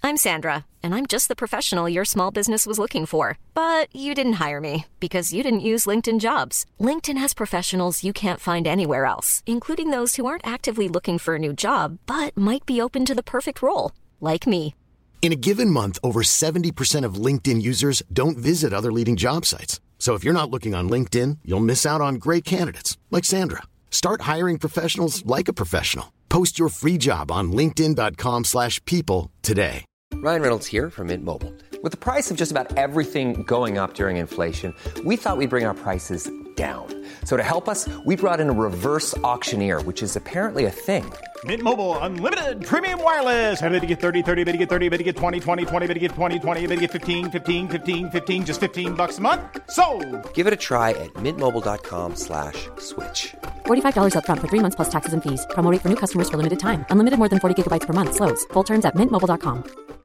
I'm Sandra, and I'm just the professional your small business was looking for. But you didn't hire me because you didn't use LinkedIn Jobs. LinkedIn has professionals you can't find anywhere else, including those who aren't actively looking for a new job, but might be open to the perfect role, like me. In a given month, over 70% of LinkedIn users don't visit other leading job sites. So if you're not looking on LinkedIn, you'll miss out on great candidates like Sandra. Start hiring professionals like a professional. Post your free job on linkedin.com/people today. Ryan Reynolds here from Mint Mobile. With the price of just about everything going up during inflation, we thought we'd bring our prices down. So to help us, we brought in a reverse auctioneer, which is apparently a thing. Mint Mobile Unlimited Premium Wireless. How to get 30, 30, bit to get 30, bit to get 20, 20, 20, bit to get 20, 20, bit to get 15, 15, 15, 15, just $15 a month? Sold! Give it a try at mintmobile.com/switch. $45 up front for 3 months plus taxes and fees. Promo rate for new customers for limited time. Unlimited more than 40 gigabytes per month. Slows full terms at mintmobile.com.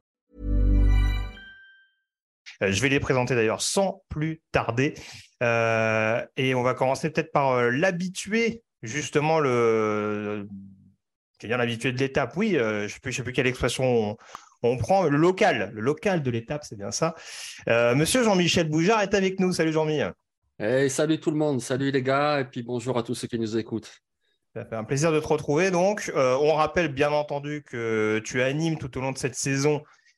Je vais les présenter d'ailleurs sans plus tarder. Et on va commencer peut-être par l'habitué, justement, l'habitué de l'étape. Oui, je ne sais plus quelle expression on prend. Le local de l'étape, c'est bien ça. Monsieur Jean-Michel Boujard est avec nous. Salut Jean-Mi. Hey, salut tout le monde, salut les gars, et puis bonjour à tous ceux qui nous écoutent. Ça fait un plaisir de te retrouver. Donc, on rappelle bien entendu que tu animes tout au long de cette saison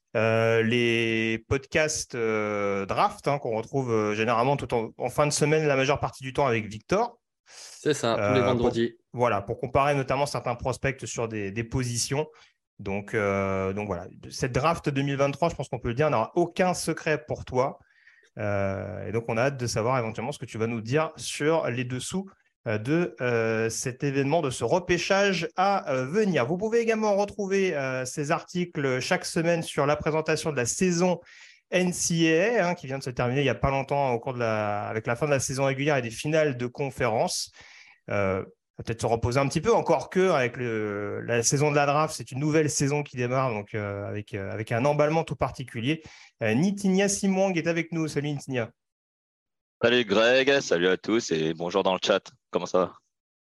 les podcasts draft qu'on retrouve généralement en fin de semaine, la majeure partie du temps avec Victor. C'est ça, tous les vendredis. Pour comparer notamment certains prospects sur des positions. Donc voilà, cette draft 2023, je pense qu'on peut le dire, n'aura aucun secret pour toi. Et donc, on a hâte de savoir éventuellement ce que tu vas nous dire sur les dessous de cet événement, de ce repêchage à venir. Vous pouvez également retrouver ces articles chaque semaine sur la présentation de la saison NCAA qui vient de se terminer il n'y a pas longtemps avec la fin de la saison régulière et des finales de conférence. Peut-être se reposer un petit peu, encore que avec la saison de la draft, c'est une nouvelle saison qui démarre, donc avec un emballement tout particulier. Nitinia Simwang est avec nous. Salut Nitinia. Salut Greg, salut à tous et bonjour dans le chat. Comment ça va?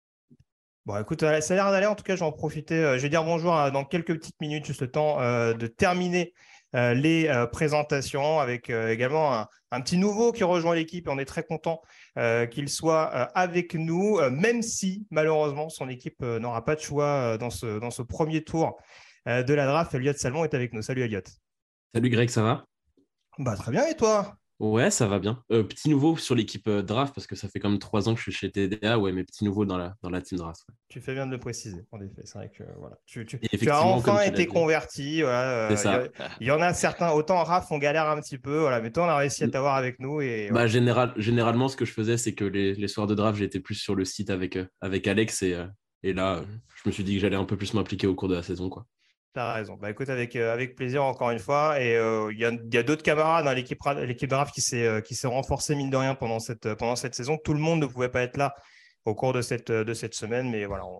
Bon, écoute, ça a l'air d'aller. En tout cas, j'en profiter. Je vais dire bonjour dans quelques petites minutes, juste le temps de terminer les présentations avec également un petit nouveau qui rejoint l'équipe et on est très content qu'il soit avec nous, même si malheureusement son équipe n'aura pas de choix dans ce premier tour de la draft. Elliot Salmon est avec nous. Salut Elliot. Salut Greg, ça va? Très bien, et toi? Ouais, ça va bien. Petit nouveau sur l'équipe draft, parce que ça fait quand même 3 ans que je suis chez TDA. Ouais, mais petit nouveau dans la team draft. Ouais. Tu fais bien de le préciser, en effet. C'est vrai que voilà. Tu as enfin été converti. Voilà, c'est ça. Il y en a certains, autant Raph, on galère un petit peu, voilà, mais toi, on a réussi à t'avoir avec nous. Et, voilà. Généralement, ce que je faisais, c'est que les soirs de draft, j'étais plus sur le site avec Alex. Et là, je me suis dit que j'allais un peu plus m'impliquer au cours de la saison, quoi. T'as raison. Écoute, avec plaisir encore une fois. Et il y a d'autres camarades dans l'équipe draft qui s'est renforcée mine de rien pendant cette saison. Tout le monde ne pouvait pas être là au cours de cette semaine, mais voilà.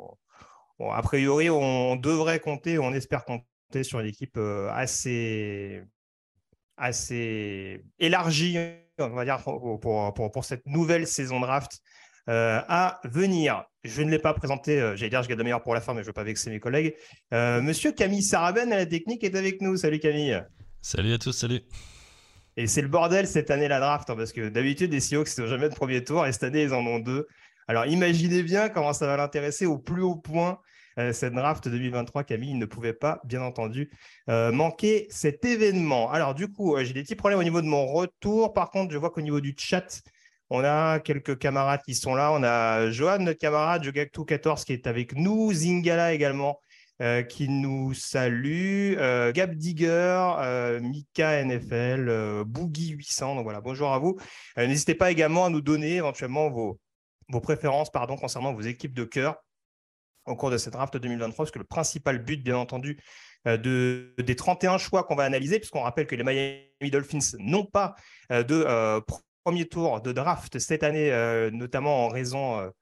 A priori, on devrait compter, on espère compter sur une équipe assez élargie, on va dire, pour cette nouvelle saison draft à venir. Je ne l'ai pas présenté, j'allais dire je garde le meilleur pour la fin, mais je ne veux pas vexer mes collègues. Monsieur Camille Saraben à la technique est avec nous. Salut Camille. Salut à tous, salut. Et c'est le bordel cette année la draft, parce que d'habitude les Seahawks n'ont jamais de premier tour et cette année ils en ont 2. Alors imaginez bien comment ça va l'intéresser au plus haut point cette draft 2023. Camille ne pouvait pas, bien entendu, manquer cet événement. Alors du coup, j'ai des petits problèmes au niveau de mon retour. Par contre, je vois qu'au niveau du chat, on a quelques camarades qui sont là. On a Johan, notre camarade, Jogactu14 qui est avec nous. Zingala également qui nous salue. Gab Digger, Mika NFL, Boogie800. Donc voilà, bonjour à vous. N'hésitez pas également à nous donner éventuellement vos préférences concernant vos équipes de cœur au cours de cette draft 2023, parce que le principal but, bien entendu, des 31 choix qu'on va analyser, puisqu'on rappelle que les Miami Dolphins n'ont pas de premier tour de draft cette année, notamment en raison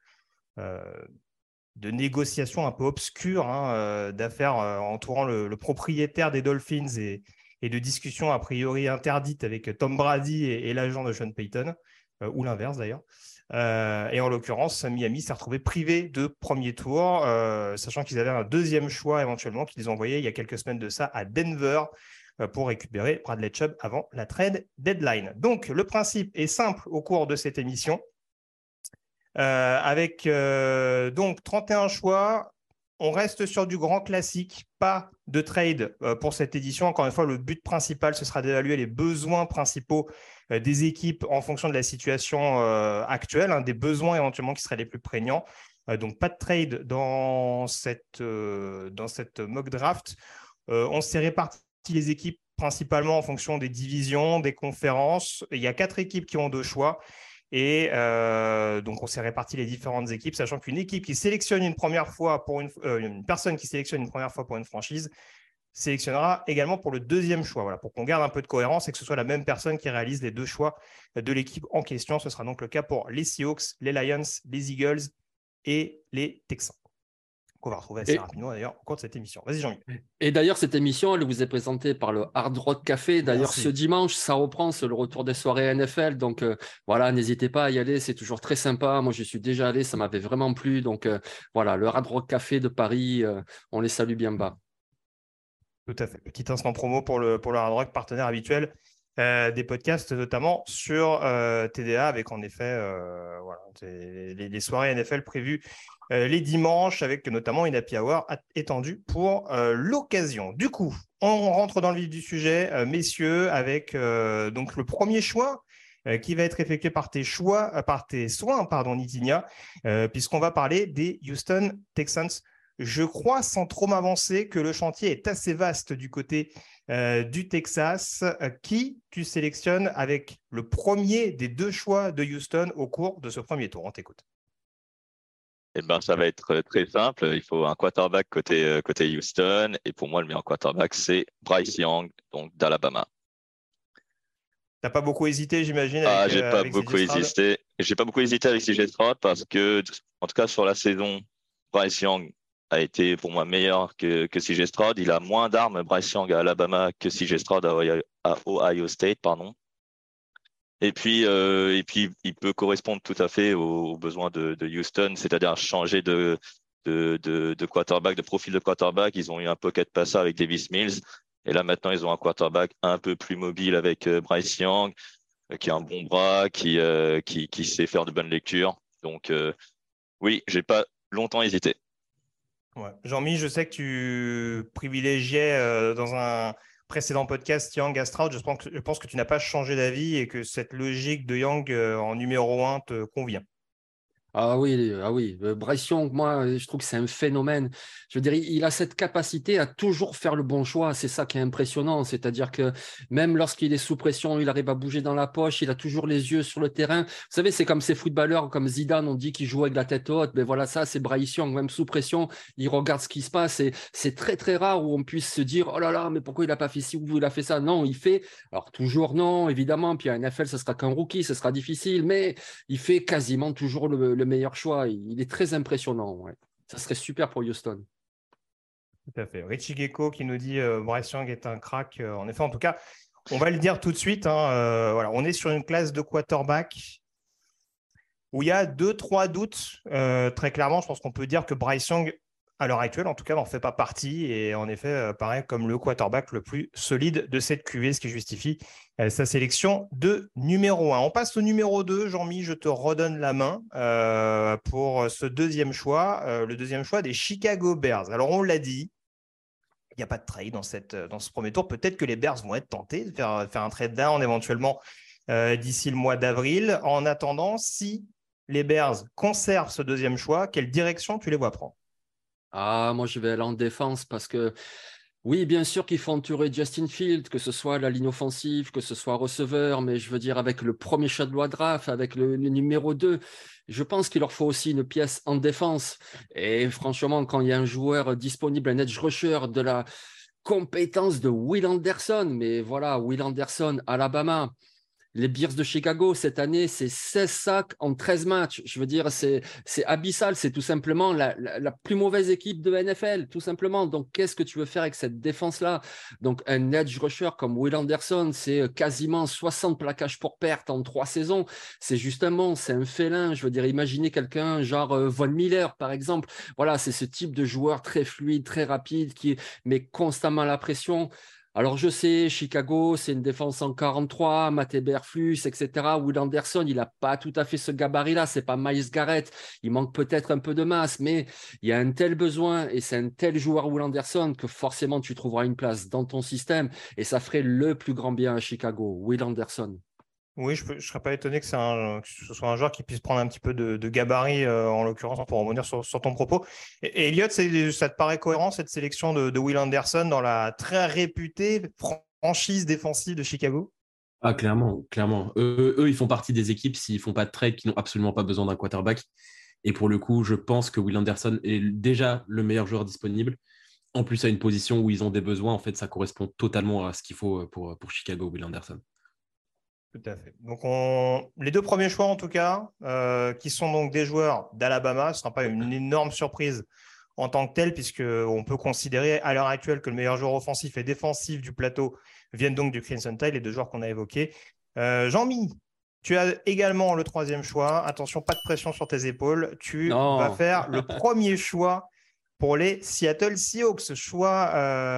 de négociations un peu obscures, d'affaires entourant le propriétaire des Dolphins et de discussions a priori interdites avec Tom Brady et l'agent de Sean Payton, ou l'inverse d'ailleurs. Et en l'occurrence, Miami s'est retrouvé privé de premier tour, sachant qu'ils avaient un deuxième choix éventuellement qu'ils ont envoyé il y a quelques semaines de ça à Denver. pour récupérer Bradley Chubb avant la trade deadline. Donc, le principe est simple au cours de cette émission. Avec donc 31 choix, on reste sur du grand classique, pas de trade pour cette édition. Encore une fois, le but principal, ce sera d'évaluer les besoins principaux des équipes en fonction de la situation actuelle, des besoins éventuellement qui seraient les plus prégnants. Donc, pas de trade dans cette mock draft. On s'est réparti les équipes principalement en fonction des divisions, des conférences. Il y a 4 équipes qui ont 2 choix. Et donc, on s'est réparti les différentes équipes, sachant qu'une équipe qui sélectionne une première fois pour une personne qui sélectionne une première fois pour une franchise sélectionnera également pour le deuxième choix. Voilà, pour qu'on garde un peu de cohérence et que ce soit la même personne qui réalise les 2 choix de l'équipe en question. Ce sera donc le cas pour les Seahawks, les Lions, les Eagles et les Texans, qu'on va retrouver assez rapidement d'ailleurs au cours de cette émission. Vas-y Jean-Mi. Et d'ailleurs, cette émission, elle vous est présentée par le Hard Rock Café. D'ailleurs, ce dimanche, ça reprend, c'est le retour des soirées NFL. Donc voilà, n'hésitez pas à y aller, c'est toujours très sympa. Moi, je suis déjà allé, ça m'avait vraiment plu. Donc voilà, le Hard Rock Café de Paris, on les salue bien bas. Tout à fait. Petit instant promo pour le Hard Rock, partenaire habituel des podcasts, notamment sur TDA, avec en effet voilà, les soirées NFL prévues les dimanches, avec notamment une happy hour étendue pour l'occasion. Du coup, on rentre dans le vif du sujet, messieurs, avec donc le premier choix qui va être effectué par tes soins, Nitinia, puisqu'on va parler des Houston Texans. Je crois, sans trop m'avancer, que le chantier est assez vaste du côté du Texas. Qui tu sélectionnes avec le premier des 2 choix de Houston au cours de ce premier tour? On t'écoute. Eh ben, ça va être très simple. Il faut un quarterback côté Houston. Et pour moi, le meilleur quarterback, c'est Bryce Young, donc d'Alabama. T'as pas beaucoup hésité, j'imagine. J'ai pas beaucoup hésité. J'ai pas beaucoup hésité avec CJ Stroud parce que, en tout cas, sur la saison, Bryce Young a été pour moi meilleur que CJ Stroud. Il a moins d'armes, Bryce Young à Alabama, que CJ Stroud à Ohio State, pardon. Et puis, il peut correspondre tout à fait aux besoins de Houston, c'est-à-dire changer de quarterback, de profil de quarterback. Ils ont eu un pocket passer avec Davis Mills. Et là, maintenant, ils ont un quarterback un peu plus mobile avec Bryce Young, qui a un bon bras, qui sait faire de bonnes lectures. Donc, oui, j'ai pas longtemps hésité. Ouais. Jean-Mi, je sais que tu privilégiais dans un précédent podcast Young à Stroud. Je pense que tu n'as pas changé d'avis et que cette logique de Young en numéro 1 te convient. Ah oui. Bryce Young, moi, je trouve que c'est un phénomène. Je veux dire, il a cette capacité à toujours faire le bon choix. C'est ça qui est impressionnant. C'est-à-dire que même lorsqu'il est sous pression, il arrive à bouger dans la poche. Il a toujours les yeux sur le terrain. Vous savez, c'est comme ces footballeurs comme Zidane, on dit qu'il joue avec la tête haute. Mais voilà, ça, c'est Bryce Young. Même sous pression, il regarde ce qui se passe. Et c'est très, très rare où on puisse se dire, oh là là, mais pourquoi il n'a pas fait ci ou il a fait ça? Non, il fait. Alors, toujours non, évidemment. Puis à NFL, ce sera qu'un rookie, ce sera difficile. Mais il fait quasiment toujours le meilleur choix. Il est très impressionnant. Ouais. Ça serait super pour Houston. Tout à fait. Richie Gecko qui nous dit Bryce Young est un crack. En effet, en tout cas, on va le dire tout de suite. Voilà, on est sur une classe de quarterback où il y a 2-3 doutes. Très clairement, je pense qu'on peut dire que Bryce Young, à l'heure actuelle, en tout cas, n'en fait pas partie et en effet, paraît comme le quarterback le plus solide de cette QV, ce qui justifie sa sélection de numéro 1. On passe au numéro 2. Jean-Mi, je te redonne la main pour ce deuxième choix, le deuxième choix des Chicago Bears. Alors, on l'a dit, il n'y a pas de trade dans ce premier tour. Peut-être que les Bears vont être tentés de faire un trade down éventuellement d'ici le mois d'avril. En attendant, si les Bears conservent ce deuxième choix, quelle direction tu les vois prendre? Ah, moi, je vais aller en défense parce que, oui, bien sûr qu'il faut entourer Justin Fields, que ce soit la ligne offensive, que ce soit receveur, mais je veux dire, avec le premier choix de la draft, avec le numéro 2, je pense qu'il leur faut aussi une pièce en défense. Et franchement, quand il y a un joueur disponible, un edge rusher de la compétence de Will Anderson, mais voilà, Will Anderson, Alabama. Les Bears de Chicago, cette année, c'est 16 sacs en 13 matchs. Je veux dire, c'est abyssal. C'est tout simplement la plus mauvaise équipe de NFL, tout simplement. Donc, qu'est-ce que tu veux faire avec cette défense-là? Donc, un edge rusher comme Will Anderson, c'est quasiment 60 plaquages pour perte en 3 saisons. C'est justement, c'est un félin. Je veux dire, imaginez quelqu'un genre Von Miller, par exemple. Voilà, c'est ce type de joueur très fluide, très rapide, qui met constamment la pression. Alors, je sais, Chicago, c'est une défense en 43, Matt Eberflus, etc. Will Anderson, il n'a pas tout à fait ce gabarit-là. Ce n'est pas Myles Garrett. Il manque peut-être un peu de masse, mais il y a un tel besoin et c'est un tel joueur, Will Anderson, que forcément, tu trouveras une place dans ton système et ça ferait le plus grand bien à Chicago, Will Anderson. Oui, je ne serais pas étonné que ce soit un joueur qui puisse prendre un petit peu de gabarit, en l'occurrence, pour rebondir sur ton propos. Et Elliot, ça te paraît cohérent, cette sélection de Will Anderson dans la très réputée franchise défensive de Chicago? Ah, clairement, clairement. Eux, ils font partie des équipes, s'ils ne font pas de trade, qui n'ont absolument pas besoin d'un quarterback. Et pour le coup, je pense que Will Anderson est déjà le meilleur joueur disponible. En plus, à une position où ils ont des besoins, en fait, ça correspond totalement à ce qu'il faut pour Chicago, Will Anderson. Tout à fait. Donc, les 2 premiers choix, en tout cas, qui sont donc des joueurs d'Alabama, ce ne sera pas une énorme surprise en tant que tel, puisqu'on peut considérer à l'heure actuelle que le meilleur joueur offensif et défensif du plateau viennent donc du Crimson Tide, les 2 joueurs qu'on a évoqués. Jean-Mi, tu as également le 3e choix. Attention, pas de pression sur tes épaules. Tu vas faire le premier choix pour les Seattle Seahawks. Choix,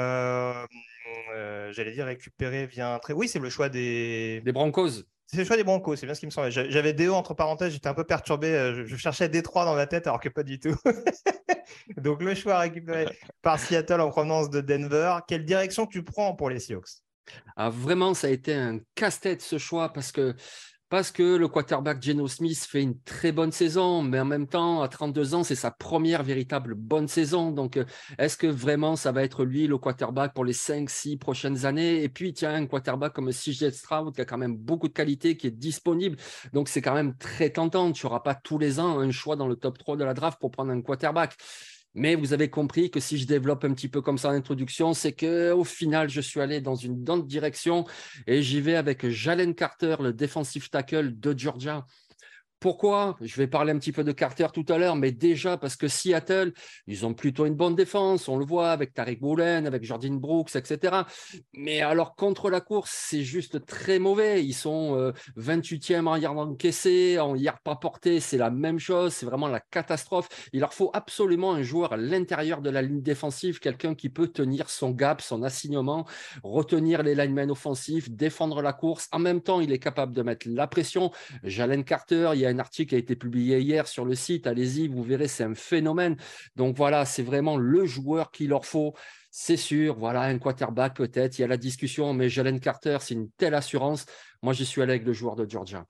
j'allais dire récupéré via un trait. Oui, c'est le choix des Broncos. C'est le choix des Broncos, c'est bien ce qui me semblait. J'avais DO entre parenthèses, j'étais un peu perturbé. Je cherchais Détroit dans ma tête alors que pas du tout. Donc le choix récupéré par Seattle en provenance de Denver. Quelle direction tu prends pour les Seahawks? Vraiment, ça a été un casse-tête ce choix parce que le quarterback Geno Smith fait une très bonne saison, mais en même temps, à 32 ans, c'est sa première véritable bonne saison. Donc, est-ce que vraiment ça va être lui le quarterback pour les 5-6 prochaines années? Et puis, tiens, un quarterback comme CJ Stroud qui a quand même beaucoup de qualité, qui est disponible. Donc, c'est quand même très tentant. Tu n'auras pas tous les ans un choix dans le top 3 de la draft pour prendre un quarterback. Mais vous avez compris que si je développe un petit peu comme ça en introduction, c'est qu'au final, je suis allé dans une autre direction et j'y vais avec Jalen Carter, le defensive tackle de Georgia. Pourquoi? Je vais parler un petit peu de Carter tout à l'heure, mais déjà parce que Seattle, ils ont plutôt une bonne défense, on le voit avec Tariq Woolen, avec Jordan Brooks, etc. Mais alors contre la course, c'est juste très mauvais. Ils sont 28e en yards encaissés, en yards pas portés, c'est la même chose, c'est vraiment la catastrophe. Il leur faut absolument un joueur à l'intérieur de la ligne défensive, quelqu'un qui peut tenir son gap, son assignement, retenir les linemen offensifs, défendre la course. En même temps, il est capable de mettre la pression. Jalen Carter, il y a un article qui a été publié hier sur le site, allez-y, vous verrez, c'est un phénomène. Donc voilà, c'est vraiment le joueur qu'il leur faut. C'est sûr, voilà, un quarterback peut-être, il y a la discussion, mais Jalen Carter, c'est une telle assurance. Moi, j'y suis allé avec le joueur de Georgia.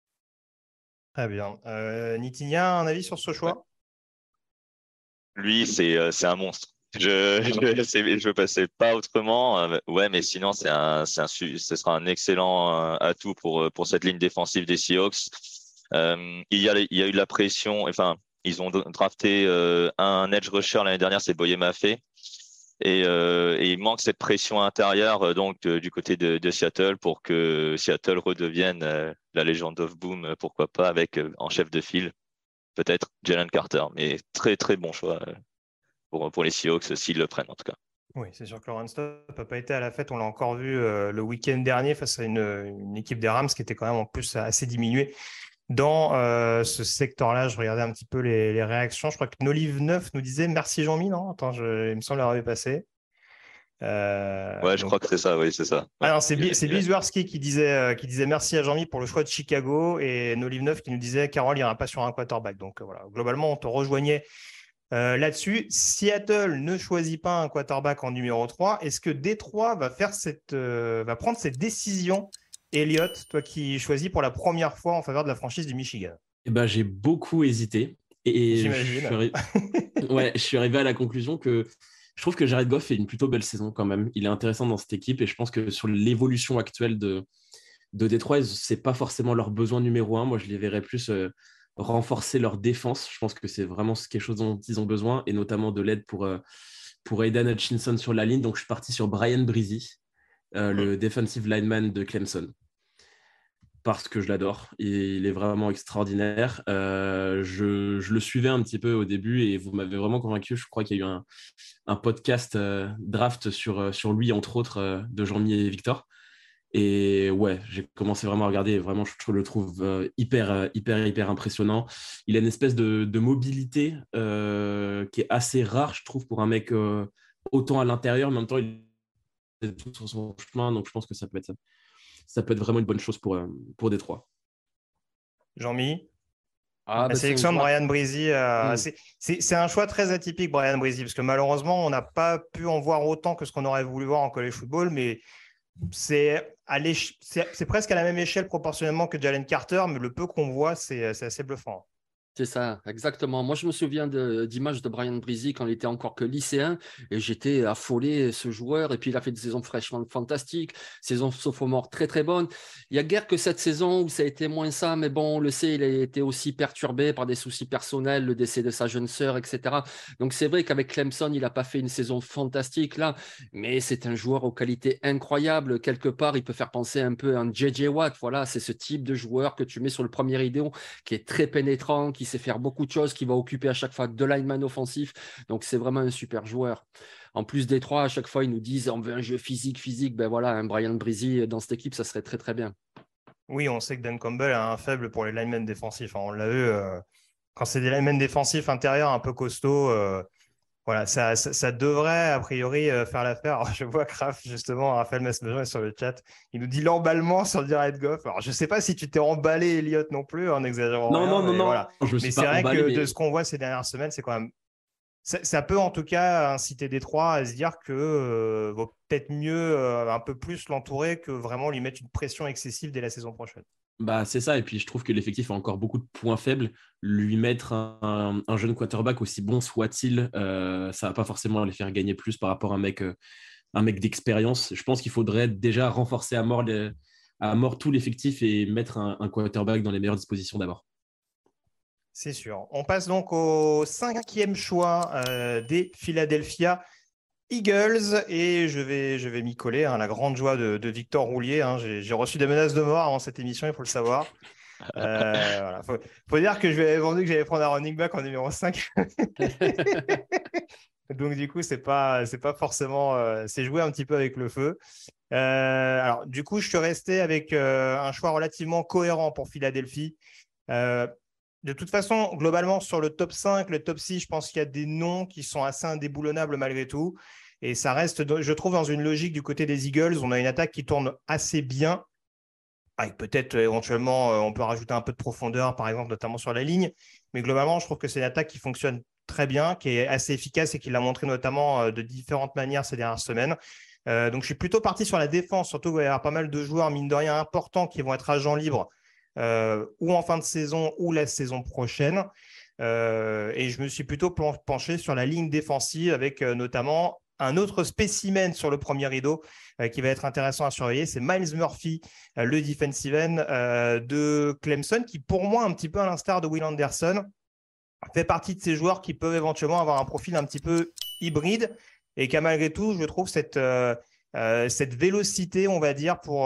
Très bien. Nitinia, un avis sur ce choix? Lui, c'est un monstre. Je passais pas autrement. Ouais, mais sinon, ce sera un excellent atout pour cette ligne défensive des Seahawks. Il y a eu de la pression. Enfin, ils ont drafté un edge rusher l'année dernière, c'est Boye Maffei. Et il manque cette pression intérieure du côté de Seattle pour que Seattle redevienne la légende of Boom, pourquoi pas, avec en chef de file peut-être Jalen Carter. Mais très très bon choix pour les Seahawks s'ils le prennent en tout cas. Oui, c'est sûr que Lawrence Top n'a pas été à la fête. On l'a encore vu le week-end dernier face à une équipe des Rams qui était quand même en plus assez diminuée dans ce secteur-là. Je regardais un petit peu les réactions. Je crois que Nolive 9 nous disait merci Jean-Mi, non? Attends, il me semble l'avoir vu passer. Je crois que c'est ça, oui, c'est ça. Ah non, c'est Bill Zwerski qui disait merci à Jean-Mi pour le choix de Chicago et Nolive 9 qui nous disait Carroll n'ira pas sur un quarterback. Donc voilà, globalement, on te rejoignait là-dessus. Seattle ne choisit pas un quarterback en numéro 3. Est-ce que Détroit va prendre cette décision? Elliot, toi qui choisis pour la première fois en faveur de la franchise du Michigan. J'ai beaucoup hésité et j'imagine. Je suis arrivé à la conclusion que je trouve que Jared Goff fait une plutôt belle saison quand même. Il est intéressant dans cette équipe et je pense que sur l'évolution actuelle de Détroit, c'est pas forcément leur besoin numéro 1. Moi, je les verrais plus renforcer leur défense. Je pense que c'est vraiment quelque chose dont ils ont besoin et notamment de l'aide pour Aidan Hutchinson sur la ligne. Donc, je suis parti sur Brian Brizee, le defensive lineman de Clemson, parce que je l'adore. Il est vraiment extraordinaire. Je le suivais un petit peu au début et vous m'avez vraiment convaincu. Je crois qu'il y a eu un podcast draft sur lui, entre autres, de Jean-Mi et Victor. Et ouais, j'ai commencé vraiment à regarder et vraiment, je le trouve hyper impressionnant. Il a une espèce de mobilité qui est assez rare, je trouve, pour un mec autant à l'intérieur, mais en même temps, il tout sur son chemin, donc je pense que ça peut être vraiment une bonne chose pour Détroit. Jean-Mi, Ah, la sélection de Bryan Bresee, c'est un choix très atypique, Bryan Bresee, parce que malheureusement, on n'a pas pu en voir autant que ce qu'on aurait voulu voir en college football, mais c'est presque à la même échelle proportionnellement que Jalen Carter, mais le peu qu'on voit, c'est assez bluffant. C'est ça, exactement. Moi, je me souviens d'images de Bryan Bresee quand il était encore que lycéen et j'étais affolé, ce joueur. Et puis, il a fait des saisons fraîchement fantastiques, saison sophomore très, très bonne. Il n'y a guère que cette saison où ça a été moins ça, mais bon, on le sait, il a été aussi perturbé par des soucis personnels, le décès de sa jeune sœur, etc. Donc, c'est vrai qu'avec Clemson, il n'a pas fait une saison fantastique là, mais c'est un joueur aux qualités incroyables. Quelque part, il peut faire penser un peu à un J.J. Watt. Voilà, c'est ce type de joueur que tu mets sur le premier rideau qui est très pénétrant, qui sait faire beaucoup de choses, qui va occuper à chaque fois deux linemen offensifs. Donc, c'est vraiment un super joueur. En plus, Détroit, à chaque fois, ils nous disent on veut un jeu physique. Ben voilà, un Bryan Bresee dans cette équipe, ça serait très, très bien. Oui, on sait que Dan Campbell a un faible pour les linemen défensifs. On l'a vu quand c'est des linemen défensifs intérieurs un peu costauds. Voilà, ça devrait a priori faire l'affaire. Alors, je vois Kraft, justement, Raphaël Masmejean est sur le chat. Il nous dit l'emballement sur Jared Goff. Alors, je ne sais pas si tu t'es emballé, Elliott, non plus, en exagérant. Non. Voilà. Mais c'est vrai que de ce qu'on voit ces dernières semaines, c'est quand même. Ça peut en tout cas inciter Détroit à se dire que vaut peut-être mieux un peu plus l'entourer que vraiment lui mettre une pression excessive dès la saison prochaine. Bah, c'est ça, et puis je trouve que l'effectif a encore beaucoup de points faibles. Lui mettre un jeune quarterback, aussi bon soit-il, ça va pas forcément les faire gagner plus par rapport à un mec d'expérience. Je pense qu'il faudrait déjà renforcer à mort tout l'effectif et mettre un quarterback dans les meilleures dispositions d'abord. C'est sûr. On passe donc au 5e choix des Philadelphia Eagles, et je vais m'y coller, hein, la grande joie de Victor Roulier. Hein. J'ai reçu des menaces de mort avant cette émission, il faut le savoir. Voilà. Faut dire que je lui avais vendu que j'allais prendre un running back en numéro 5. Donc du coup, c'est pas forcément... c'est jouer un petit peu avec le feu. Alors du coup, je suis resté avec un choix relativement cohérent pour Philadelphie. De toute façon, globalement, sur le top 5, le top 6, je pense qu'il y a des noms qui sont assez indéboulonnables malgré tout. Et ça reste, je trouve, dans une logique du côté des Eagles. On a une attaque qui tourne assez bien. Avec peut-être, éventuellement, on peut rajouter un peu de profondeur, par exemple, notamment sur la ligne. Mais globalement, je trouve que c'est une attaque qui fonctionne très bien, qui est assez efficace et qui l'a montré notamment de différentes manières ces dernières semaines. Donc, je suis plutôt parti sur la défense, surtout qu'il va y avoir pas mal de joueurs, mine de rien, importants qui vont être agents libres. Ou en fin de saison ou la saison prochaine. Et je me suis plutôt penché sur la ligne défensive avec notamment un autre spécimen sur le premier rideau qui va être intéressant à surveiller. C'est Myles Murphy, le defensive end de Clemson, qui pour moi, un petit peu à l'instar de Will Anderson, fait partie de ces joueurs qui peuvent éventuellement avoir un profil un petit peu hybride et qui a malgré tout, je trouve, cette vélocité, on va dire, pour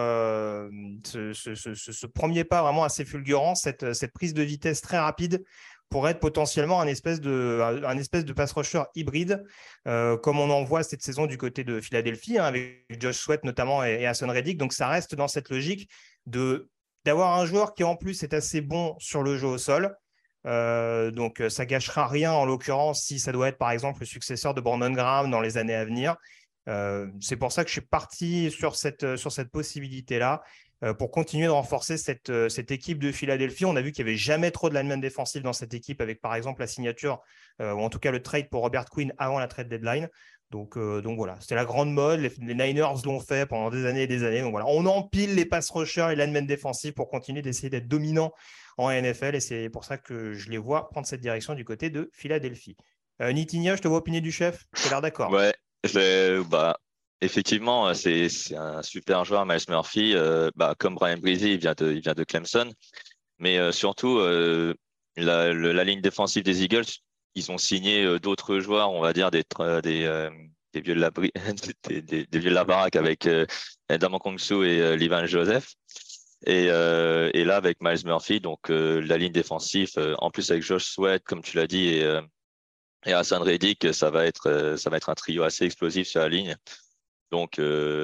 ce premier pas vraiment assez fulgurant, cette prise de vitesse très rapide pour être potentiellement un espèce de pass rusher hybride, comme on en voit cette saison du côté de Philadelphie, hein, avec Josh Sweat notamment et Haason Reddick. Donc ça reste dans cette logique d'avoir un joueur qui en plus est assez bon sur le jeu au sol. Donc ça gâchera rien en l'occurrence si ça doit être par exemple le successeur de Brandon Graham dans les années à venir. C'est pour ça que je suis parti sur cette possibilité-là pour continuer de renforcer cette équipe de Philadelphie. On a vu qu'il n'y avait jamais trop de linemen défensifs dans cette équipe avec par exemple la signature ou en tout cas le trade pour Robert Quinn avant la trade deadline. Donc voilà, c'était la grande mode. Les Niners l'ont fait pendant des années et des années. Donc voilà, on empile les pass rushers et les linemen défensifs pour continuer d'essayer d'être dominant en NFL et c'est pour ça que je les vois prendre cette direction du côté de Philadelphie. Nitinia, je te vois opiner du chef. Tu as l'air d'accord. Ouais. Effectivement, c'est un super joueur, Myles Murphy. Comme Bryan Bresee, il vient de Clemson. Mais surtout, la ligne défensive des Eagles, ils ont signé d'autres joueurs, on va dire, des vieux de la baraque avec Ndamukong Kongsu et Levan Joseph. Et là, avec Myles Murphy, donc la ligne défensive, en plus avec Josh Sweat, comme tu l'as dit, et Haason Reddick, ça va être un trio assez explosif sur la ligne. Donc,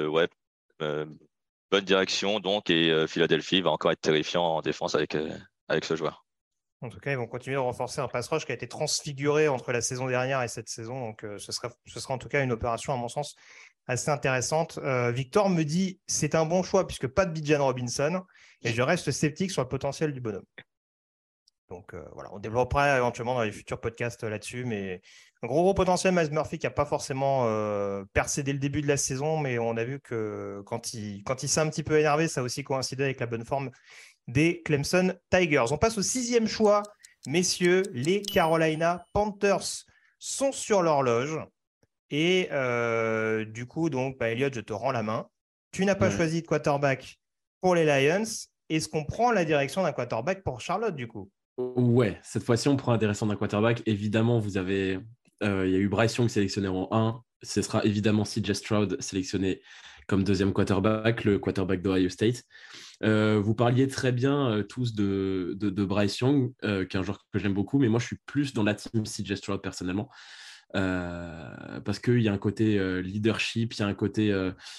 bonne direction. Donc, et Philadelphie va encore être terrifiant en défense avec ce joueur. En tout cas, ils vont continuer de renforcer un pass rush qui a été transfiguré entre la saison dernière et cette saison. Donc, ce sera en tout cas une opération, à mon sens, assez intéressantes. Victor me dit c'est un bon choix puisque pas de Bijan Robinson et je reste sceptique sur le potentiel du bonhomme. Donc voilà, on développera éventuellement dans les futurs podcasts là-dessus, mais un gros potentiel. Miles Murphy qui n'a pas forcément percé dès le début de la saison, mais on a vu que quand il s'est un petit peu énervé, ça a aussi coïncidé avec la bonne forme des Clemson Tigers. On passe au 6e choix, messieurs, les Carolina Panthers sont sur l'horloge. Et du coup, donc, Elliot, je te rends la main. Tu n'as pas choisi de quarterback pour les Lions. Est-ce qu'on prend la direction d'un quarterback pour Charlotte, du coup? Ouais, cette fois-ci, on prend la direction d'un quarterback. Évidemment, il y a eu Bryce Young sélectionné en 1. Ce sera évidemment CJ Stroud sélectionné comme 2e quarterback, le quarterback d'Ohio State. Vous parliez très bien tous de Bryce Young, qui est un joueur que j'aime beaucoup, mais moi, je suis plus dans la team CJ Stroud personnellement. Parce qu'il y a un côté leadership, il y a un côté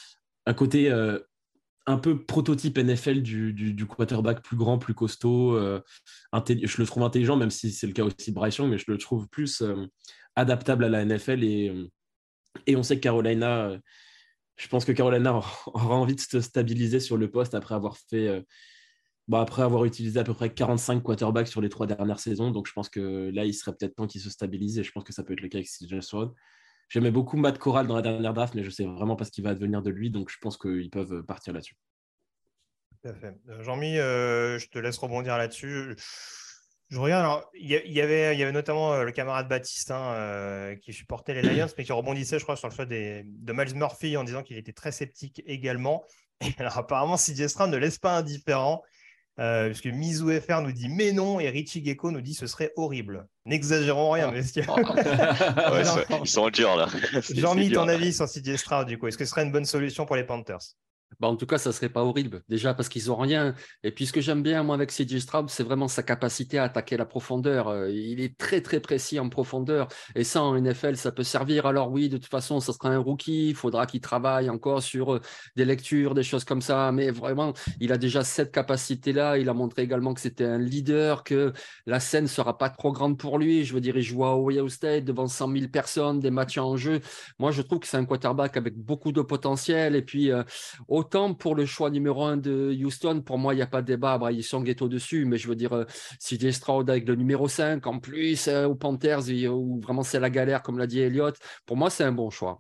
un peu prototype NFL du quarterback plus grand, plus costaud. Je le trouve intelligent, même si c'est le cas aussi de Bryce Young, mais je le trouve plus adaptable à la NFL. Et on sait que Carolina, je pense que Carolina aura envie de se stabiliser sur le poste après avoir utilisé à peu près 45 quarterbacks sur les 3 dernières saisons. Donc je pense que là, il serait peut-être temps qu'il se stabilise et je pense que ça peut être le cas avec CJ Stroud. J'aimais beaucoup Matt Corral dans la dernière draft, mais je ne sais vraiment pas ce qui va advenir de lui, donc je pense qu'ils peuvent partir là-dessus. Tout à fait. Jean-Mi, je te laisse rebondir là-dessus. Je regarde, alors, il y avait notamment le camarade Baptiste qui supportait les Lions, mais qui rebondissait, je crois, sur le choix de Miles Murphy en disant qu'il était très sceptique également. Et alors, apparemment, CJ Stroud ne laisse pas indifférent. Puisque Mizou FR nous dit mais non et Richie Gecko nous dit ce serait horrible. N'exagérons rien, messieurs. Ils sont durs là. Jean-Mi, ton avis sur CJ Stroud du coup, est-ce que ce serait une bonne solution pour les Panthers? En tout cas, ça ne serait pas horrible. Déjà parce qu'ils n'ont rien. Et puis, ce que j'aime bien, moi, avec CJ Stroud, c'est vraiment sa capacité à attaquer la profondeur. Il est très, très précis en profondeur. Et ça, en NFL, ça peut servir. Alors oui, de toute façon, ça sera un rookie. Il faudra qu'il travaille encore sur des lectures, des choses comme ça. Mais vraiment, il a déjà cette capacité-là. Il a montré également que c'était un leader, que la scène ne sera pas trop grande pour lui. Je veux dire, il joue à Ohio State devant 100 000 personnes, des matchs en jeu. Moi, je trouve que c'est un quarterback avec beaucoup de potentiel. Et puis, autant pour le choix numéro 1 de Houston, pour moi, il n'y a pas de débat. Bryce Young est au-dessus, mais je veux dire, CJ Stroud avec le numéro 5, en plus, aux Panthers, où vraiment c'est la galère, comme l'a dit Elliott, pour moi, c'est un bon choix.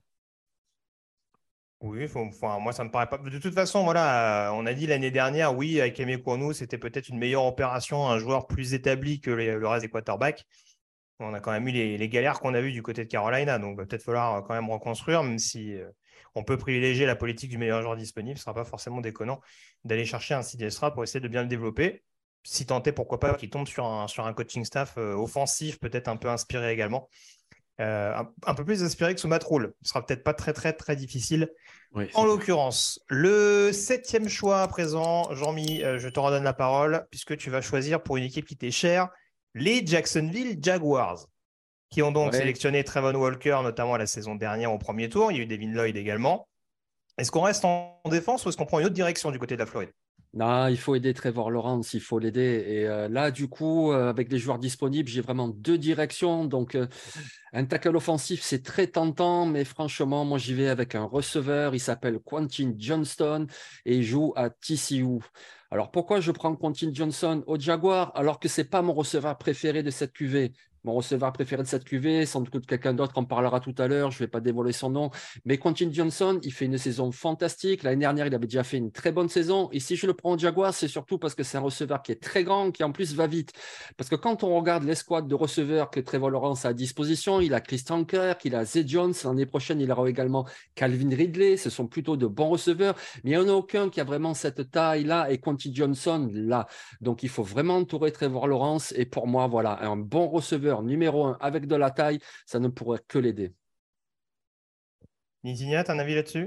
Oui, moi, ça me paraît pas. De toute façon, voilà, on a dit l'année dernière, oui, avec Aimé Kwonu, c'était peut-être une meilleure opération, un joueur plus établi que le reste des quarterbacks. On a quand même eu les galères qu'on a vues du côté de Carolina, donc il va peut-être falloir quand même reconstruire, même si on peut privilégier la politique du meilleur joueur disponible. Ce ne sera pas forcément déconnant d'aller chercher un CJ Stroud pour essayer de bien le développer. Si tant est, pourquoi pas, qu'il tombe sur un coaching staff offensif, peut-être un peu inspiré également. Un peu plus inspiré que sous Matt Rhule. Ce sera peut-être pas très, très, très difficile. Oui, en l'occurrence, le 7e choix à présent, Jean-Mi, je te redonne la parole, puisque tu vas choisir pour une équipe qui t'est chère, les Jacksonville Jaguars, qui ont donc sélectionné Trevon Walker, notamment la saison dernière au premier tour. Il y a eu Devin Lloyd également. Est-ce qu'on reste en défense ou est-ce qu'on prend une autre direction du côté de la Floride? Non, il faut aider Trevor Lawrence, il faut l'aider. Et là, du coup, avec les joueurs disponibles, j'ai vraiment 2 directions. Donc, un tackle offensif, c'est très tentant, mais franchement, moi, j'y vais avec un receveur. Il s'appelle Quentin Johnston et il joue à TCU. Alors, pourquoi je prends Quentin Johnston au Jaguar alors que ce n'est pas mon receveur préféré de cette QV? Mon receveur préféré de cette QV, sans doute quelqu'un d'autre en parlera tout à l'heure, je ne vais pas dévoiler son nom, mais Quentin Johnston, il fait une saison fantastique. L'année dernière, il avait déjà fait une très bonne saison. Et si je le prends au Jaguar, c'est surtout parce que c'est un receveur qui est très grand, qui en plus va vite. Parce que quand on regarde l'escouade de receveurs que Trevor Lawrence a à disposition, il a Christian Kirk, il a Zay Jones, l'année prochaine, il aura également Calvin Ridley. Ce sont plutôt de bons receveurs, mais il n'y en a aucun qui a vraiment cette taille-là et Quentin Johnston là. Donc, il faut vraiment entourer Trevor Lawrence. Et pour moi, voilà, un bon receveur numéro 1 avec de la taille, ça ne pourrait que l'aider. Nizinia, tu as un avis là-dessus?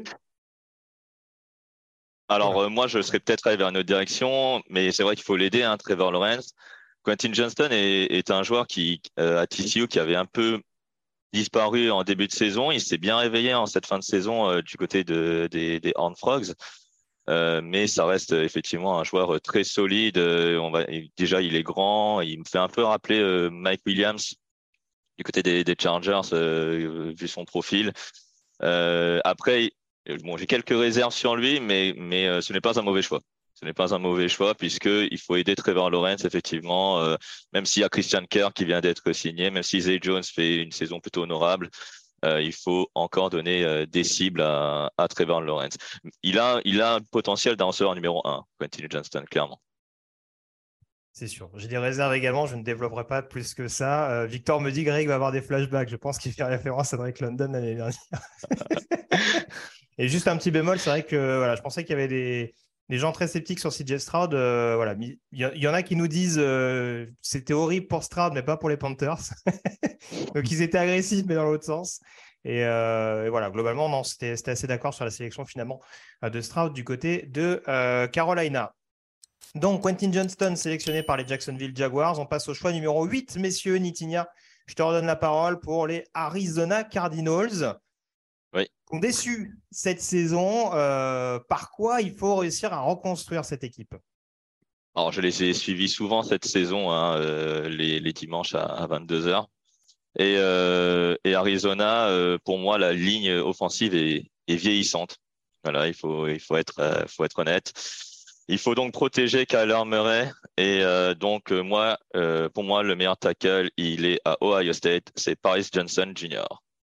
Alors, moi, je serais peut-être allé vers une autre direction, mais c'est vrai qu'il faut l'aider, Trevor Lawrence. Quentin Johnston est un joueur à TCU qui avait un peu disparu en début de saison. Il s'est bien réveillé en cette fin de saison du côté des Horned Frogs. Mais ça reste effectivement un joueur très solide. Déjà, il est grand. Il me fait un peu rappeler Mike Williams du côté des Chargers, vu son profil. Après, Bon, j'ai quelques réserves sur lui, mais ce n'est pas un mauvais choix. Ce n'est pas un mauvais choix puisqu'il faut aider Trevor Lawrence, effectivement, même s'il y a Christian Kirk qui vient d'être signé, même si Zay Jones fait une saison plutôt honorable, il faut encore donner des cibles à Trevor Lawrence. Il a un potentiel d'un receveur numéro 1, Quentin Johnston, clairement. C'est sûr. J'ai des réserves également, je ne développerai pas plus que ça. Victor me dit que Greg va avoir des flashbacks. Je pense qu'il fait référence à Drake London l'année dernière. Et juste un petit bémol, c'est vrai que voilà, je pensais qu'il y avait des gens très sceptiques sur CJ Stroud. Voilà. Il y en a qui nous disent c'était horrible pour Stroud, mais pas pour les Panthers. Donc ils étaient agressifs, mais dans l'autre sens. Et voilà, globalement, non, c'était assez d'accord sur la sélection finalement de Stroud du côté de Carolina. Donc, Quentin Johnston sélectionné par les Jacksonville Jaguars. On passe au choix numéro 8, messieurs. Nitinia, je te redonne la parole pour les Arizona Cardinals. Oui. On déçu cette saison. Par quoi il faut réussir à reconstruire cette équipe? Alors, je les ai suivis souvent cette saison, les dimanches à 22h. Et Arizona, pour moi, la ligne offensive est vieillissante. Voilà, il faut être honnête. Il faut donc protéger Kyler Murray et pour moi, le meilleur tackle, il est à Ohio State, c'est Paris Johnson Jr.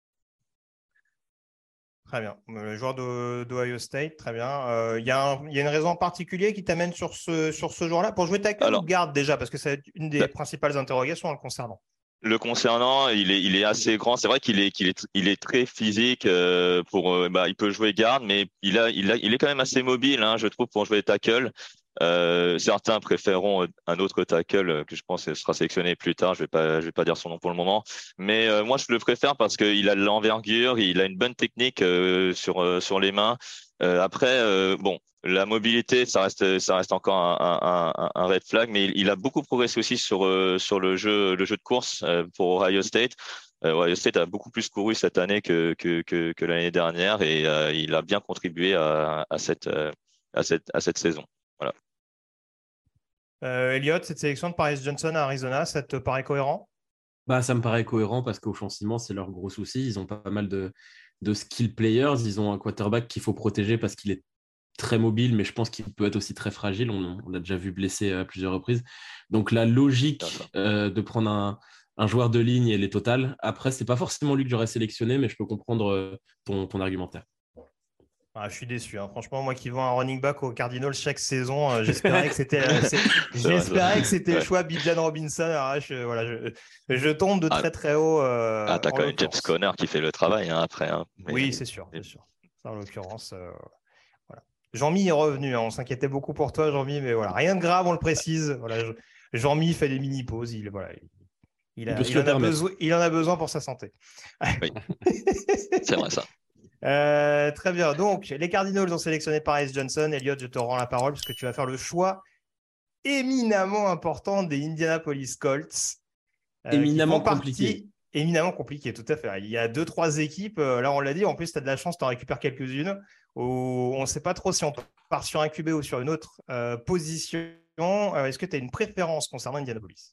Très bien. Le joueur d'Ohio State, très bien. Il y a une raison en particulier qui t'amène sur ce joueur-là pour jouer tackle ou garde déjà, parce que c'est une des principales interrogations le concernant. Le concernant, il est assez grand. C'est vrai qu'il est très physique. Il peut jouer garde, mais il est quand même assez mobile, hein, je trouve, pour jouer tackle. Certains préféreront un autre tackle que je pense sera sélectionné plus tard. Je vais pas dire son nom pour le moment, mais moi je le préfère parce qu'il a de l'envergure, il a une bonne technique sur les mains. La mobilité, ça reste encore un red flag, mais il a beaucoup progressé aussi sur le jeu de course pour Ohio State. Ohio State a beaucoup plus couru cette année que l'année dernière et il a bien contribué à cette saison. Voilà. Elliot, cette sélection de Paris Johnson à Arizona, ça te paraît cohérent? Ça me paraît cohérent parce qu'offensivement, c'est leur gros souci. Ils ont pas mal de skill players. Ils ont un quarterback qu'il faut protéger parce qu'il est très mobile, mais je pense qu'il peut être aussi très fragile. On l'a déjà vu blessé à plusieurs reprises. Donc la logique de prendre un joueur de ligne, elle est totale. Après, c'est pas forcément lui que j'aurais sélectionné, mais je peux comprendre ton argumentaire. Je suis déçu. Hein. Franchement, moi qui vends un running back aux Cardinals chaque saison, j'espérais que c'était le choix Bijan Robinson. Alors, je tombe de très très haut. T'as quand même James Conner qui fait le travail après. Hein. Oui, c'est sûr. Ça, en l'occurrence, voilà. Jean-Mi est revenu. Hein. On s'inquiétait beaucoup pour toi, Jean-Mi, mais voilà, rien de grave, on le précise. Voilà, Jean-Mi fait des mini-pauses. Il en a besoin pour sa santé. Oui, c'est vrai ça. Très bien. Donc, les Cardinals ont sélectionné Paris Johnson. Elliot, je te rends la parole parce que tu vas faire le choix éminemment important des Indianapolis Colts. Éminemment compliqué. Éminemment compliqué, tout à fait. Il y a 2-3 équipes. Là, on l'a dit. En plus, tu as de la chance, tu en récupères quelques-unes. On ne sait pas trop si on part sur un QB ou sur une autre position. Est-ce que tu as une préférence concernant Indianapolis?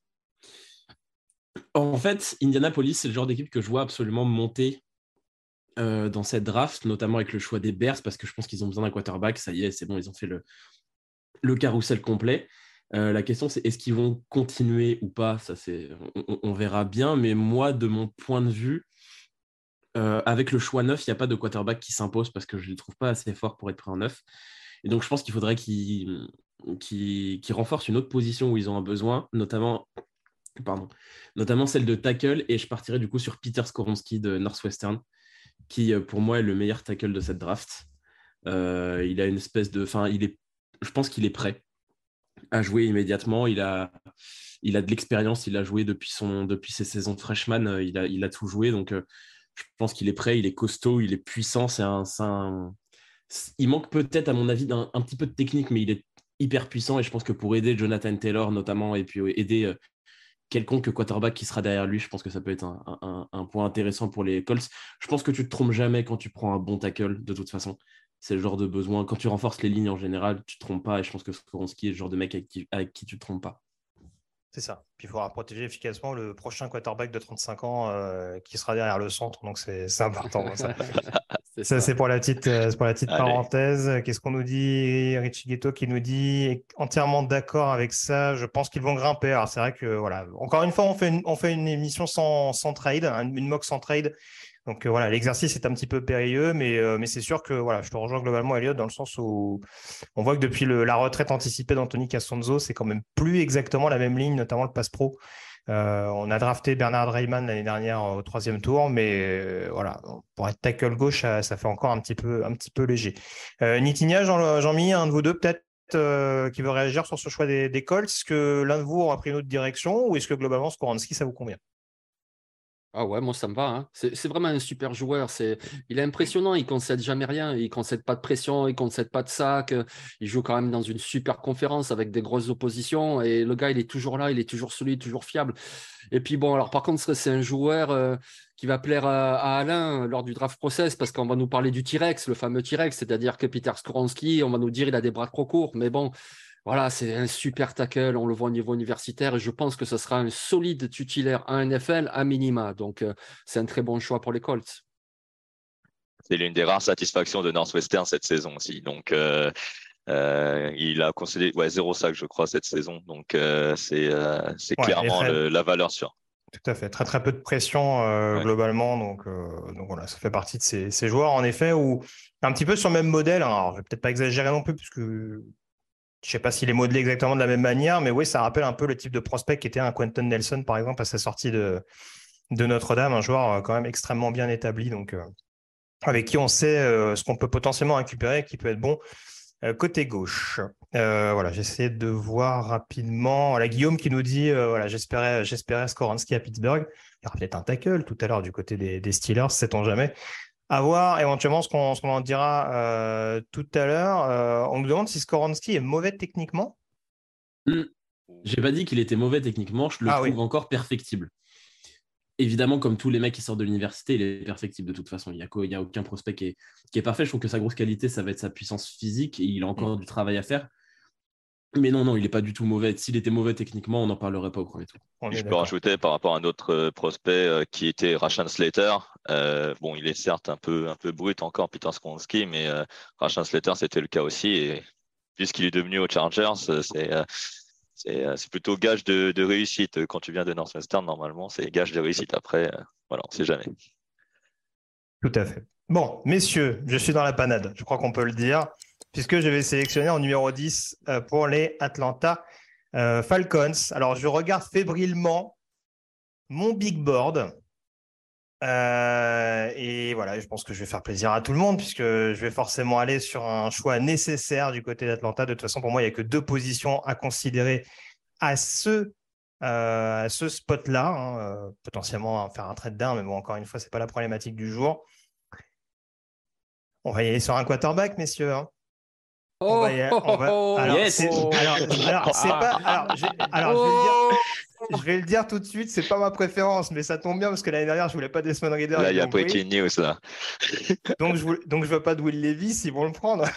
En fait, Indianapolis, c'est le genre d'équipe que je vois absolument monter dans cette draft, notamment avec le choix des Bears, parce que je pense qu'ils ont besoin d'un quarterback. Ça y est, c'est bon, ils ont fait le carrousel complet. La question, c'est est-ce qu'ils vont continuer ou pas? Ça, on verra bien. Mais moi, de mon point de vue, avec le choix 9, il n'y a pas de quarterback qui s'impose parce que je ne le trouve pas assez fort pour être pris en 9. Et donc, je pense qu'il faudrait qu'ils renforcent une autre position où ils ont un besoin, notamment celle de tackle. Et je partirais du coup sur Peter Skoronski de Northwestern, qui pour moi est le meilleur tackle de cette draft. Il a une espèce de... je pense qu'il est prêt à jouer immédiatement. Il a de l'expérience, il a joué depuis ses saisons freshman, il a tout joué, donc je pense qu'il est prêt, il est costaud, il est puissant. Il manque peut-être, à mon avis, un petit peu de technique, mais il est hyper puissant, et je pense que pour aider Jonathan Taylor notamment, et puis aider quelconque quarterback qui sera derrière lui, je pense que ça peut être un point intéressant pour les Colts. Je pense que tu te trompes jamais quand tu prends un bon tackle, de toute façon. C'est le genre de besoin. Quand tu renforces les lignes en général, tu te trompes pas, et je pense que Skoronski est le genre de mec avec qui tu te trompes pas. C'est ça. Puis il faudra protéger efficacement le prochain quarterback de 35 ans qui sera derrière le centre, donc c'est important. Ça, c'est pour la petite Allez. parenthèse. Qu'est-ce qu'on nous dit? Richie Ghetto qui nous dit entièrement d'accord avec ça. Je pense qu'ils vont grimper. Alors, c'est vrai que, voilà, encore une fois, on fait une émission sans trade, une mock sans trade. Donc, voilà, l'exercice est un petit peu périlleux, mais c'est sûr que, voilà, je te rejoins globalement, Elliot, dans le sens où on voit que depuis la retraite anticipée d'Anthony Castonzo, c'est quand même plus exactement la même ligne, notamment le pass pro. On a drafté Bernard Reimann l'année dernière au 3e tour, mais voilà, pour être tackle gauche, ça fait encore un petit peu léger. Nitinha, Jean-Mi, un de vous deux peut-être qui veut réagir sur ce choix des Colts. Est-ce que l'un de vous aura pris une autre direction ou est-ce que globalement Skoronski, ça vous convient? Ah ouais, moi ça me va, hein. C'est vraiment un super joueur. Il est impressionnant, il ne concède jamais rien, il ne concède pas de pression, il ne concède pas de sac. Il joue quand même dans une super conférence avec des grosses oppositions et le gars il est toujours là, il est toujours solide, toujours fiable. Et puis bon, alors par contre c'est un joueur qui va plaire à Alain lors du draft process parce qu'on va nous parler du T-Rex, le fameux T-Rex, c'est-à-dire que Peter Skoronski, on va nous dire il a des bras trop courts, mais bon. Voilà, c'est un super tackle, on le voit au niveau universitaire et je pense que ce sera un solide titulaire à NFL à minima. Donc, c'est un très bon choix pour les Colts. C'est l'une des rares satisfactions de Northwestern cette saison aussi. Donc, il a concédé 0 sac, je crois, cette saison. Donc, c'est clairement la valeur sûre. Tout à fait. Très, très peu de pression globalement. Donc voilà, ça fait partie de ces joueurs, en effet, où un petit peu sur le même modèle. Alors, je vais peut-être pas exagérer non plus, puisque je ne sais pas s'il est modelé exactement de la même manière, mais oui, ça rappelle un peu le type de prospect qui était un Quentin Nelson, par exemple, à sa sortie de Notre-Dame, un joueur quand même extrêmement bien établi, donc avec qui on sait ce qu'on peut potentiellement récupérer, qui peut être bon côté gauche. Voilà, j'essaie de voir rapidement. Voilà, Guillaume qui nous dit voilà, j'espérais Skoronski à Pittsburgh. Il y aura peut-être un tackle tout à l'heure du côté des Steelers, sait-on jamais. À voir éventuellement ce qu'on en dira tout à l'heure. On nous demande si Skoronski est mauvais techniquement. J'ai pas dit qu'il était mauvais techniquement, je le trouve encore perfectible. Évidemment, comme tous les mecs qui sortent de l'université, il est perfectible de toute façon. Il n'y a aucun prospect qui est parfait. Je trouve que sa grosse qualité, ça va être sa puissance physique et il a encore du travail à faire. Mais non, il n'est pas du tout mauvais. S'il était mauvais techniquement, on n'en parlerait pas au premier tour. Je peux rajouter par rapport à un autre prospect qui était Rashan Slater. Bon, il est certes un peu brut encore, Peter Skoronski, mais Rashan Slater, c'était le cas aussi. Et puisqu'il est devenu aux Chargers, c'est plutôt gage de réussite. Quand tu viens de Northwestern, normalement, c'est gage de réussite. Après, voilà, on ne sait jamais. Tout à fait. Bon, messieurs, je suis dans la panade. Je crois qu'on peut le dire, puisque je vais sélectionner en numéro 10 pour les Atlanta Falcons. Alors, je regarde fébrilement mon big board. Et voilà, je pense que je vais faire plaisir à tout le monde, puisque je vais forcément aller sur un choix nécessaire du côté d'Atlanta. De toute façon, pour moi, il n'y a que 2 positions à considérer à ce spot-là. Potentiellement faire un trade down, mais bon, encore une fois, ce n'est pas la problématique du jour. On va y aller sur un quarterback, messieurs. Je vais le dire tout de suite, c'est pas ma préférence, mais ça tombe bien parce que l'année dernière, je voulais pas Desmond Ridder. Là, il y a breaking news là. donc je veux pas de Will Levis, ils vont le prendre.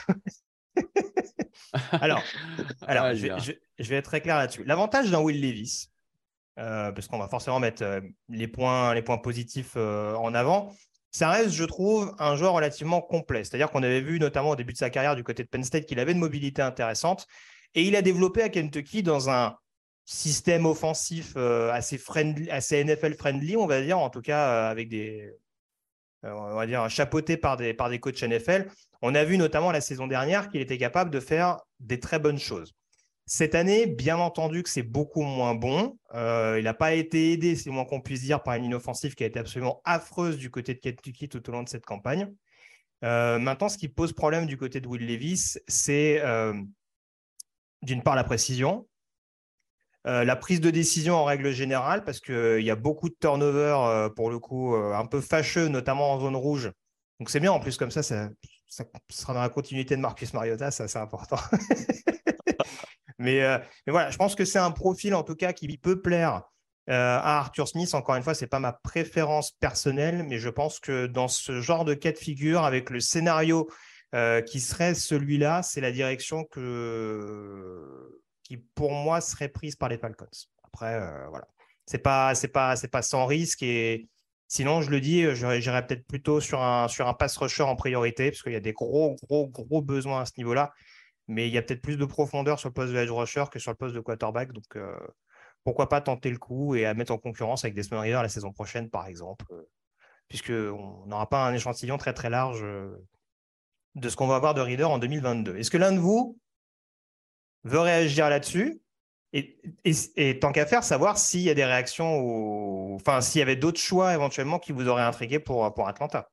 alors, je vais être très clair là-dessus. L'avantage d'un Will Levis, parce qu'on va forcément mettre les points positifs en avant, ça reste, je trouve, un joueur relativement complet. C'est-à-dire qu'on avait vu notamment au début de sa carrière du côté de Penn State qu'il avait une mobilité intéressante et il a développé à Kentucky dans un système offensif assez NFL friendly, on va dire, en tout cas avec on va dire chapeauté par des coachs NFL. On a vu notamment la saison dernière qu'il était capable de faire des très bonnes choses. Cette année, bien entendu que c'est beaucoup moins bon. Il n'a pas été aidé, c'est le moins qu'on puisse dire, par une ligne offensive qui a été absolument affreuse du côté de Kentucky tout au long de cette campagne. Maintenant, ce qui pose problème du côté de Will Levis, c'est d'une part la précision, la prise de décision en règle générale, parce qu'il y a beaucoup de turnover, pour le coup, un peu fâcheux, notamment en zone rouge. Donc c'est bien, en plus, comme ça sera dans la continuité de Marcus Mariota, ça c'est important. Mais voilà, je pense que c'est un profil, en tout cas, qui peut plaire à Arthur Smith. Encore une fois, ce n'est pas ma préférence personnelle, mais je pense que dans ce genre de cas de figure, avec le scénario qui serait celui-là, c'est la direction qui, pour moi, serait prise par les Falcons. Après, voilà. C'est pas sans risque et Sinon, je le dis, j'irais peut-être plutôt sur un pass rusher en priorité, parce qu'il y a des gros besoins à ce niveau-là. Mais il y a peut-être plus de profondeur sur le poste de edge rusher que sur le poste de quarterback. Donc, pourquoi pas tenter le coup et à mettre en concurrence avec Desmond Ridder la saison prochaine, par exemple, puisqu'on n'aura pas un échantillon très, très large de ce qu'on va avoir de Ridder en 2022. Est-ce que l'un de vous veut réagir là-dessus et tant qu'à faire, savoir s'il y a des réactions enfin, s'il y avait d'autres choix éventuellement qui vous auraient intrigué pour Atlanta?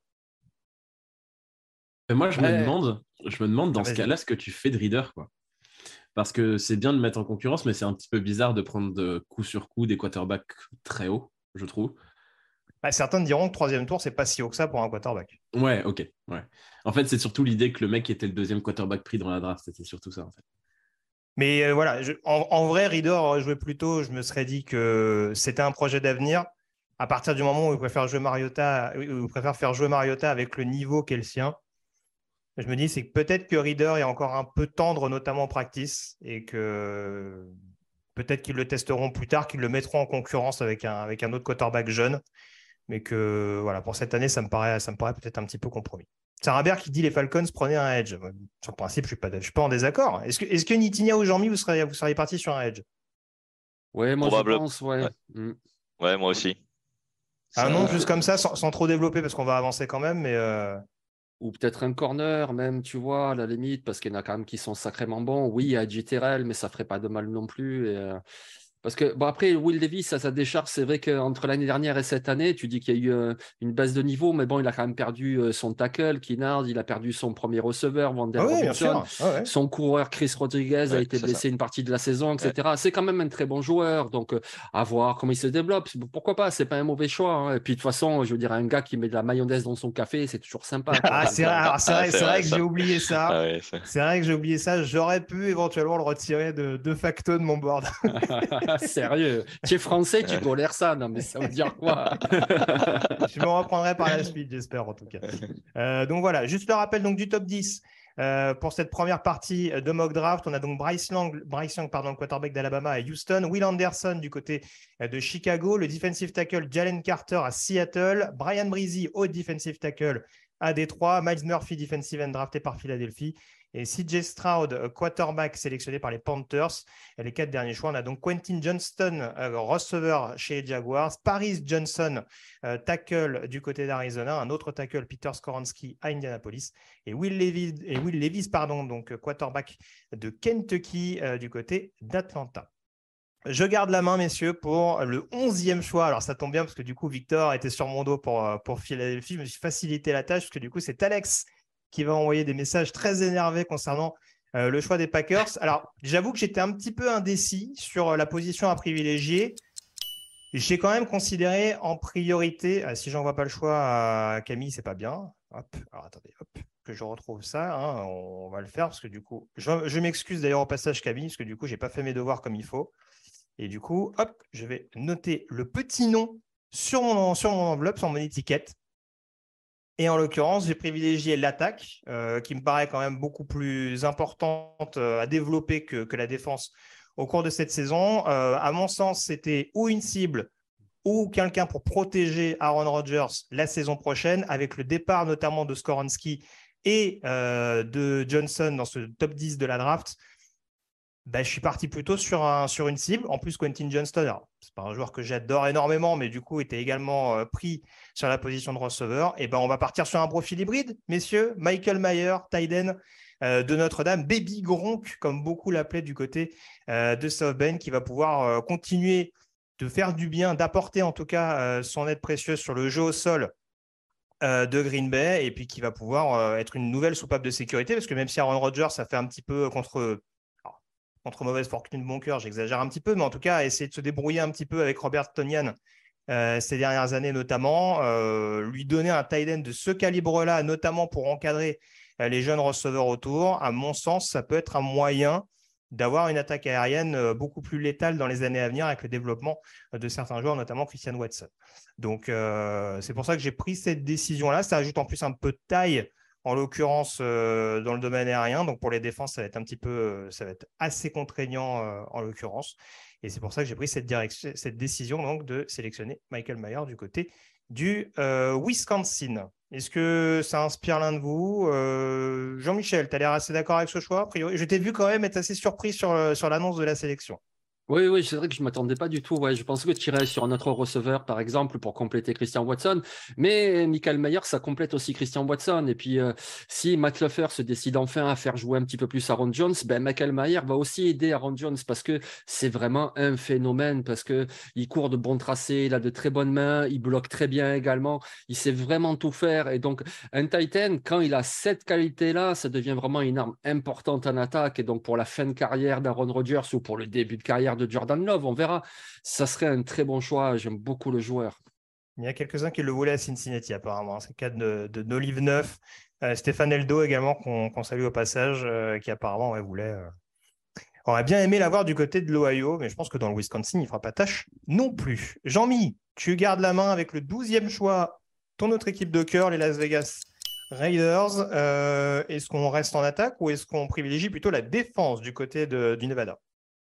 Moi, je me demande dans ce cas-là ce que tu fais de Reader, quoi. Parce que c'est bien de mettre en concurrence, mais c'est un petit peu bizarre de prendre de coup sur coup des quarterbacks très hauts, je trouve. Certains diront que 3e tour, c'est pas si haut que ça pour un quarterback. Ouais, ok. Ouais. En fait, c'est surtout l'idée que le mec était le 2e quarterback pris dans la draft. C'était surtout ça, en fait. Mais voilà, en vrai, Reader aurait joué plus tôt. Je me serais dit que c'était un projet d'avenir. À partir du moment où il préfère faire jouer Mariota avec le niveau qu'est le sien, je me dis c'est que peut-être que Reader est encore un peu tendre, notamment en practice, et que peut-être qu'ils le testeront plus tard, qu'ils le mettront en concurrence avec un autre quarterback jeune. Mais que voilà, pour cette année, ça me paraît peut-être un petit peu compromis. Sarah Baird qui dit les Falcons prenaient un edge. Sur le principe, je suis pas en désaccord. Est-ce que Nitinia ou Jean-Mi, vous seriez parti sur un edge? Ouais, moi je pense, ouais. Ouais, moi aussi. Un nom juste comme ça, sans trop développer, parce qu'on va avancer quand même, mais ou peut-être un corner même, tu vois, à la limite, parce qu'il y en a quand même qui sont sacrément bons. Oui, il y a JTRL, mais ça ferait pas de mal non plus. Parce que, bon, après, Will Davis, à sa décharge, c'est vrai qu'entre l'année dernière et cette année, tu dis qu'il y a eu une baisse de niveau, mais bon, il a quand même perdu son tackle, Kinnard, il a perdu son premier receveur, Wandale Robinson, son coureur, Chris Rodriguez, a été blessé une partie de la saison, etc. C'est quand même un très bon joueur, donc à voir comment il se développe. Pourquoi pas, c'est pas un mauvais choix. Hein. Et puis, de toute façon, je veux dire, un gars qui met de la mayonnaise dans son café, c'est toujours sympa. C'est vrai que j'ai oublié ça. C'est vrai que j'ai oublié ça. J'aurais pu éventuellement le retirer de facto de mon board. Sérieux, tu es français, tu tolères ça? Non, mais ça veut dire quoi? Je me reprendrai par la suite, j'espère en tout cas. Donc voilà, juste le rappel donc, du top 10 pour cette première partie de mock draft. On a donc Bryce Young, quarterback d'Alabama à Houston, Will Anderson du côté de Chicago, le defensive tackle Jalen Carter à Seattle, Brian Bresee au defensive tackle à Détroit, Miles Murphy defensive end drafté par Philadelphie, et CJ Stroud, quarterback sélectionné par les Panthers. Et les 4 derniers choix, on a donc Quentin Johnston, receveur chez les Jaguars, Paris Johnson, tackle du côté d'Arizona, un autre tackle, Peter Skoronski à Indianapolis, et Will Levis, donc quarterback de Kentucky du côté d'Atlanta. Je garde la main, messieurs, pour le 11e choix. Alors, ça tombe bien parce que du coup, Victor était sur mon dos pour Philadelphie. Je me suis facilité la tâche parce que du coup, c'est Alex qui va envoyer des messages très énervés concernant le choix des Packers. Alors, j'avoue que j'étais un petit peu indécis sur la position à privilégier. J'ai quand même considéré en priorité, si j'envoie pas le choix à Camille, c'est pas bien. Hop, alors attendez, que je retrouve ça. Hein, on va le faire parce que du coup, je m'excuse d'ailleurs au passage Camille parce que du coup, j'ai pas fait mes devoirs comme il faut. Et du coup, hop, je vais noter le petit nom sur mon enveloppe, sur mon étiquette. Et en l'occurrence, j'ai privilégié l'attaque, qui me paraît quand même beaucoup plus importante à développer que la défense au cours de cette saison. À mon sens, c'était ou une cible ou quelqu'un pour protéger Aaron Rodgers la saison prochaine, avec le départ notamment de Skoronski et de Johnson dans ce top 10 de la draft. Je suis parti plutôt sur une cible. En plus, Quentin Johnston, ce n'est pas un joueur que j'adore énormément, mais du coup, était également pris sur la position de receveur. Et on va partir sur un profil hybride, messieurs. Michael Mayer, tight end de Notre-Dame, Baby Gronk, comme beaucoup l'appelaient du côté de South Bend, qui va pouvoir continuer de faire du bien, d'apporter en tout cas son aide précieuse sur le jeu au sol de Green Bay, et puis qui va pouvoir être une nouvelle soupape de sécurité, parce que même si Aaron Rodgers, ça fait un petit peu contre mauvaise fortune de bon cœur, j'exagère un petit peu, mais en tout cas, essayer de se débrouiller un petit peu avec Robert Tonyan ces dernières années notamment, lui donner un tight end de ce calibre-là, notamment pour encadrer les jeunes receveurs autour. À mon sens, ça peut être un moyen d'avoir une attaque aérienne beaucoup plus létale dans les années à venir avec le développement de certains joueurs, notamment Christian Watson. Donc, c'est pour ça que j'ai pris cette décision-là. Ça ajoute en plus un peu de taille, en l'occurrence dans le domaine aérien. Donc, pour les défenses, ça va être assez contraignant en l'occurrence. Et c'est pour ça que j'ai pris cette décision donc, de sélectionner Michael Mayer du côté du Wisconsin. Est-ce que ça inspire l'un de vous? Jean-Michel, tu as l'air assez d'accord avec ce choix, a priori. Je t'ai vu quand même être assez surpris sur l'annonce de la sélection. Oui, c'est vrai que je ne m'attendais pas du tout. Ouais, je pensais que tu irais sur un autre receveur, par exemple, pour compléter Christian Watson. Mais Michael Mayer, ça complète aussi Christian Watson. Et puis, si Matt LaFleur se décide enfin à faire jouer un petit peu plus Aaron Jones, ben, Michael Mayer va aussi aider Aaron Jones parce que c'est vraiment un phénomène, parce qu'il court de bons tracés, il a de très bonnes mains, il bloque très bien également, il sait vraiment tout faire. Et donc, un tight end, quand il a cette qualité-là, ça devient vraiment une arme importante en attaque. Et donc, pour la fin de carrière d'Aaron Rodgers ou pour le début de carrière de Jordan Love, on verra. Ça serait un très bon choix. J'aime beaucoup le joueur. Il y a quelques-uns qui le voulaient à Cincinnati, apparemment. C'est le cas de Nolive 9. Stéphane Eldo également, qu'on salue au passage, qui apparemment voulait. On aurait bien aimé l'avoir du côté de l'Ohio, mais je pense que dans le Wisconsin, il ne fera pas tâche non plus. Jean-Mi, tu gardes la main avec le 12e choix. Ton autre équipe de cœur, les Las Vegas Raiders. Est-ce qu'on reste en attaque ou est-ce qu'on privilégie plutôt la défense du côté du Nevada?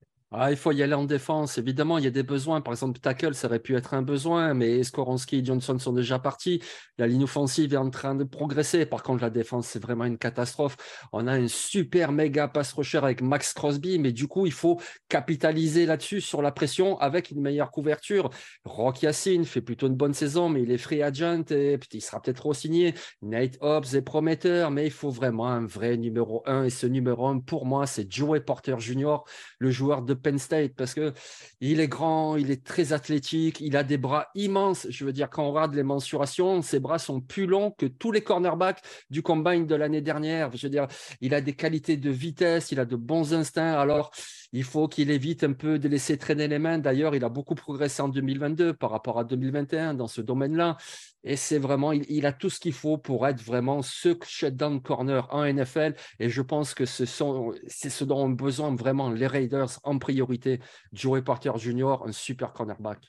Il faut y aller en défense. Évidemment, il y a des besoins. Par exemple, tackle, ça aurait pu être un besoin, mais Skoronski et Johnson sont déjà partis. La ligne offensive est en train de progresser. Par contre, la défense, c'est vraiment une catastrophe. On a un super méga pass rusher avec Max Crosby, mais du coup, il faut capitaliser là-dessus sur la pression avec une meilleure couverture. Rock Ya-Sin fait plutôt une bonne saison, mais il est free agent et il sera peut-être re-signé. Nate Hobbs est prometteur, mais il faut vraiment un vrai numéro 1. Et ce numéro 1, pour moi, c'est Joey Porter Jr., le joueur de Penn State, parce que il est grand, il est très athlétique, il a des bras immenses. Je veux dire, quand on regarde les mensurations, ses bras sont plus longs que tous les cornerbacks du combine de l'année dernière. Je veux dire, il a des qualités de vitesse, il a de bons instincts. Alors, il faut qu'il évite un peu de laisser traîner les mains. D'ailleurs, il a beaucoup progressé en 2022 par rapport à 2021 dans ce domaine-là. Et c'est vraiment, il a tout ce qu'il faut pour être vraiment ce shutdown corner en NFL. Et je pense que c'est ce dont ont besoin vraiment les Raiders en priorité. Joey Porter Jr., un super cornerback.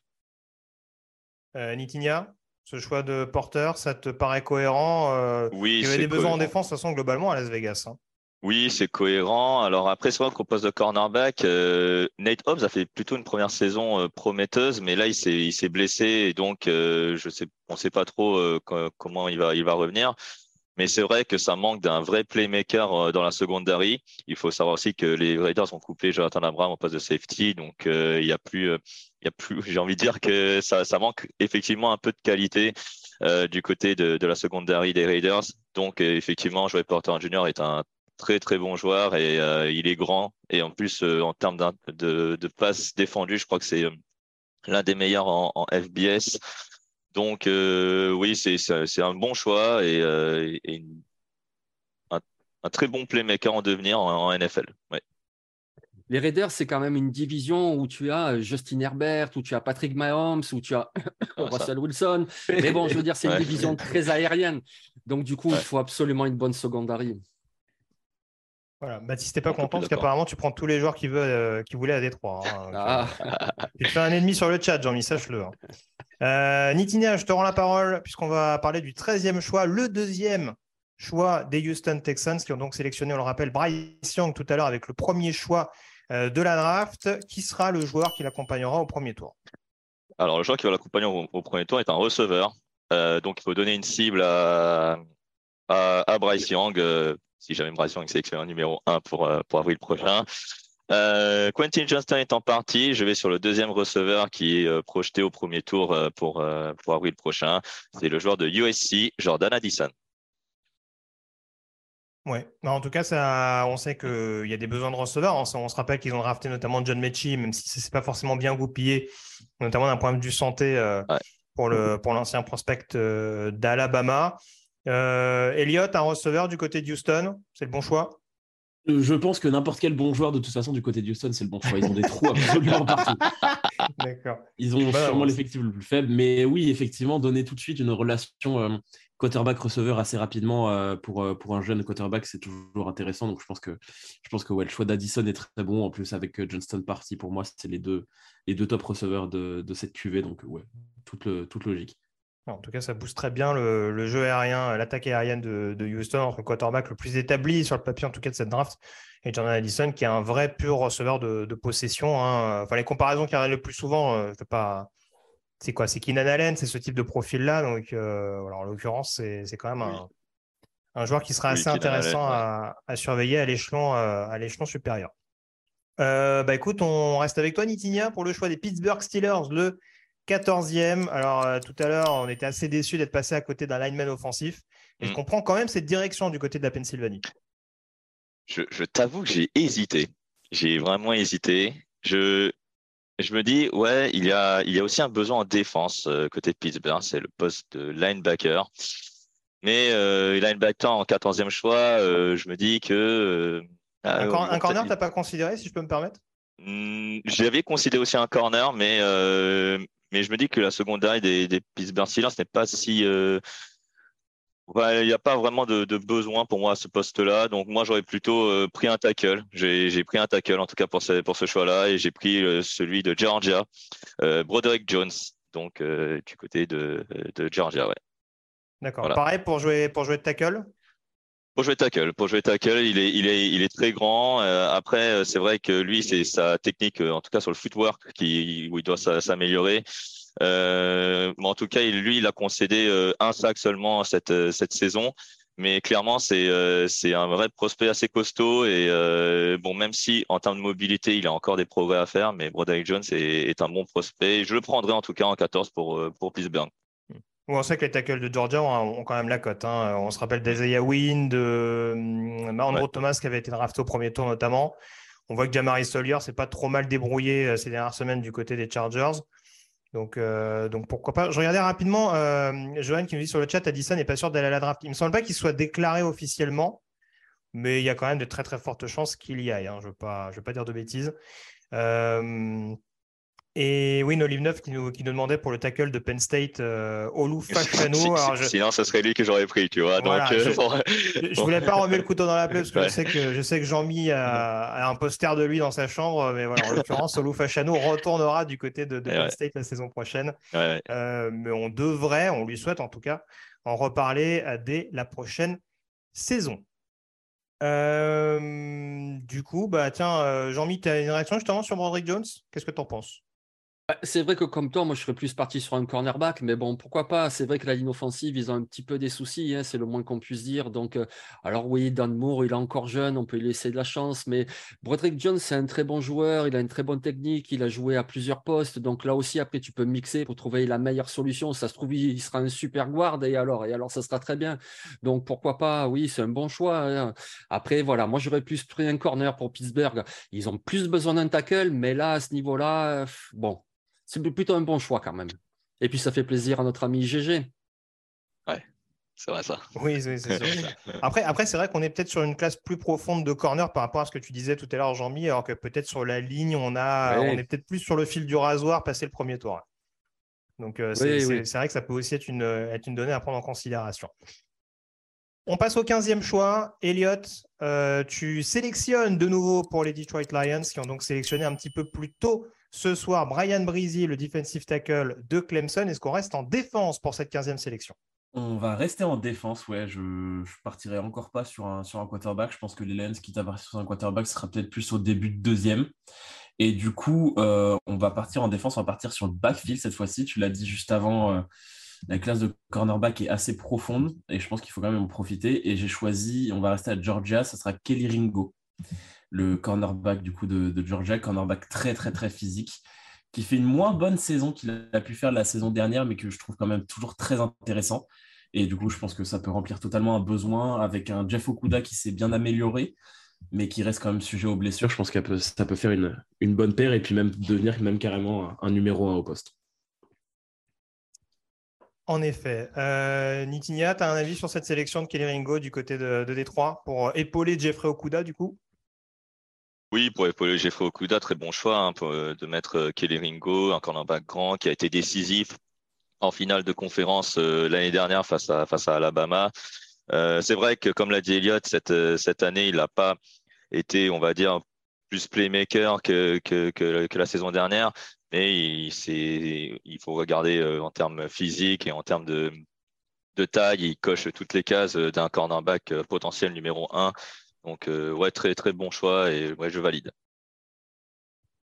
Nitinia, ce choix de Porter, ça te paraît cohérent? Oui, il y avait des besoins en défense, de toute façon, globalement, à Las Vegas. Oui, c'est cohérent. Alors après, c'est vrai qu'au poste de cornerback, Nate Hobbs a fait plutôt une première saison prometteuse, mais là, il s'est blessé et donc on sait pas trop comment il va revenir. Mais c'est vrai que ça manque d'un vrai playmaker dans la secondary. Il faut savoir aussi que les Raiders ont coupé Jonathan Abram au poste de safety, donc il y a plus. J'ai envie de dire que ça manque effectivement un peu de qualité du côté de la secondary des Raiders. Donc effectivement, Joey Porter Jr. est un très très bon joueur et il est grand et en plus en termes de passes défendues, je crois que c'est l'un des meilleurs en FBS. Donc oui, c'est un bon choix et un très bon playmaker en devenir en NFL. Ouais. Les Raiders, c'est quand même une division où tu as Justin Herbert, où tu as Patrick Mahomes, où tu as Russell Wilson. Mais bon, je veux dire, c'est une division très aérienne. Donc du coup, il faut absolument une bonne secondary. Voilà, Baptiste n'est pas content parce qu'apparemment tu prends tous les joueurs qui voulaient à Détroit. Tu te fais un ennemi sur le chat, Jean-Mi, sache-le. Nitinia, je te rends la parole puisqu'on va parler du 13e choix, le deuxième choix des Houston Texans qui ont donc sélectionné, on le rappelle, Bryce Young tout à l'heure avec le premier choix de la draft. Qui sera le joueur qui l'accompagnera au premier tour? Alors, le joueur qui va l'accompagner au premier tour est un receveur. Donc, il faut donner une cible à Bryce Young. Si jamais Bryce Young est sélectionné en numéro 1 pour avril prochain. Quentin Johnston est en partie. Je vais sur le deuxième receveur qui est projeté au premier tour pour avril prochain. C'est le joueur de USC, Jordan Addison. Ouais. En tout cas, on sait qu'il y a des besoins de receveurs. On se rappelle qu'ils ont drafté notamment John Mechie, même si ce n'est pas forcément bien goupillé, notamment d'un point de vue santé pour l'ancien prospect d'Alabama. Elliott, un receveur du côté de Houston, c'est le bon choix? Je pense que n'importe quel bon joueur, de toute façon, du côté de Houston, c'est le bon choix. Ils ont des trous absolument partout. D'accord. Ils ont sûrement l'effectif le plus faible. Mais oui, effectivement, donner tout de suite une relation quarterback-receveur assez rapidement pour un jeune quarterback, c'est toujours intéressant. Donc, je pense que le choix d'Addison est très bon. En plus, avec Johnston parti, pour moi, c'est les deux top receveurs de cette QV. Donc, ouais, toute logique. En tout cas, ça booste très bien le jeu aérien, l'attaque aérienne de Houston entre le quarterback le plus établi sur le papier, en tout cas de cette draft, et Jordan Addison, qui est un vrai pur receveur de possession. Enfin, les comparaisons qui arrivent le plus souvent, je ne vais pas C'est quoi? C'est Keenan Allen, c'est ce type de profil-là. Donc, voilà, en l'occurrence, c'est quand même un joueur qui sera assez intéressant à surveiller à l'échelon supérieur. Écoute, on reste avec toi, Nitinia, pour le choix des Pittsburgh Steelers, le 14e. Alors, tout à l'heure, on était assez déçus d'être passé à côté d'un lineman offensif. Et je comprends quand même cette direction du côté de la Pennsylvanie. Je t'avoue que j'ai hésité. J'ai vraiment hésité. Je me dis, ouais, il y a aussi un besoin en défense côté de Pittsburgh, c'est le poste de linebacker. Mais linebacker en 14e choix, je me dis que... un corner, tu n'as pas considéré, si je peux me permettre? J'avais considéré aussi un corner, mais je me dis que la secondaire des Pittsburgh Steelers n'est pas si... il n'y a pas vraiment de besoin pour moi à ce poste-là. Donc, moi, j'aurais plutôt pris un tackle. J'ai pris un tackle, en tout cas, pour ce choix-là. Et j'ai pris celui de Georgia, Broderick Jones, donc du côté de Georgia, ouais. D'accord. Voilà. Pareil pour jouer de tackle? Pour jouer tackle, il est très grand. Après, c'est vrai que lui, c'est sa technique, en tout cas sur le footwork, où il doit s'améliorer. Mais en tout cas, il a concédé un sac seulement cette saison. Mais clairement, c'est un vrai prospect assez costaud. Et même si en termes de mobilité, il a encore des progrès à faire, mais Broderick Jones est un bon prospect. Je le prendrai en tout cas en 14 pour Pittsburgh. On sait que les tackles de Georgia ont quand même la cote. Hein. On se rappelle d'Isaiah Wynn, de Andrew Thomas qui avait été drafté au premier tour notamment. On voit que Jamari Sawyer s'est pas trop mal débrouillé ces dernières semaines du côté des Chargers. Donc pourquoi pas. Je regardais rapidement, Johan qui nous dit sur le chat, Addison n'est pas sûr d'aller à la draft. Il ne me semble pas qu'il soit déclaré officiellement, mais il y a quand même de très très fortes chances qu'il y aille. Hein. Je ne veux pas dire de bêtises. Et oui, Olive Neuf qui nous demandait pour le tackle de Penn State, Olu Fashanu. Sinon, ça serait lui que j'aurais pris, tu vois. Voilà, donc, je voulais pas remettre le couteau dans la plaie parce que je sais que Jean-Mi a un poster de lui dans sa chambre, mais voilà, en l'occurrence, Olu Fashanu retournera du côté de Penn State la saison prochaine. Mais on lui souhaite en tout cas, en reparler dès la prochaine saison. Du coup, Jean-Mi, tu as une réaction justement sur Broderick Jones? Qu'est-ce que tu en penses? C'est vrai que comme toi, moi je serais plus parti sur un cornerback, mais bon, pourquoi pas? C'est vrai que la ligne offensive, ils ont un petit peu des soucis, hein, c'est le moins qu'on puisse dire. Donc, alors oui, Dan Moore, il est encore jeune, on peut lui laisser de la chance, mais Broderick Jones, c'est un très bon joueur, il a une très bonne technique, il a joué à plusieurs postes. Donc là aussi, après, tu peux mixer pour trouver la meilleure solution. Ça se trouve, il sera un super guard et alors, ça sera très bien. Donc pourquoi pas? Oui, c'est un bon choix. Hein. Après, voilà, moi j'aurais plus pris un corner pour Pittsburgh. Ils ont plus besoin d'un tackle, mais là, à ce niveau-là, bon. C'est plutôt un bon choix quand même. Et puis, ça fait plaisir à notre ami GG. Ouais, c'est vrai ça. Oui, c'est sûr. Ça. Après, c'est vrai qu'on est peut-être sur une classe plus profonde de corner par rapport à ce que tu disais tout à l'heure, Jean-Mi, alors que peut-être sur la ligne, on est peut-être plus sur le fil du rasoir passé le premier tour. Donc, c'est vrai que ça peut aussi être une donnée à prendre en considération. On passe au 15e choix. Elliot, tu sélectionnes de nouveau pour les Detroit Lions, qui ont donc sélectionné un petit peu plus tôt ce soir Brian Bresee, le defensive tackle de Clemson. Est-ce qu'on reste en défense pour cette 15e sélection? On va rester en défense, ouais. Je partirai encore pas sur un quarterback. Je pense que les Lions, quitte à partir sur un quarterback, ce sera peut-être plus au début de deuxième. Et du coup, on va partir en défense, on va partir sur le backfield cette fois-ci. Tu l'as dit juste avant, la classe de cornerback est assez profonde et je pense qu'il faut quand même en profiter. Et j'ai choisi, on va rester à Georgia, ça sera Kelly Ringo, le cornerback du coup de Georgia, cornerback très très très physique, qui fait une moins bonne saison qu'il a pu faire la saison dernière, mais que je trouve quand même toujours très intéressant. Et du coup, je pense que ça peut remplir totalement un besoin avec un Jeff Okudah qui s'est bien amélioré, mais qui reste quand même sujet aux blessures. Je pense que ça peut faire une bonne paire et puis même devenir même carrément un numéro 1 au poste. En effet. Nitinia, tu as un avis sur cette sélection de Kelly Ringo du côté de Détroit pour épauler Jeffrey Okudah du coup? Oui, pour épauler Jeffrey Okudah, très bon choix de mettre Kelly Ringo, un cornerback grand qui a été décisif en finale de conférence l'année dernière face à Alabama. C'est vrai que, comme l'a dit Elliott, cette année, il n'a pas été, on va dire, plus playmaker que la saison dernière, mais il faut regarder en termes physiques et en termes de taille, il coche toutes les cases d'un cornerback potentiel numéro 1. Donc, très, très bon choix et je valide.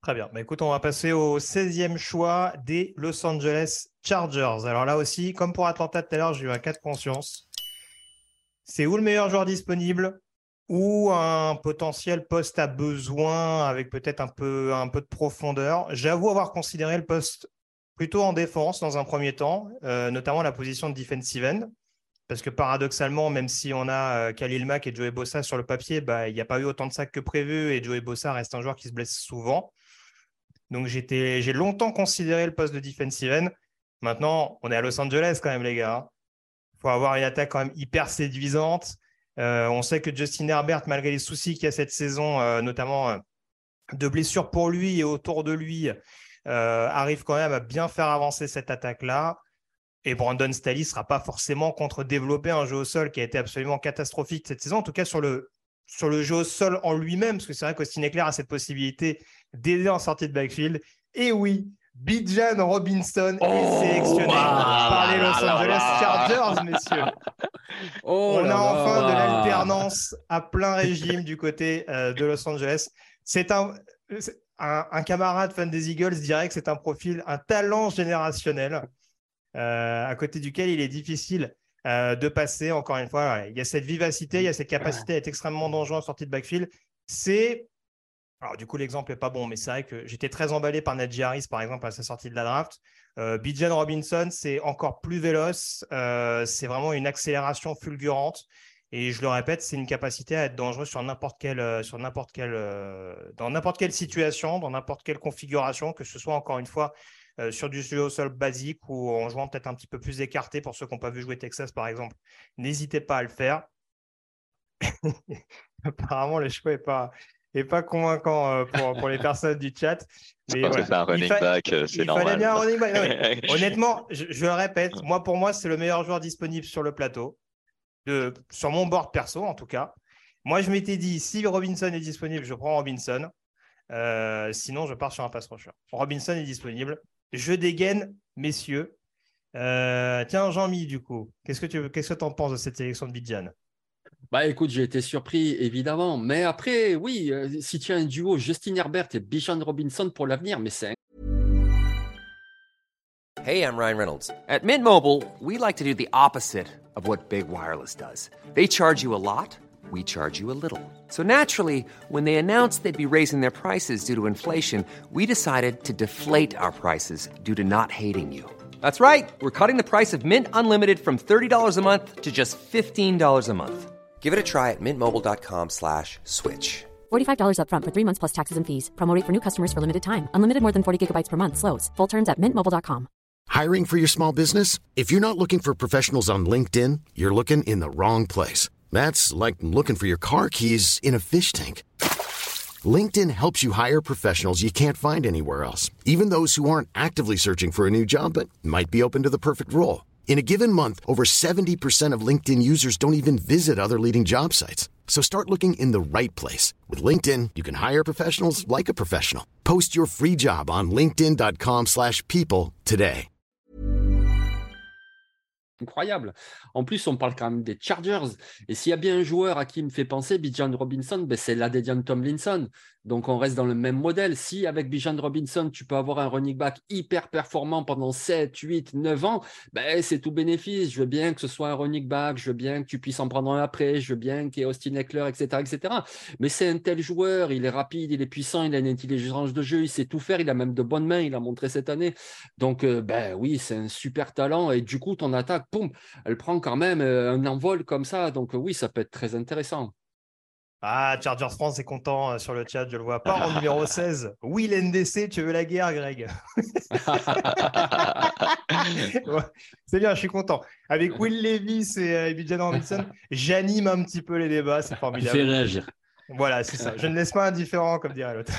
Très bien. Écoute, on va passer au 16e choix des Los Angeles Chargers. Alors là aussi, comme pour Atlanta tout à l'heure, j'ai eu un cas de conscience. C'est où le meilleur joueur disponible ou un potentiel poste à besoin avec peut-être un peu de profondeur. J'avoue avoir considéré le poste plutôt en défense dans un premier temps, notamment la position de defensive end. Parce que paradoxalement, même si on a Khalil Mack et Joey Bosa sur le papier, il n'y a pas eu autant de sacs que prévu et Joey Bosa reste un joueur qui se blesse souvent. Donc j'ai longtemps considéré le poste de defensive end. Maintenant, on est à Los Angeles quand même, les gars. Il faut avoir une attaque quand même hyper séduisante. On sait que Justin Herbert, malgré les soucis qu'il y a cette saison, notamment de blessures pour lui et autour de lui, arrive quand même à bien faire avancer cette attaque-là. Et Brandon Staley ne sera pas forcément contre-développer un jeu au sol qui a été absolument catastrophique cette saison, en tout cas sur le jeu au sol en lui-même, parce que c'est vrai qu'Austin Ekeler a cette possibilité d'aider en sortie de backfield. Et oui, Bijan Robinson est sélectionné par les Los Angeles Chargers, messieurs. On a enfin de l'alternance à plein régime du côté de Los Angeles. C'est un camarade fan des Eagles dirait que c'est un profil, un talent générationnel à côté duquel il est difficile de passer. Encore une fois, il y a cette vivacité, il y a cette capacité à être extrêmement dangereux en sortie de backfield. Alors du coup, l'exemple n'est pas bon, mais c'est vrai que j'étais très emballé par Najee Harris, par exemple, à sa sortie de la draft. Bijan Robinson, c'est encore plus véloce. C'est vraiment une accélération fulgurante. Et je le répète, c'est une capacité à être dangereux dans n'importe quelle situation, dans n'importe quelle configuration, que ce soit encore une fois sur du jeu au sol basique ou en jouant peut-être un petit peu plus écarté pour ceux qui n'ont pas vu jouer Texas, par exemple. N'hésitez pas à le faire. Apparemment, le choix n'est pas convaincant pour les personnes du chat. Mais voilà. C'est un running back, c'est normal. Il fallait bien un running back. Non, honnêtement, je le répète, pour moi, c'est le meilleur joueur disponible sur le plateau, sur mon board perso en tout cas. Moi, je m'étais dit, si Robinson est disponible, je prends Robinson. Sinon, je pars sur un pass rusher. Robinson est disponible. Je dégaine, messieurs. Tiens, Jean-Mi, du coup, qu'est-ce que tu en penses de cette sélection de Bijan? Écoute, j'ai été surpris, évidemment. Mais après, oui, si tu as un duo Justin Herbert et Bijan Robinson pour l'avenir, mais c'est... Hey, I'm Ryan Reynolds. At Mint Mobile, we like to do the opposite of what Big Wireless does. They charge you a lot. We charge you a little. So naturally, when they announced they'd be raising their prices due to inflation, we decided to deflate our prices due to not hating you. That's right. We're cutting the price of Mint Unlimited from $30 a month to just $15 a month. Give it a try at mintmobile.com/switch. $45 up front for 3 months plus taxes and fees. Promo rate for new customers for limited time. Unlimited more than 40 gigabytes per month. Slows full terms at mintmobile.com. Hiring for your small business? If you're not looking for professionals on LinkedIn, you're looking in the wrong place. That's like looking for your car keys in a fish tank. LinkedIn helps you hire professionals you can't find anywhere else, even those who aren't actively searching for a new job but might be open to the perfect role. In a given month, over 70% of LinkedIn users don't even visit other leading job sites. So start looking in the right place. With LinkedIn, you can hire professionals like a professional. Post your free job on linkedin.com/people today. Incroyable. En plus, on parle quand même des Chargers. Et s'il y a bien un joueur à qui il me fait penser, Bijan Robinson, c'est l'Adedian Tomlinson. Donc, on reste dans le même modèle. Si avec Bijan Robinson, tu peux avoir un running back hyper performant pendant 7, 8, 9 ans, c'est tout bénéfice. Je veux bien que ce soit un running back, je veux bien que tu puisses en prendre un après, je veux bien qu'il y ait Austin Ekeler, etc., etc. Mais c'est un tel joueur, il est rapide, il est puissant, il a une intelligence de jeu, il sait tout faire, il a même de bonnes mains, il a montré cette année. Donc, oui, c'est un super talent. Et du coup, ton attaque, elle prend quand même un envol comme ça. Donc, oui, ça peut être très intéressant. Ah, Chargers France est content sur le chat, je le vois pas. En numéro 16, Will NDC, tu veux la guerre, Greg? Ouais, c'est bien, je suis content. Avec Will Levis et Bijan Robinson, j'anime un petit peu les débats, c'est formidable. Tu fais réagir. Voilà, c'est ça. Je ne laisse pas indifférent, comme dirait l'autre.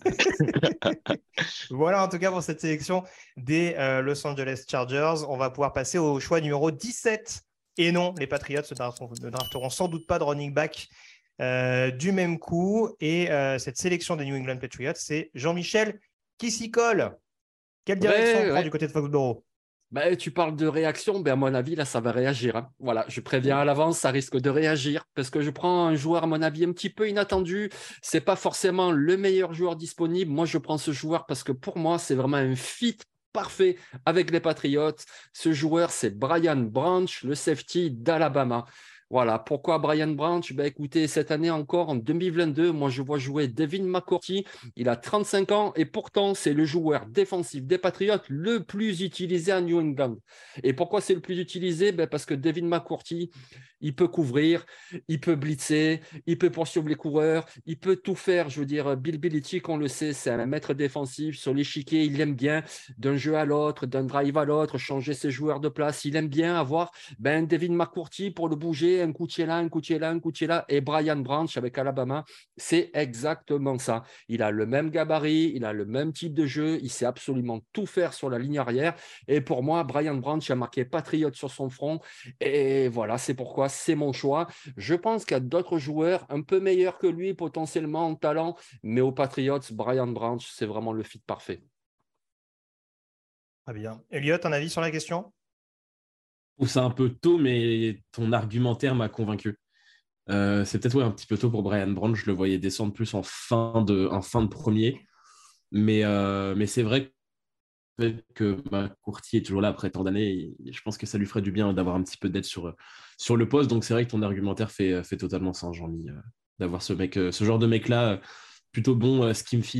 Voilà, en tout cas, pour cette sélection des Los Angeles Chargers. On va pouvoir passer au choix numéro 17. Et non, les Patriots ne drafteront sans doute pas de running back du même coup. Et cette sélection des New England Patriots, c'est Jean-Michel qui s'y colle. Quelle direction on prend du côté de Foxborough? Tu parles de réaction, à mon avis, là, ça va réagir. Hein. Voilà, je préviens à l'avance, ça risque de réagir parce que je prends un joueur, à mon avis, un petit peu inattendu. C'est pas forcément le meilleur joueur disponible. Moi, je prends ce joueur parce que pour moi, c'est vraiment un fit parfait avec les Patriots. Ce joueur, c'est Brian Branch, le safety d'Alabama. Voilà, pourquoi Brian Branch? Écoutez, cette année encore, en 2022, moi je vois jouer Devin McCourty, il a 35 ans et pourtant c'est le joueur défensif des Patriots le plus utilisé à New England. Et pourquoi c'est le plus utilisé? Parce que Devin McCourty, il peut couvrir, il peut blitzer, il peut poursuivre les coureurs, il peut tout faire. Je veux dire, Bill Belichick, on le sait, c'est un maître défensif sur l'échiquier, il aime bien d'un jeu à l'autre, d'un drive à l'autre, changer ses joueurs de place, il aime bien avoir Devin McCourty pour le bouger, un coup de là, un coup de là, un coup de là, et Brian Branch avec Alabama, c'est exactement ça. Il a le même gabarit, il a le même type de jeu, il sait absolument tout faire sur la ligne arrière, et pour moi, Brian Branch a marqué Patriot sur son front, et voilà, c'est pourquoi c'est mon choix. Je pense qu'il y a d'autres joueurs un peu meilleurs que lui, potentiellement en talent, mais aux Patriots, Brian Branch, c'est vraiment le fit parfait. Très bien. Elliot, un avis sur la question? Je trouve ça un peu tôt, mais ton argumentaire m'a convaincu. C'est peut-être un petit peu tôt pour Brian Branch. Je le voyais descendre plus en fin de premier. Mais c'est vrai que McCourty est toujours là après tant d'années. Je pense que ça lui ferait du bien d'avoir un petit peu d'aide sur le poste. Donc c'est vrai que ton argumentaire fait totalement sens, Jean-Mi, d'avoir ce genre de mec-là, plutôt bon scheme fit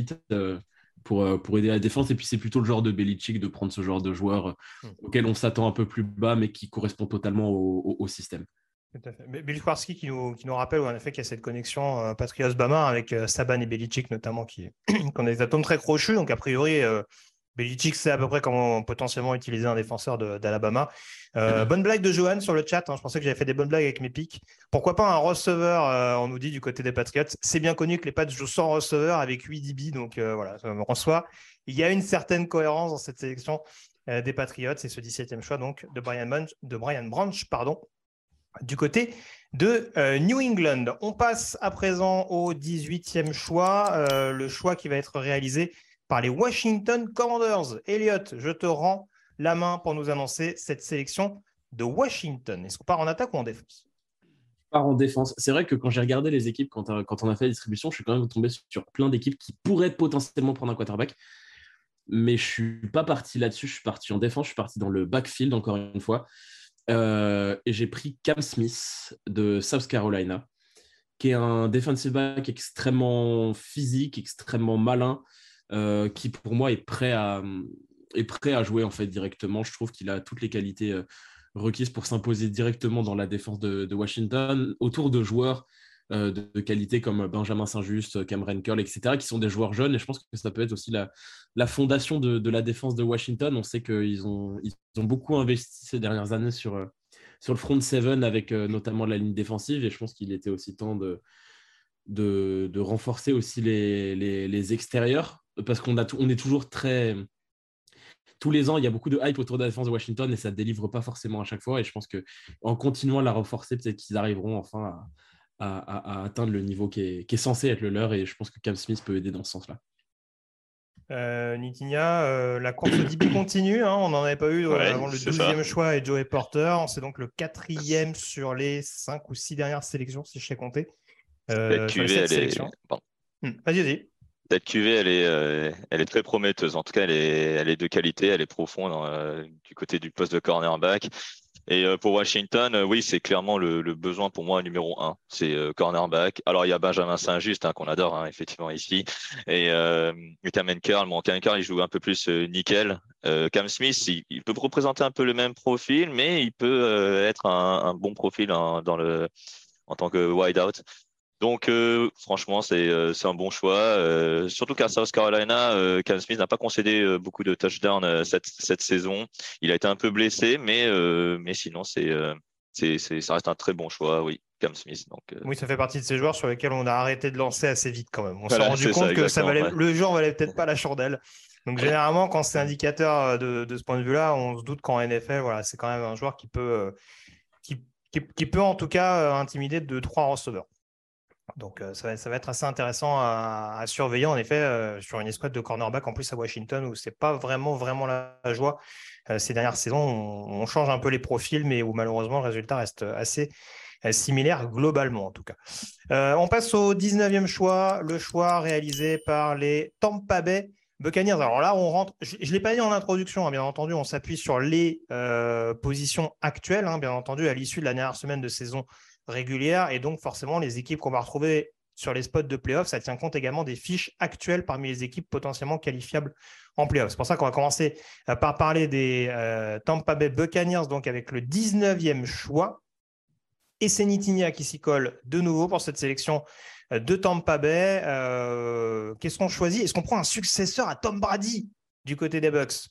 pour aider la défense. Et puis c'est plutôt le genre de Belichick de prendre ce genre de joueur auquel on s'attend un peu plus bas, mais qui correspond totalement au système. Tout à fait. Mais Bill Kwarski qui nous rappelle en effet qu'il y a cette connexion Patriots-Bama avec Saban et Belichick notamment qui ont des atomes très crochus. Donc a priori, Belichick sait à peu près comment potentiellement utiliser un défenseur d'Alabama. Bonne blague de Johan sur le chat. Hein. Je pensais que j'avais fait des bonnes blagues avec mes pics. Pourquoi pas un receveur, on nous dit du côté des Patriots. C'est bien connu que les Pats jouent sans receveur avec 8 DB. Donc voilà, en soi, il y a une certaine cohérence dans cette sélection des Patriots. C'est ce 17e choix donc de Brian Branch, du côté de New England. On passe à présent au 18e choix, le choix qui va être réalisé par les Washington Commanders. Elliot, je te rends la main pour nous annoncer cette sélection de Washington. Est-ce qu'on part en attaque ou en défense? Je pars en défense. C'est vrai que quand j'ai regardé les équipes, quand on a fait la distribution, je suis quand même tombé sur plein d'équipes qui pourraient potentiellement prendre un quarterback. Mais je ne suis pas parti là-dessus. Je suis parti en défense. Je suis parti dans le backfield, encore une fois. Et j'ai pris Cam Smith de South Carolina, qui est un defensive back extrêmement physique, extrêmement malin, qui pour moi est prêt à jouer en fait directement. Je trouve qu'il a toutes les qualités requises pour s'imposer directement dans la défense de Washington, autour de joueurs de qualité comme Benjamin Saint-Just, Cameron Curl, etc., qui sont des joueurs jeunes. Et je pense que ça peut être aussi la fondation de la défense de Washington. On sait qu'ils ont beaucoup investi ces dernières années sur le front seven avec notamment la ligne défensive. Et je pense qu'il était aussi temps de renforcer aussi les extérieurs, parce qu'on est toujours très... Tous les ans, il y a beaucoup de hype autour de la défense de Washington et ça ne délivre pas forcément à chaque fois. Et je pense qu'en continuant à la renforcer, peut-être qu'ils arriveront enfin à atteindre le niveau qui est censé être le leur. Et je pense que Cam Smith peut aider dans ce sens-là. Nitinia, la course au DB continue. Hein, on n'en avait pas eu avant le 12e choix et Joey Porter. C'est donc le 4e sur les 5 ou 6 dernières sélections, si je sais compter. Cette QV, Vas-y. Cette QV, elle est très prometteuse. En tout cas, elle est de qualité, elle est profonde du côté du poste de cornerback. Et pour Washington, oui, c'est clairement le besoin pour moi numéro 1. C'est cornerback. Alors, il y a Benjamin Saint-Just qu'on adore effectivement ici. Et Cameron Curl. Bon, Cameron Curl, il joue un peu plus nickel. Cam Smith, il peut représenter un peu le même profil, mais il peut être un bon profil en tant que wide-out. Donc, franchement, c'est un bon choix. Surtout qu'à South Carolina, Cam Smith n'a pas concédé beaucoup de touchdowns cette saison. Il a été un peu blessé, mais sinon, ça reste un très bon choix, oui, Cam Smith. Donc, oui, ça fait partie de ces joueurs sur lesquels on a arrêté de lancer assez vite quand même. On s'est rendu compte que le jeu ne valait peut-être pas la chandelle. Donc, généralement, quand c'est indicateur de ce point de vue-là, on se doute qu'en NFL, c'est quand même un joueur qui peut en tout cas intimider 2-3 receveurs. Donc, ça va être assez intéressant à surveiller, en effet, sur une escouade de cornerback en plus à Washington, où c'est pas vraiment la joie. Ces dernières saisons, on change un peu les profils, mais où malheureusement, le résultat reste assez similaire globalement, en tout cas. On passe au 19e choix, le choix réalisé par les Tampa Bay Buccaneers. Alors là, on rentre, je ne l'ai pas dit en introduction, hein, bien entendu, on s'appuie sur les positions actuelles, hein, bien entendu, à l'issue de la dernière semaine de saison régulière, et donc forcément les équipes qu'on va retrouver sur les spots de playoffs, ça tient compte également des fiches actuelles parmi les équipes potentiellement qualifiables en playoffs. C'est pour ça qu'on va commencer par parler des Tampa Bay Buccaneers, donc avec le 19e choix, et c'est Nitinia qui s'y colle de nouveau pour cette sélection de Tampa Bay. Qu'est-ce qu'on choisit? Est-ce qu'on prend un successeur à Tom Brady du côté des Bucs?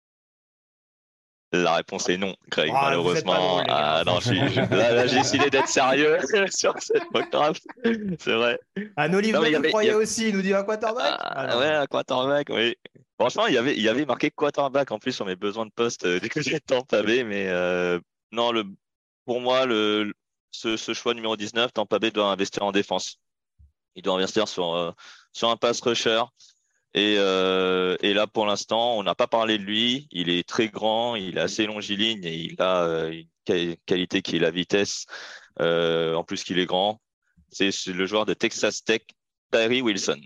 La réponse est non, Greg, Ah, malheureusement. Non, là, j'ai décidé d'être sérieux sur cette mock draft. C'est vrai. Olivier qui croyait aussi, il nous dit un quarterback. Ouais, un quarterback, oui. Franchement, il y avait marqué quarterback en plus sur mes besoins de poste du côté de Tampa Bay, mais non, pour moi, ce choix numéro 19, Tampa Bay doit investir en défense. Il doit investir sur un pass rusher. Et là, pour l'instant, on n'a pas parlé de lui. Il est très grand, il est assez longiligne et il a une qualité qui est la vitesse. En plus qu'il est grand. C'est le joueur de Texas Tech, Tyree Wilson.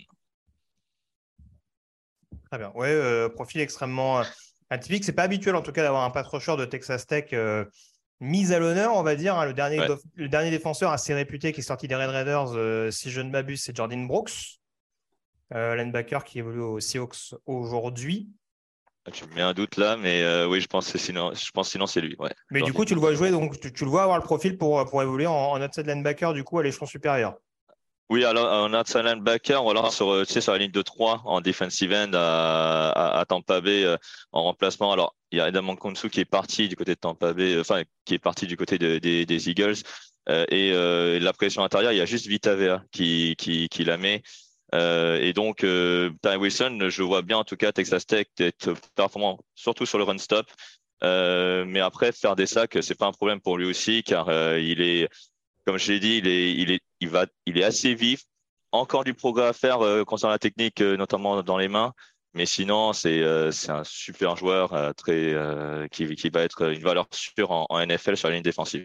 Très bien. Oui, profil extrêmement atypique. C'est pas habituel, en tout cas, d'avoir un pass rusher de Texas Tech mis à l'honneur, on va dire. Hein. Le dernier défenseur assez réputé qui est sorti des Red Raiders, si je ne m'abuse, c'est Jordan Brooks. Linebacker qui évolue aux Seahawks aujourd'hui. Tu me mets un doute là, mais oui, je pense sinon c'est lui. Ouais. Mais du coup, tu le vois jouer, donc tu le vois avoir le profil pour évoluer en outside linebacker du coup à l'échelon supérieur. Oui, alors en outside linebacker, voilà, sur la ligne de 3 en defensive end à Tampa Bay en remplacement. Alors, il y a Adam Konsu qui est parti du côté de Tampa Bay, qui est parti du côté des Eagles. Et la pression intérieure, il y a juste Vita Vea qui la met. Et donc, Tyree Wilson, je vois bien en tout cas Texas Tech être performant, surtout sur le run stop. Mais après, faire des sacs, c'est pas un problème pour lui aussi, car il est, comme je l'ai dit, il est assez vif. Encore du progrès à faire concernant la technique, notamment dans les mains. Mais sinon, c'est un super joueur qui va être une valeur sûre en NFL sur la ligne défensive.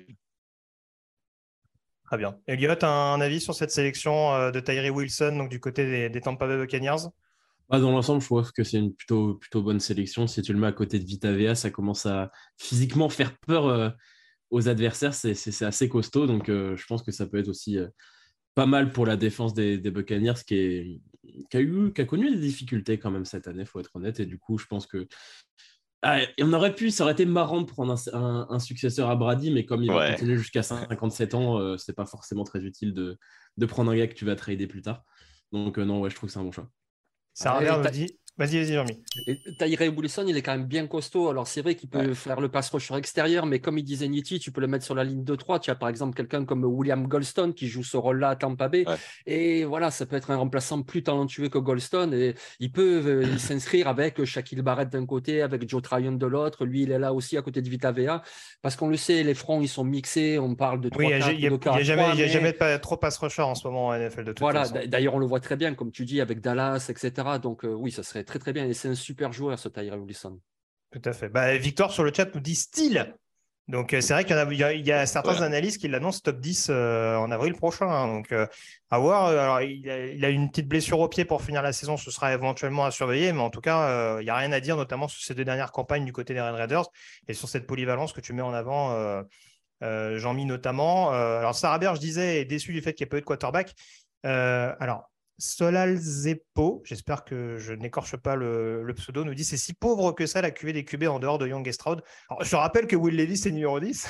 Très bien. Elliot, un avis sur cette sélection de Tyree Wilson, donc du côté des Tampa Bay Buccaneers? Dans l'ensemble, je trouve que c'est une plutôt bonne sélection. Si tu le mets à côté de Vita Vea, ça commence à physiquement faire peur aux adversaires. C'est assez costaud. Donc, je pense que ça peut être aussi pas mal pour la défense des Buccaneers qui a connu des difficultés quand même cette année, il faut être honnête. Et du coup, je pense que ça aurait été marrant de prendre un successeur à Brady, mais comme il va continuer jusqu'à 57 ans, c'est pas forcément très utile de prendre un gars que tu vas trader plus tard. Donc non, je trouve que c'est un bon choix. Sarah nous dit... Vas-y, Jean-Mi. Tyree Wilson, il est quand même bien costaud. Alors, c'est vrai qu'il peut faire le pass rusher extérieur, mais comme il disait Nitti, tu peux le mettre sur la ligne de 3. Tu as par exemple quelqu'un comme William Goldstone qui joue ce rôle-là à Tampa Bay. Ouais. Et voilà, ça peut être un remplaçant plus talentueux que Goldstone. Et il peut s'inscrire avec Shaquille Barrett d'un côté, avec Joe Tryon de l'autre. Lui, il est là aussi à côté de Vita Vea. Parce qu'on le sait, les fronts, ils sont mixés. On parle de 3 4 il n'y a jamais trop pass rusher en ce moment en NFL de toute façon. D'ailleurs, on le voit très bien, comme tu dis, avec Dallas, etc. Donc, oui, ça serait très, très bien. Et c'est un super joueur, ce Tyree Wilson. Tout à fait. Victor sur le chat nous dit style. Donc, c'est vrai qu'il y a certains analystes qui l'annoncent top 10 en avril prochain. Hein. Donc, à voir. Alors, il a une petite blessure au pied pour finir la saison. Ce sera éventuellement à surveiller. Mais en tout cas, il n'y a rien à dire, notamment sur ces 2 dernières campagnes du côté des Red Raiders et sur cette polyvalence que tu mets en avant, Jean-Mi notamment. Alors, Sarah Berge disait, est déçu du fait qu'il n'y ait pas eu de quarterback. Alors, Solal Zeppo, j'espère que je n'écorche pas le pseudo, nous dit c'est si pauvre que ça la QV des QB en dehors de Young et Stroud. Alors, je rappelle que Will Levis est numéro 10.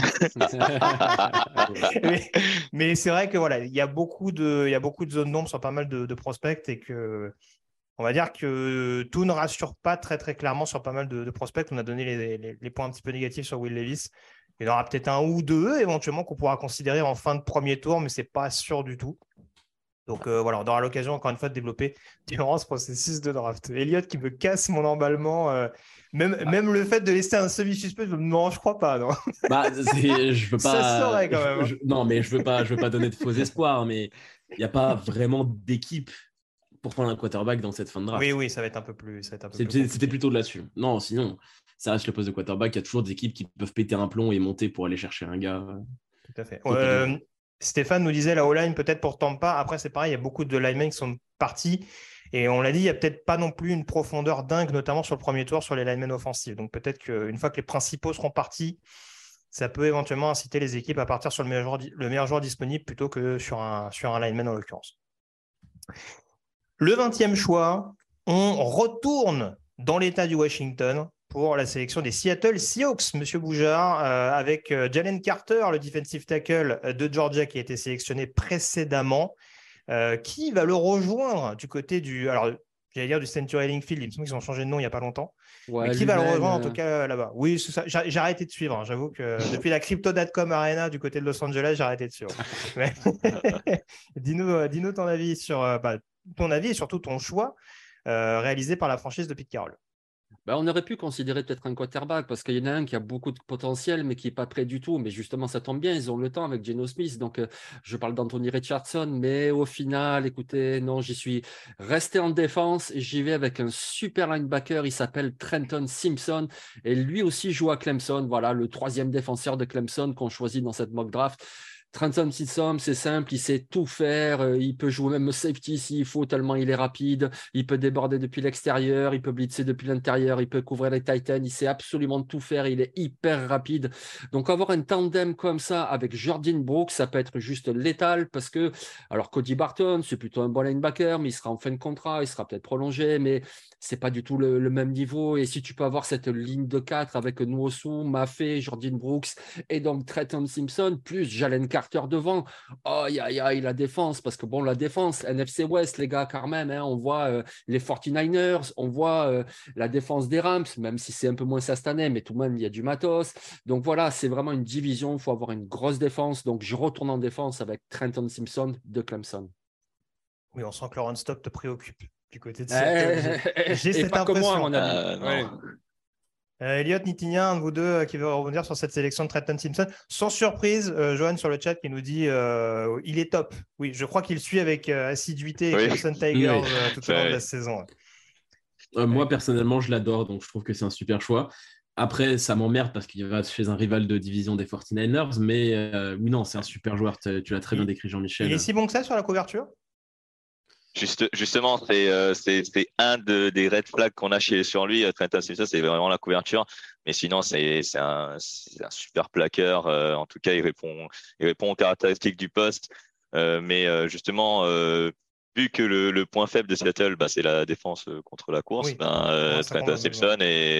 mais c'est vrai que voilà, il y a beaucoup de zones d'ombre sur pas mal de prospects et que on va dire que tout ne rassure pas très très clairement sur pas mal de prospects. On a donné les points un petit peu négatifs sur Will Levis. Il y en aura peut-être un ou deux éventuellement qu'on pourra considérer en fin de premier tour, mais c'est pas sûr du tout. Donc voilà, on aura l'occasion encore une fois de développer durant ce processus de draft. Elliot qui me casse mon emballement, même le fait de laisser un semi-suspect, non, je crois pas, non. Je veux pas. Ça se saurait quand même. Non, mais je veux pas donner de faux espoirs, mais Il n'y a pas vraiment d'équipe pour prendre un quarterback dans cette fin de draft. Oui, ça va être un peu plus. C'était plutôt de là-dessus. Non, sinon, ça reste le poste de quarterback. Il y a toujours des équipes qui peuvent péter un plomb et monter pour aller chercher un gars. Tout à fait. Stéphane nous disait la O-line peut-être pour Tampa. Après, c'est pareil, il y a beaucoup de linemen qui sont partis. Et on l'a dit, il n'y a peut-être pas non plus une profondeur dingue, notamment sur le premier tour, sur les linemen offensifs. Donc peut-être qu'une fois que les principaux seront partis, ça peut éventuellement inciter les équipes à partir sur le meilleur joueur disponible plutôt que sur un lineman en l'occurrence. Le 20e choix, on retourne dans l'État du Washington pour la sélection des Seattle Seahawks, Monsieur Boujard, avec Jalen Carter, le defensive tackle de Georgia qui a été sélectionné précédemment, qui va le rejoindre du côté du Century Link Field. Il me semble qu'ils ont changé de nom il n'y a pas longtemps. Ouais, mais qui va le rejoindre en tout cas là-bas. Oui, c'est ça. J'ai arrêté de suivre. Hein. J'avoue que depuis la Crypto.com Arena du côté de Los Angeles, j'ai arrêté de suivre. Mais... dis-nous ton avis sur ton avis et surtout ton choix réalisé par la franchise de Pete Carroll. On aurait pu considérer peut-être un quarterback parce qu'il y en a un qui a beaucoup de potentiel mais qui n'est pas prêt du tout. Mais justement, ça tombe bien, ils ont le temps avec Geno Smith. Donc, je parle d'Anthony Richardson. Mais au final, écoutez, non, j'y suis resté en défense. J'y vais avec un super linebacker. Il s'appelle Trenton Simpson. Et lui aussi joue à Clemson. Voilà, le 3e défenseur de Clemson qu'on choisit dans cette mock draft. Trenton Simpson, c'est simple, il sait tout faire, il peut jouer même safety s'il faut, tellement il est rapide, il peut déborder depuis l'extérieur, il peut blitzer depuis l'intérieur, il peut couvrir les Titans, il sait absolument tout faire, il est hyper rapide. Donc avoir un tandem comme ça avec Jordan Brooks, ça peut être juste létal parce que, alors Cody Barton, c'est plutôt un bon linebacker, mais il sera en fin de contrat, il sera peut-être prolongé, mais c'est pas du tout le même niveau. Et si tu peux avoir cette ligne de 4 avec Nwosu, Maffei, Jordan Brooks et donc Trenton Simpson, plus Jalen Carter devant, la défense, parce que la défense, NFC West, les gars, quand même, on voit les 49ers, on voit la défense des Rams, même si c'est un peu moins ça cette année, mais tout de même, il y a du matos. Donc voilà, c'est vraiment une division, il faut avoir une grosse défense. Donc je retourne en défense avec Trenton Simpson de Clemson. Oui, on sent que le run-stop te préoccupe du côté de Seattle. J'ai cette impression. Moi, mon ami. Elliot, Nitinha, un de vous deux qui veut rebondir sur cette sélection de Trenton Simpson. Sans surprise, Johan sur le chat qui nous dit il est top. Oui, je crois qu'il suit avec assiduité Clemson Tigers tout au long de la saison. Moi, personnellement, je l'adore, donc je trouve que c'est un super choix. Après, ça m'emmerde parce qu'il va chez un rival de division des 49ers, mais oui, non, c'est un super joueur. Tu l'as très bien décrit, Jean-Michel. Il est si bon que ça sur la couverture ? Justement, c'est un des red flags qu'on a sur lui. Trenton Simpson, c'est vraiment la couverture. Mais sinon, c'est un super plaqueur. En tout cas, il répond aux caractéristiques du poste. Mais justement, vu que le point faible de Seattle, c'est la défense contre la course, Trenton Simpson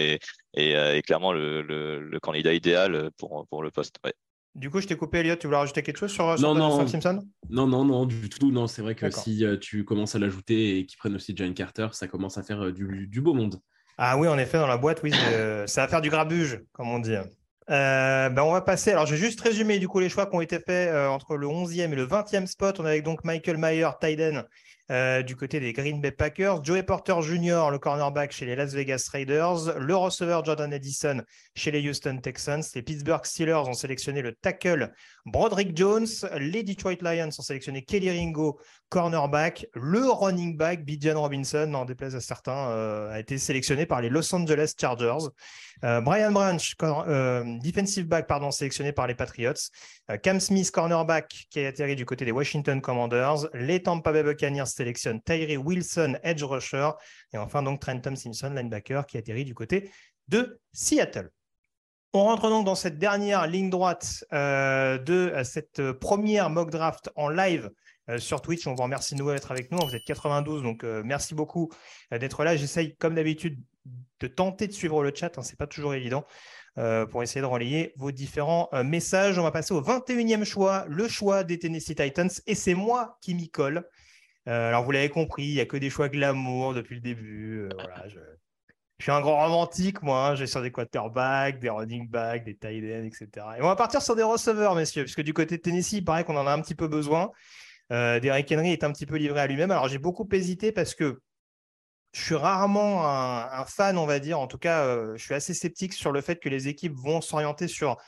est clairement le candidat idéal pour le poste. Ouais. Du coup, je t'ai coupé, Elliot. Tu voulais rajouter quelque chose sur Simpson ? Non, du tout. Non, c'est vrai que si tu commences à l'ajouter et qu'ils prennent aussi Jalen Carter, ça commence à faire du beau monde. Ah oui, en effet, dans la boîte, oui, ça va faire du grabuge, comme on dit. On va passer. Alors, je vais juste résumer du coup les choix qui ont été faits entre le 11e et le 20e spot. On est avec donc Michael Mayer, tight end, du côté des Green Bay Packers, Joey Porter Jr., le cornerback chez les Las Vegas Raiders, le receveur Jordan Addison chez les Houston Texans, les Pittsburgh Steelers ont sélectionné le tackle Broderick Jones, les Detroit Lions ont sélectionné Kelly Ringo, cornerback, le running back Bijan Robinson, en déplaise à certains, a été sélectionné par les Los Angeles Chargers, Brian Branch, defensive back, sélectionné par les Patriots, Cam Smith, cornerback, qui a atterri du côté des Washington Commanders, les Tampa Bay Buccaneers sélectionnent Tyree Wilson, edge rusher, et enfin donc Trenton Simpson, linebacker, qui a atterri du côté de Seattle. On rentre donc dans cette dernière ligne droite de cette première mock draft en live sur Twitch. On vous remercie de nous être avec nous. Vous êtes 92, donc merci beaucoup d'être là. J'essaye, comme d'habitude, de tenter de suivre le chat. Ce n'est pas toujours évident pour essayer de relayer vos différents messages. On va passer au 21e choix, le choix des Tennessee Titans. Et c'est moi qui m'y colle. Alors, vous l'avez compris, il n'y a que des choix glamour depuis le début. Voilà, je suis un grand romantique, moi. J'ai sur des quarterbacks, des running backs, des tight ends, etc. Et on va partir sur des receveurs, messieurs, puisque du côté de Tennessee, il paraît qu'on en a un petit peu besoin. Derrick Henry est un petit peu livré à lui-même. Alors, j'ai beaucoup hésité parce que je suis rarement un fan, on va dire. En tout cas, je suis assez sceptique sur le fait que les équipes vont s'orienter sur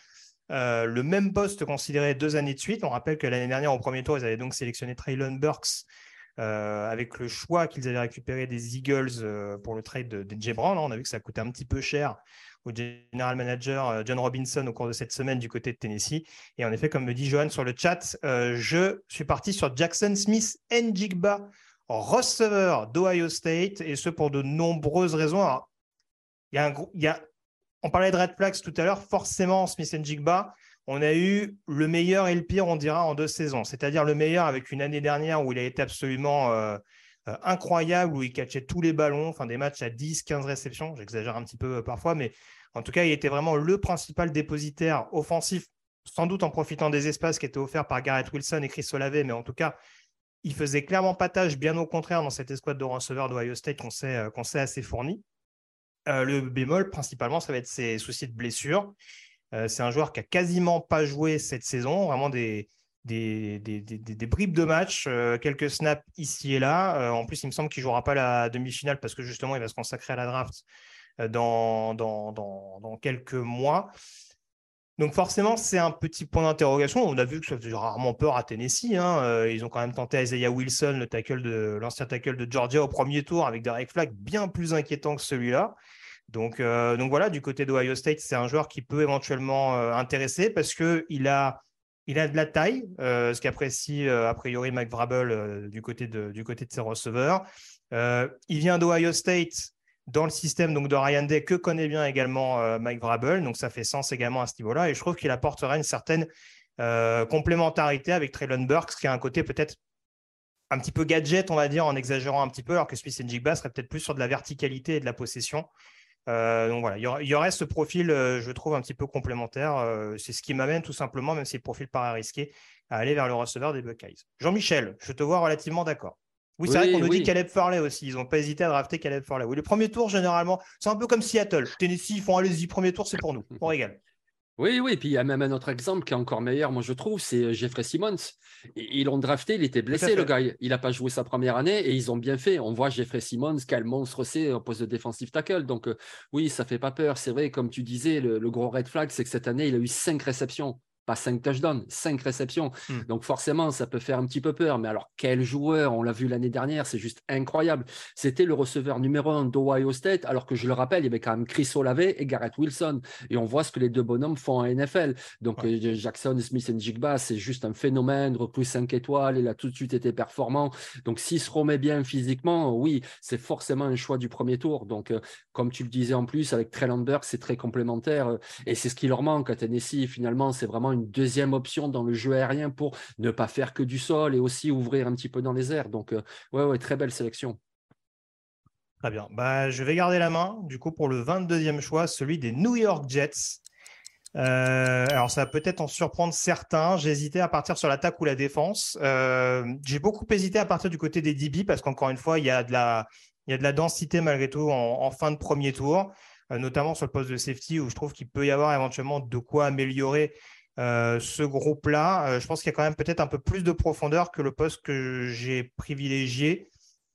le même poste considéré 2 années de suite. On rappelle que l'année dernière, au premier tour, ils avaient donc sélectionné Treylon Burks avec le choix qu'ils avaient récupéré des Eagles pour le trade de DJ Brown. On a vu que ça coûtait un petit peu cher au general manager John Robinson au cours de cette semaine du côté de Tennessee. Et en effet, comme me dit Johan sur le chat, je suis parti sur Jackson Smith-Njigba, receveur d'Ohio State, et ce pour de nombreuses raisons. Alors, on parlait de red flags tout à l'heure, forcément Smith-Njigba, on a eu le meilleur et le pire, on dira, en 2 saisons. C'est-à-dire le meilleur avec une année dernière où il a été absolument incroyable, où il catchait tous les ballons, enfin des matchs à 10, 15 réceptions, j'exagère un petit peu parfois, mais en tout cas, il était vraiment le principal dépositaire offensif, sans doute en profitant des espaces qui étaient offerts par Garrett Wilson et Chris Olave, mais en tout cas, il faisait clairement pas tâche, bien au contraire, dans cette escouade de receveurs d'Ohio State qu'on sait assez fournie. Le bémol, principalement, ça va être ses soucis de blessure. C'est un joueur qui a quasiment pas joué cette saison, vraiment des bribes de match, quelques snaps ici et là. En plus, il me semble qu'il ne jouera pas la demi-finale parce que justement, il va se consacrer à la draft dans quelques mois. Donc forcément, c'est un petit point d'interrogation. On a vu que ça faisait rarement peur à Tennessee. Ils ont quand même tenté Isaiah Wilson, l'ancien tackle de Georgia au premier tour, avec des red flags bien plus inquiétants que celui-là. Donc voilà, du côté d'Ohio State, c'est un joueur qui peut éventuellement intéresser parce qu'il a de la taille, ce qu'apprécie a priori Mike Vrabel du côté de ses receveurs. Il vient d'Ohio State dans le système donc, de Ryan Day que connaît bien également Mike Vrabel, donc ça fait sens également à ce niveau-là et je trouve qu'il apportera une certaine complémentarité avec Treylon Burks qui a un côté peut-être un petit peu gadget, on va dire, en exagérant un petit peu, alors que Smith-Njigba serait peut-être plus sur de la verticalité et de la possession. Donc voilà, il y aurait ce profil, je trouve, un petit peu complémentaire. C'est ce qui m'amène tout simplement, même si le profil paraît risqué, à aller vers le receveur des Buckeyes. Jean-Michel, je te vois relativement d'accord. Oui, c'est vrai qu'on nous dit Caleb Farley aussi. Ils n'ont pas hésité à drafter Caleb Farley. Oui, le premier tour, généralement, c'est un peu comme Seattle. Tennessee, ils font allez-y, premier tour, c'est pour nous. On régale. Oui, et puis il y a même un autre exemple qui est encore meilleur, moi je trouve, c'est Jeffrey Simmons. Ils l'ont drafté, il était blessé, le gars. Il n'a pas joué sa première année et ils ont bien fait. On voit Jeffrey Simmons, quel monstre c'est au poste de defensive tackle. Donc oui, ça ne fait pas peur. C'est vrai, comme tu disais, le gros red flag, c'est que cette année, il a eu 5 réceptions. Pas 5 touchdowns, 5 réceptions. Donc forcément, ça peut faire un petit peu peur. Mais alors, quel joueur, on l'a vu l'année dernière, c'est juste incroyable. C'était le receveur numéro 1 d'Ohio State, alors que je le rappelle, il y avait quand même Chris Olave et Garrett Wilson. Et on voit ce que les deux bonhommes font en NFL. Donc Jackson Smith-Njigba, c'est juste un phénomène, recrue 5 étoiles, il a tout de suite été performant. Donc s'il se remet bien physiquement, oui, c'est forcément un choix du premier tour. Donc comme tu le disais en plus, avec Treylon Burks, c'est très complémentaire. Et c'est ce qui leur manque à Tennessee, finalement, c'est vraiment une deuxième option dans le jeu aérien pour ne pas faire que du sol et aussi ouvrir un petit peu dans les airs. Donc, ouais, très belle sélection. Très bien. Je vais garder la main, du coup, pour le 22e choix, celui des New York Jets. Alors, ça va peut-être en surprendre certains. J'ai hésité à partir sur l'attaque ou la défense. J'ai beaucoup hésité à partir du côté des DB parce qu'encore une fois, il y a de la densité malgré tout en fin de premier tour, notamment sur le poste de safety où je trouve qu'il peut y avoir éventuellement de quoi améliorer ce groupe-là. Je pense qu'il y a quand même peut-être un peu plus de profondeur que le poste que j'ai privilégié.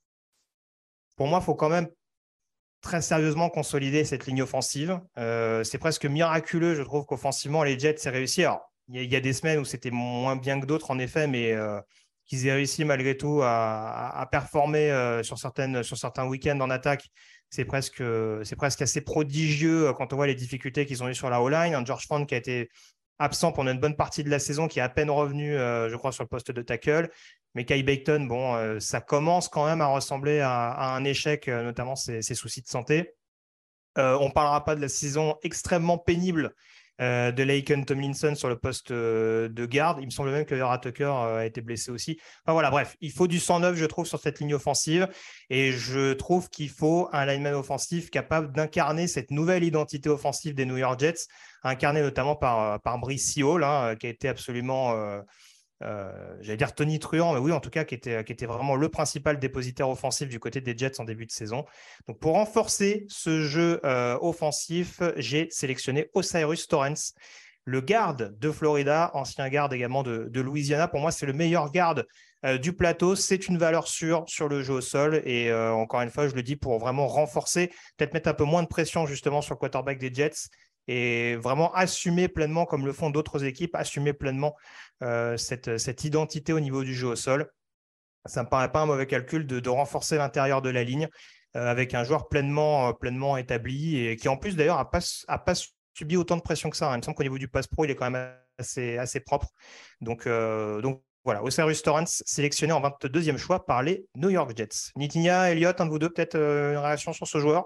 Pour moi, il faut quand même très sérieusement consolider cette ligne offensive. C'est presque miraculeux, je trouve, qu'offensivement, les Jets aient réussi. Alors, il y a des semaines où c'était moins bien que d'autres, en effet, mais qu'ils aient réussi malgré tout à performer sur certains week-ends en attaque. C'est presque assez prodigieux quand on voit les difficultés qu'ils ont eues sur la O-line. Un George Fant qui a été absent pendant une bonne partie de la saison, qui est à peine revenu, je crois, sur le poste de tackle. Mais Kai Becton, ça commence quand même à ressembler à un échec, notamment ses soucis de santé. On ne parlera pas de la saison extrêmement pénible de Laken Tomlinson sur le poste de garde. Il me semble même que Vera Tucker a été blessé aussi. Enfin voilà, bref, il faut du sang neuf, je trouve, sur cette ligne offensive. Et je trouve qu'il faut un lineman offensif capable d'incarner cette nouvelle identité offensive des New York Jets, incarnée notamment par Brice Hall, qui a été absolument... j'allais dire tonitruant, mais oui, en tout cas, qui était vraiment le principal dépositaire offensif du côté des Jets en début de saison. Donc, pour renforcer ce jeu offensif, j'ai sélectionné O'Cyrus Torrence, le garde de Florida, ancien garde également de Louisiana. Pour moi, c'est le meilleur garde du plateau. C'est une valeur sûre sur le jeu au sol. Et encore une fois, je le dis pour vraiment renforcer, peut-être mettre un peu moins de pression justement sur le quarterback des Jets. et vraiment assumer pleinement, comme le font d'autres équipes, assumer pleinement cette identité au niveau du jeu au sol. Ça ne me paraît pas un mauvais calcul de renforcer l'intérieur de la ligne avec un joueur pleinement établi et qui en plus d'ailleurs n'a pas subi autant de pression que ça. Il me semble qu'au niveau du pass pro, il est quand même assez propre. Donc voilà, Osiris Torrance sélectionné en 22e choix par les New York Jets. Nitinia, Elliott, un de vous deux, peut-être une réaction sur ce joueur?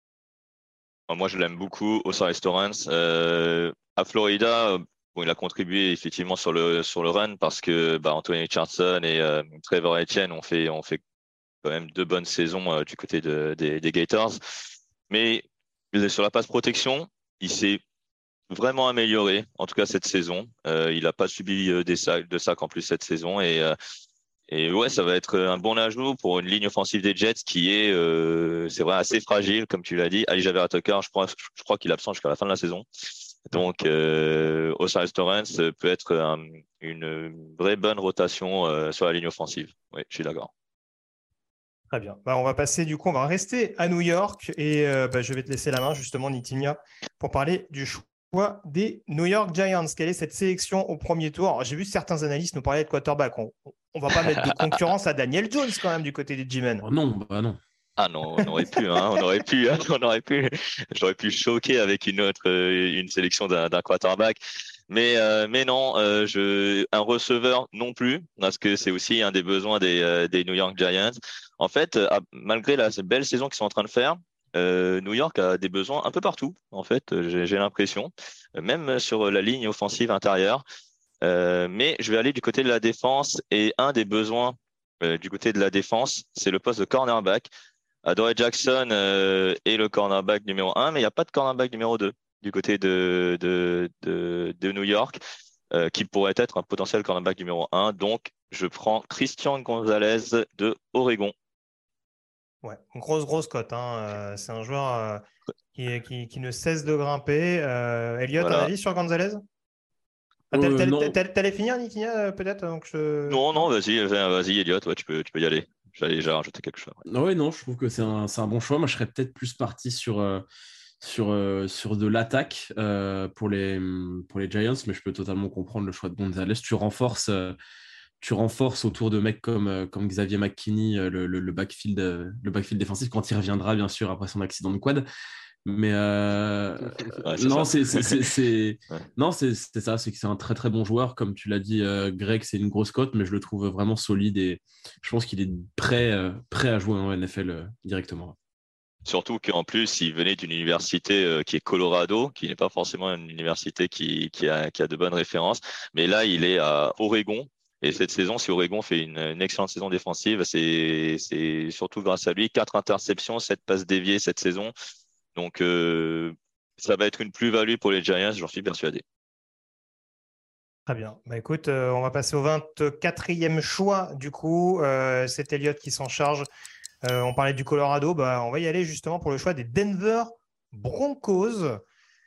Moi, je l'aime beaucoup, Osiris Torrance. À Florida, il a contribué effectivement sur le run parce que Anthony Richardson et Trevor Etienne ont fait quand même 2 bonnes saisons du côté des Gators. Mais sur la passe protection, il s'est vraiment amélioré, en tout cas cette saison. Il n'a pas subi de sacs en plus cette saison. Et ouais, ça va être un bon ajout pour une ligne offensive des Jets qui est, c'est vrai, assez fragile, comme tu l'as dit. Alijah Vera-Tucker, je crois qu'il est absent jusqu'à la fin de la saison. Donc, Osiris Torrance peut être une vraie bonne rotation sur la ligne offensive. Oui, je suis d'accord. Très bien. On va passer du coup, on va rester à New York et je vais te laisser la main justement, Nitinia, pour parler du choix des New York Giants. Quelle est cette sélection au premier tour? Alors, j'ai vu certains analystes nous parler de quarterback. On va pas mettre de concurrence à Daniel Jones quand même du côté des G-Men. Oh non, non. Ah non, on aurait pu, on aurait pu. J'aurais pu choquer avec une sélection d'un quarterback. Mais non, un receveur non plus, parce que c'est aussi un des besoins des New York Giants. En fait, malgré la belle saison qu'ils sont en train de faire, New York a des besoins un peu partout, en fait, j'ai l'impression, même sur la ligne offensive intérieure. Mais je vais aller du côté de la défense, et un des besoins du côté de la défense, c'est le poste de cornerback. Adoree Jackson est le cornerback numéro 1, mais il n'y a pas de cornerback numéro 2 du côté de New York, qui pourrait être un potentiel cornerback numéro 1. Donc, je prends Christian Gonzalez de Oregon. Ouais, grosse cote. C'est un joueur qui ne cesse de grimper. Elliott, voilà. Un avis sur Gonzalez? T'allais finir, Nitinia, peut-être Non, vas-y, Elliott, ouais, tu peux y aller. J'allais déjà rajouter quelque chose. Ouais. Ouais, non, je trouve que c'est un bon choix. Moi, je serais peut-être plus parti sur de l'attaque pour les Giants, mais je peux totalement comprendre le choix de Gonzalez. Tu renforces autour de mecs comme Xavier McKinney le backfield défensif quand il reviendra, bien sûr, après son accident de quad. Mais non, c'est ça, c'est que c'est un très très bon joueur, comme tu l'as dit, Greg, c'est une grosse cote, mais je le trouve vraiment solide et je pense qu'il est prêt à jouer en NFL directement. Surtout qu'en plus, il venait d'une université qui est Colorado, qui n'est pas forcément une université qui a de bonnes références, mais là, il est à Oregon. Et cette saison, si Oregon fait une excellente saison défensive, c'est surtout grâce à lui. 4 interceptions, 7 passes déviées cette saison. Donc, ça va être une plus-value pour les Giants, j'en suis persuadé. Très bien. Écoute, on va passer au 24e choix. Du coup, c'est Elliott qui s'en charge. On parlait du Colorado. On va y aller justement pour le choix des Denver Broncos.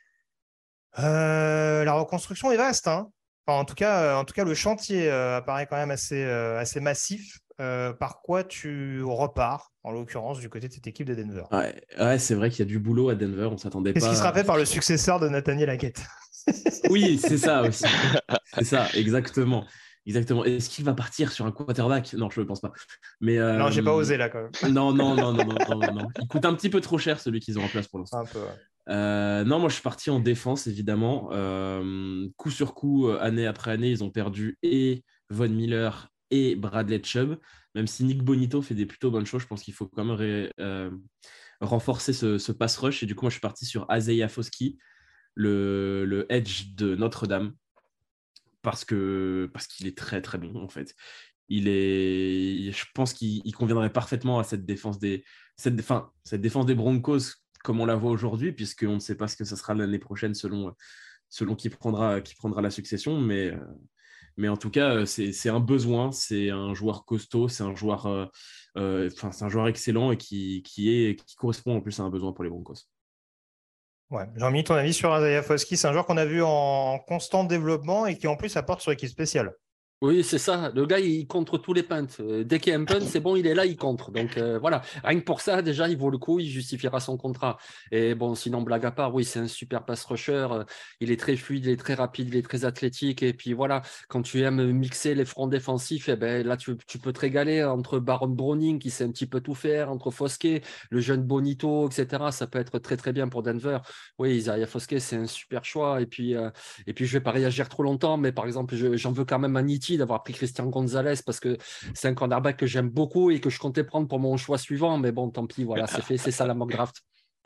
La reconstruction est vaste. En tout cas, le chantier apparaît quand même assez massif. Par quoi tu repars, en l'occurrence, du côté de cette équipe de Denver? Ouais, c'est vrai qu'il y a du boulot à Denver, on s'attendait pas. Qu'est-ce qui sera fait par le successeur de Nathaniel Hackett? Oui, c'est ça aussi. C'est ça, exactement. Est-ce qu'il va partir sur un quarterback? Non, je ne pense pas. Mais, non, j'ai pas osé là quand même. Non. Il coûte un petit peu trop cher celui qu'ils ont en place pour l'instant. Un peu, ouais. Non, moi je suis parti en défense évidemment. Coup sur coup, année après année, ils ont perdu et Von Miller et Bradley Chubb. Même si Nick Bonito fait des plutôt bonnes choses, je pense qu'il faut quand même renforcer ce pass rush. Et du coup, moi je suis parti sur Isaiah Foskey, le edge de Notre-Dame, parce qu'il est très très bon en fait. Je pense qu'il conviendrait parfaitement à cette défense des Broncos comme on la voit aujourd'hui, puisqu'on ne sait pas ce que ça sera l'année prochaine selon qui prendra la succession, mais en tout cas, c'est un besoin, c'est un joueur costaud, c'est un joueur excellent et qui correspond en plus à un besoin pour les Broncos. Ouais. Jean-Mi, ton avis sur Isaiah Foskey? C'est un joueur qu'on a vu en constant développement et qui en plus apporte sur l'équipe spéciale. Oui, c'est ça. Le gars, il contre tous les punts. Dès qu'il y a un punt, c'est bon, il est là, il contre. Donc voilà, rien que pour ça, déjà, il vaut le coup, il justifiera son contrat. Et bon, sinon, blague à part, oui, c'est un super pass rusher. Il est très fluide, il est très rapide, il est très athlétique. Et puis voilà, quand tu aimes mixer les fronts défensifs, eh ben, là, tu peux te régaler entre Baron Browning, qui sait un petit peu tout faire, entre Foskey, le jeune Bonito, etc. Ça peut être très, très bien pour Denver. Oui, Isaiah Foskey, c'est un super choix. Et puis, je vais pas réagir trop longtemps, mais par exemple, j'en veux quand même à Nitti d'avoir pris Christian Gonzalez parce que c'est un cornerback que j'aime beaucoup et que je comptais prendre pour mon choix suivant. Mais bon, tant pis, voilà, c'est fait, c'est ça la mock draft.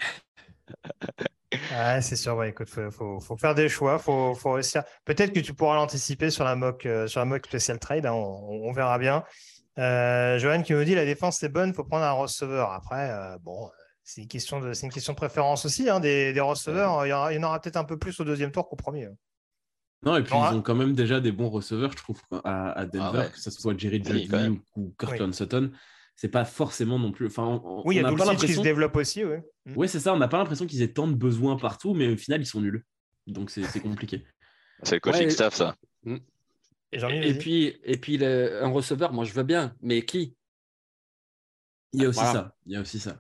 Ouais, c'est sûr, ouais, écoute, faut faire des choix, faut réussir. Peut-être que tu pourras l'anticiper sur la mock spécial trade, hein, on verra bien. Johan qui nous dit la défense c'est bonne, faut prendre un receveur. Après, bon, c'est une question de préférence aussi, hein, des receveurs. Il y en aura peut-être un peu plus au deuxième tour qu'au premier. Non, et puis ils ont quand même déjà des bons receveurs, je trouve, à Denver, que ce soit Jerry Jeudy ou Courtland Sutton. C'est pas forcément non plus. Enfin, il y a Dulcich qui se développe aussi. Oui, ouais, c'est ça. On n'a pas l'impression qu'ils aient tant de besoins partout, mais au final, ils sont nuls. Donc c'est compliqué. C'est le coaching staff, ça. Et puis un receveur, moi je veux bien, mais qui? Il y a aussi ça.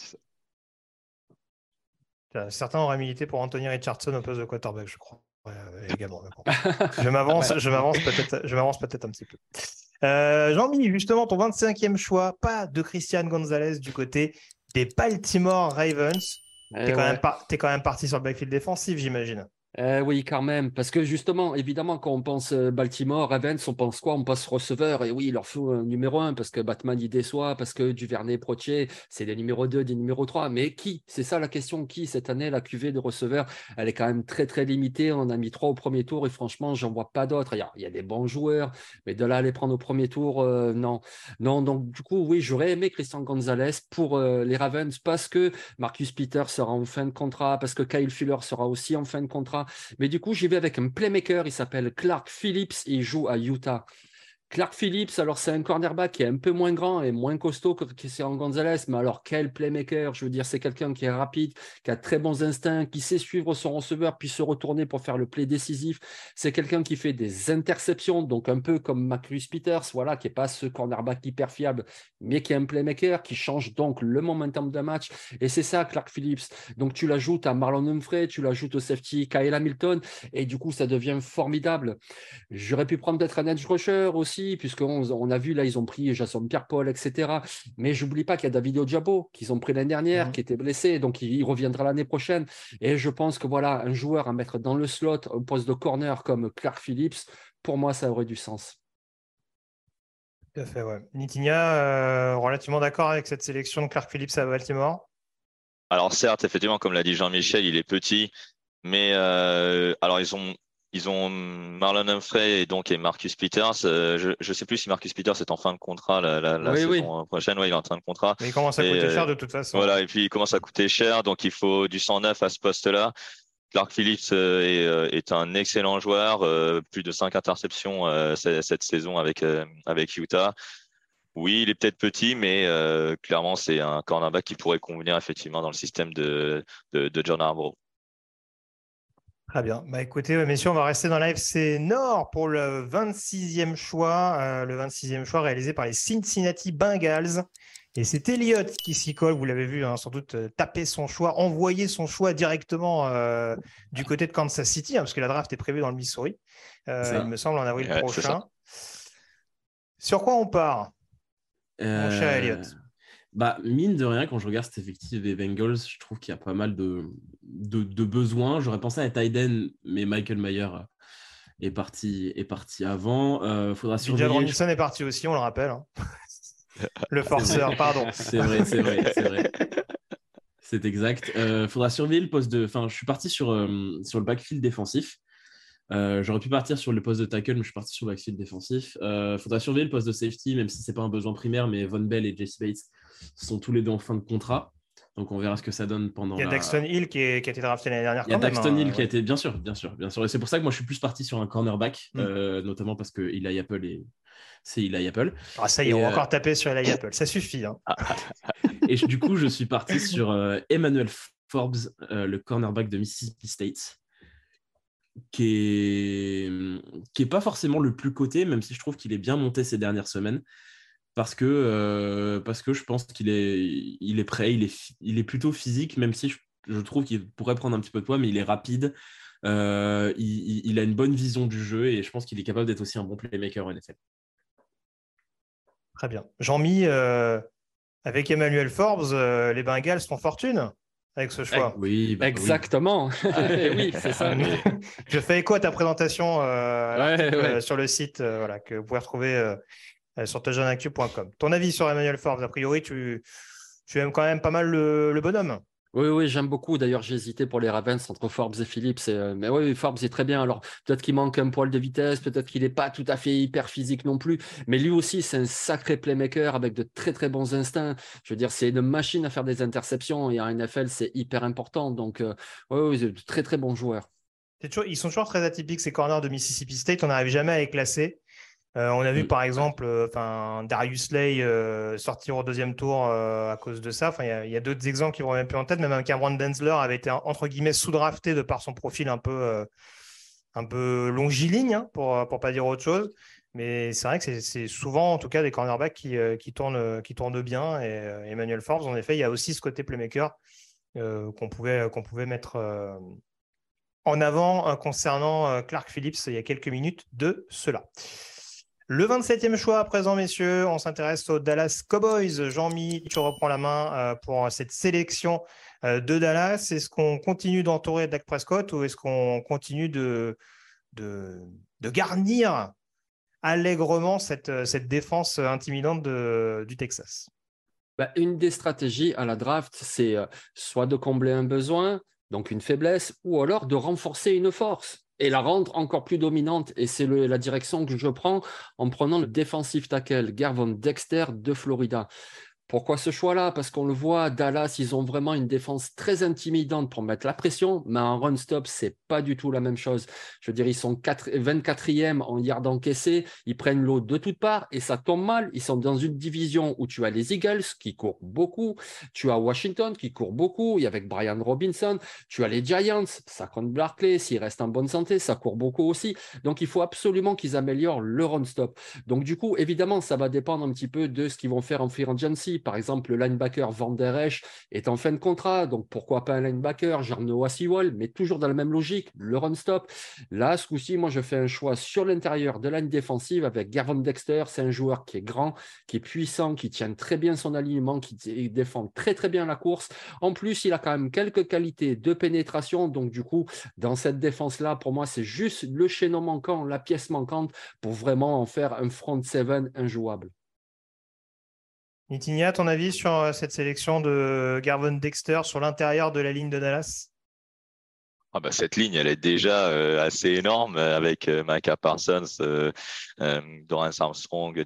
Certains auraient milité pour Anthony Richardson au poste de quarterback, je crois. Également. Je m'avance peut-être un petit peu. Jean-Mi, justement, ton 25e choix, pas de Christian Gonzalez du côté des Baltimore Ravens. T'es quand même parti sur le backfield défensif, j'imagine. Oui, quand même, parce que justement, évidemment, quand on pense Baltimore, Ravens, on pense quoi? On pense receveur, et oui, il leur faut un numéro 1, parce que Batman, il déçoit, parce que Duvernay, Protier, c'est des numéros 2, des numéros 3, mais qui? C'est ça la question, qui? Cette année, la QV de receveur, elle est quand même très, très limitée, on en a mis 3 au premier tour, et franchement, j'en vois pas d'autres. Il y a des bons joueurs, mais de là à les prendre au premier tour, non. Non, donc du coup, oui, j'aurais aimé Christian Gonzalez pour les Ravens, parce que Marcus Peters sera en fin de contrat, parce que Kyle Fuller sera aussi en fin de contrat. Mais du coup, j'y vais avec un playmaker, il s'appelle Clark Phillips et il joue à Utah. Clark Phillips, alors c'est un cornerback qui est un peu moins grand et moins costaud que Christian Gonzalez, mais alors quel playmaker, je veux dire, c'est quelqu'un qui est rapide, qui a très bons instincts, qui sait suivre son receveur, puis se retourner pour faire le play décisif. C'est quelqu'un qui fait des interceptions, donc un peu comme Marcus Peters, voilà, qui n'est pas ce cornerback hyper fiable, mais qui est un playmaker, qui change donc le momentum d'un match. Et c'est ça, Clark Phillips. Donc tu l'ajoutes à Marlon Humphrey, tu l'ajoutes au safety Kyle Hamilton, et du coup, ça devient formidable. J'aurais pu prendre peut-être un edge rusher aussi, puisqu'on a vu, là, ils ont pris Jason Pierre-Paul, etc. Mais j'oublie pas qu'il y a David Ojabo, qu'ils ont pris l'année dernière, qui était blessé, donc il reviendra l'année prochaine. Et je pense que voilà, un joueur à mettre dans le slot, au poste de corner comme Clark Phillips, pour moi, ça aurait du sens. Tout à fait, ouais. Nitinia, relativement d'accord avec cette sélection de Clark Phillips à Baltimore? Alors certes, effectivement, comme l'a dit Jean-Michel, il est petit, mais alors ils ont Marlon Humphrey et Marcus Peters. Je sais plus si Marcus Peters est en fin de contrat la saison prochaine. Ouais, il est en fin de contrat. Mais il commence à coûter cher de toute façon. Voilà, et puis il commence à coûter cher, donc il faut du 109 à ce poste-là. Clark Phillips est un excellent joueur, plus de 5 interceptions cette saison avec Utah. Oui, il est peut-être petit, mais clairement c'est un cornerback qui pourrait convenir effectivement dans le système de John Harbaugh. Très bien. Bah, écoutez, messieurs, on va rester dans l'AFC Nord pour le 26e choix. Le 26e choix réalisé par les Cincinnati Bengals. Et c'est Elliott qui s'y colle. Vous l'avez vu, hein, sans doute taper son choix, envoyer son choix directement du côté de Kansas City, hein, parce que la draft est prévue dans le Missouri. Il me semble en avril prochain. Sur quoi on part, mon cher Elliott? Bah, mine de rien, quand je regarde cet effectif des Bengals, je trouve qu'il y a pas mal de besoins. J'aurais pensé à Tyden, mais Michael Mayer est parti avant. Faudra surveiller. Bijan Robinson est parti aussi, on le rappelle. Hein. Le forceur, pardon. C'est vrai. C'est exact. Faudra surveiller le poste de. Enfin, je suis parti sur le backfield défensif. J'aurais pu partir sur le poste de tackle, mais je suis parti sur le backfield défensif. Faudra surveiller le poste de safety, même si c'est pas un besoin primaire, mais Von Bell et Jesse Bates sont tous les deux en fin de contrat. Donc on verra ce que ça donne pendant. Il y a Daxton Hill qui a été drafté l'année dernière. Il y a Daxton Hill qui a été, bien sûr. Et c'est pour ça que moi je suis plus parti sur un cornerback, notamment parce que Eli Apple c'est Eli Apple. Ah, ça y est, on va encore taper sur Eli Apple. Ça suffit. Hein. Et du coup, je suis parti sur Emmanuel Forbes, le cornerback de Mississippi State. qui est pas forcément le plus coté, même si je trouve qu'il est bien monté ces dernières semaines. Parce que je pense qu'il est prêt, il est plutôt physique, même si je trouve qu'il pourrait prendre un petit peu de poids, mais il est rapide. Il a une bonne vision du jeu et je pense qu'il est capable d'être aussi un bon playmaker en NFL. Très bien. Jean-Mi, avec Emmanuel Forbes, les Bengals font fortune avec ce choix. Oui, exactement. Oui, c'est ça. Je fais écho à ta présentation sur le site que vous pouvez retrouver sur touchdownactu.com. Ton avis sur Emmanuel Forbes? A priori, tu aimes quand même pas mal le bonhomme. Oui, j'aime beaucoup. D'ailleurs, j'ai hésité pour les Ravens entre Forbes et Phillips. Mais oui, Forbes est très bien. Alors, peut-être qu'il manque un poil de vitesse, peut-être qu'il n'est pas tout à fait hyper physique non plus. Mais lui aussi, c'est un sacré playmaker avec de très, très bons instincts. Je veux dire, c'est une machine à faire des interceptions. Et en NFL, c'est hyper important. Donc, oui, c'est de très, très bons joueurs. Ils sont toujours très atypiques, ces corners de Mississippi State. On n'arrive jamais à les classer. On a vu par exemple Darius Slay sortir au deuxième tour à cause de ça. Il y a d'autres exemples qui ne vont même plus en tête. Même Cameron Densler avait été entre guillemets sous-drafté de par son profil un peu longiligne, pour ne pas dire autre chose. Mais c'est vrai que c'est souvent en tout cas des cornerbacks qui tournent bien. Et Emmanuel Forbes, en effet, il y a aussi ce côté playmaker qu'on pouvait mettre en avant concernant Clark Phillips il y a quelques minutes de cela. Le 27e choix à présent, messieurs, on s'intéresse aux Dallas Cowboys. Jean-Mi, tu reprends la main pour cette sélection de Dallas. Est-ce qu'on continue d'entourer Dak Prescott ou est-ce qu'on continue de garnir allègrement cette défense intimidante du Texas? Une des stratégies à la draft, c'est soit de combler un besoin, donc une faiblesse, ou alors de renforcer une force et la rendre encore plus dominante. Et c'est la direction que je prends en prenant le defensive tackle, Gervon Dexter de Florida. Pourquoi ce choix-là? Parce qu'on le voit, Dallas, ils ont vraiment une défense très intimidante pour mettre la pression, mais en run-stop, c'est pas du tout la même chose. Je veux dire, ils sont 24e en yards encaissés, ils prennent l'eau de toutes parts et ça tombe mal. Ils sont dans une division où tu as les Eagles qui courent beaucoup, tu as Washington qui court beaucoup, il y a avec Brian Robinson, tu as les Giants, ça compte Barkley, s'ils restent en bonne santé, ça court beaucoup aussi. Donc, il faut absolument qu'ils améliorent le run-stop. Donc, du coup, évidemment, ça va dépendre un petit peu de ce qu'ils vont faire en free agency. Par exemple, le linebacker Van Der Esch est en fin de contrat, donc pourquoi pas un linebacker, genre Noah Sewell, mais toujours dans la même logique, le run-stop. Là, ce coup-ci, moi, je fais un choix sur l'intérieur de la ligne défensive avec Gervon Dexter. C'est un joueur qui est grand, qui est puissant, qui tient très bien son alignement, qui défend très, très bien la course. En plus, il a quand même quelques qualités de pénétration, donc du coup, dans cette défense-là, pour moi, c'est juste le chaînon manquant, la pièce manquante pour vraiment en faire un front seven injouable. Nitinia, ton avis sur cette sélection de Gervon Dexter sur l'intérieur de la ligne de Dallas? Cette ligne, elle est déjà assez énorme avec Micah Parsons, Dorrance Armstrong,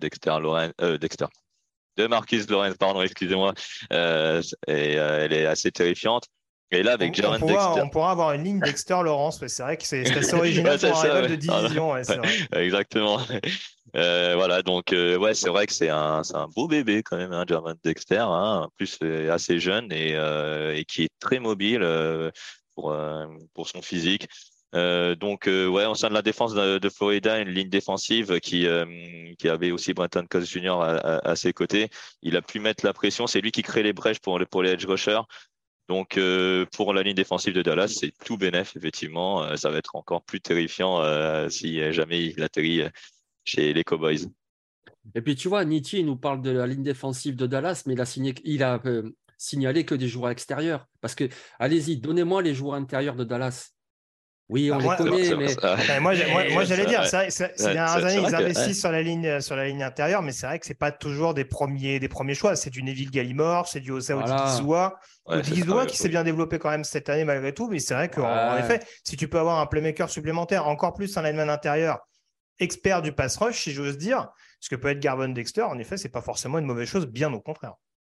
DeMarcus Lawrence, pardon, excusez-moi. Elle est assez terrifiante. Et là, avec Gervon Dexter... On pourra avoir une ligne Dexter-Lawrence. C'est vrai que c'est assez original pour un rival de division. Ouais, c'est vrai. Exactement. Voilà, donc c'est vrai que c'est un beau bébé quand même, Gervon Dexter, en plus assez jeune et qui est très mobile pour son physique. Au sein de la défense de Florida, une ligne défensive qui avait aussi Brenton Cox Jr. à ses côtés. Il a pu mettre la pression, c'est lui qui crée les brèches pour les edge rushers. Donc, pour la ligne défensive de Dallas, c'est tout bénef, effectivement. Ça va être encore plus terrifiant si jamais il atterrit chez les Cowboys. Et puis, tu vois, Nitti nous parle de la ligne défensive de Dallas, mais il a signalé que des joueurs extérieurs. Parce que, allez-y, donnez-moi les joueurs intérieurs de Dallas. Oui, on les connaît, mais... Moi, j'allais dire, ces dernières années, ils investissent sur la ligne intérieure, mais c'est vrai que ce n'est pas toujours des premiers choix. C'est du Neville Gallimore, c'est du Osa Odigizua. Odigizua qui s'est bien développé quand même cette année malgré tout, mais c'est vrai qu'en effet, si tu peux avoir un playmaker supplémentaire, encore plus un lineman intérieur, expert du pass rush, si j'ose dire, ce que peut être Gervon Dexter, en effet, ce n'est pas forcément une mauvaise chose, bien au contraire.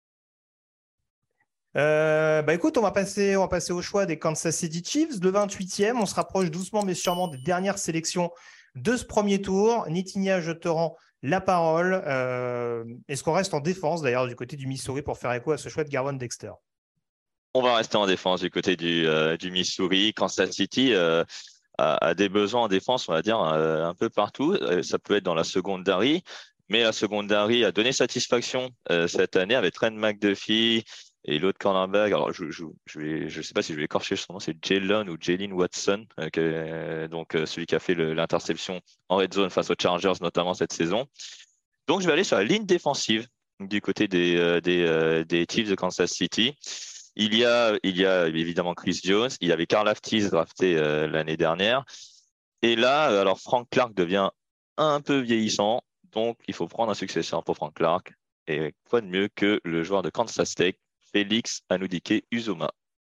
Écoute, on va passer au choix des Kansas City Chiefs, le 28e. On se rapproche doucement mais sûrement des dernières sélections de ce premier tour. Nitinia, je te rends la parole. Est-ce qu'on reste en défense d'ailleurs du côté du Missouri pour faire écho à ce choix de Gervon Dexter? On va rester en défense du côté du Missouri. Kansas City a des besoins en défense, on va dire, un peu partout. Ça peut être dans la secondary, mais la secondary a donné satisfaction cette année avec Trent McDuffie et l'autre cornerback. Alors, je sais pas si je vais écorcher son nom, c'est Jalen ou Jalen Watson, donc celui qui a fait l'interception en red zone face aux Chargers, notamment cette saison. Donc, je vais aller sur la ligne défensive du côté des Chiefs de Kansas City. Il y a évidemment Chris Jones, il y avait Karl Aftis drafté l'année dernière. Et là, alors Frank Clark devient un peu vieillissant, donc il faut prendre un successeur pour Frank Clark. Et quoi de mieux que le joueur de Kansas State, Félix Anudike-Uzomah.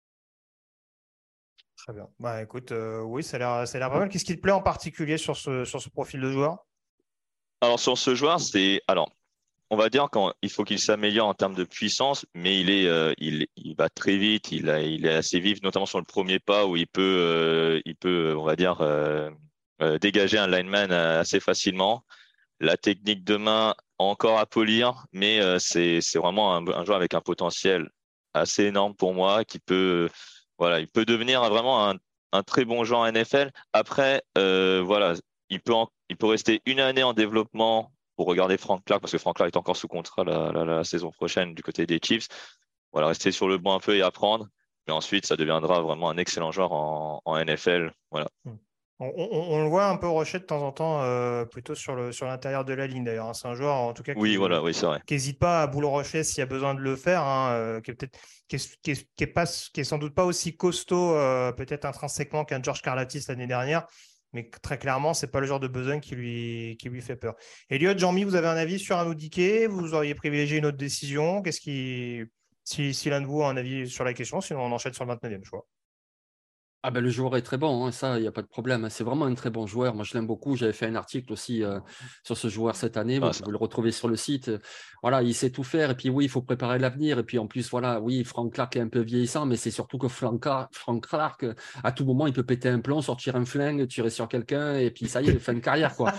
Très bien. Bah écoute, oui, ça a l'air pas mal. Qu'est-ce qui te plaît en particulier sur ce profil de joueur? Alors sur ce joueur, on va dire qu'il faut qu'il s'améliore en termes de puissance, mais il va très vite, il est assez vif, notamment sur le premier pas où il peut, on va dire, dégager un lineman assez facilement. La technique de main encore à polir, mais c'est vraiment un joueur avec un potentiel assez énorme pour moi qui peut, il peut devenir vraiment un très bon joueur en NFL. Après, il peut rester une année en développement pour regarder Frank Clark, parce que Frank Clark est encore sous contrat la saison prochaine du côté des Chiefs. Voilà, rester sur le banc un peu et apprendre. Mais ensuite, ça deviendra vraiment un excellent joueur en NFL. Voilà. On le voit un peu rusher de temps en temps, plutôt sur l'intérieur de la ligne d'ailleurs. C'est un joueur en tout cas oui, c'est vrai. Qui n'hésite pas à boule rusher s'il y a besoin de le faire, qui est sans doute pas aussi costaud peut-être intrinsèquement qu'un George Karlaftis l'année dernière. Mais très clairement, ce n'est pas le genre de besoin qui lui fait peur. Elliot, Jean-Mi, vous avez un avis sur Anudike? Vous auriez privilégié une autre décision? Si l'un de vous a un avis sur la question, sinon on enchaîne sur le 29e choix. Ah ben, le joueur est très bon, ça, il n'y a pas de problème. C'est vraiment un très bon joueur. Moi, je l'aime beaucoup. J'avais fait un article aussi sur ce joueur cette année. Vous pouvez le retrouver sur le site. Voilà, il sait tout faire. Et puis, oui, il faut préparer l'avenir. Et puis, en plus, oui, Frank Clark est un peu vieillissant, mais c'est surtout que Frank Clark, à tout moment, il peut péter un plomb, sortir un flingue, tirer sur quelqu'un. Et puis, ça y est, fin de carrière, quoi.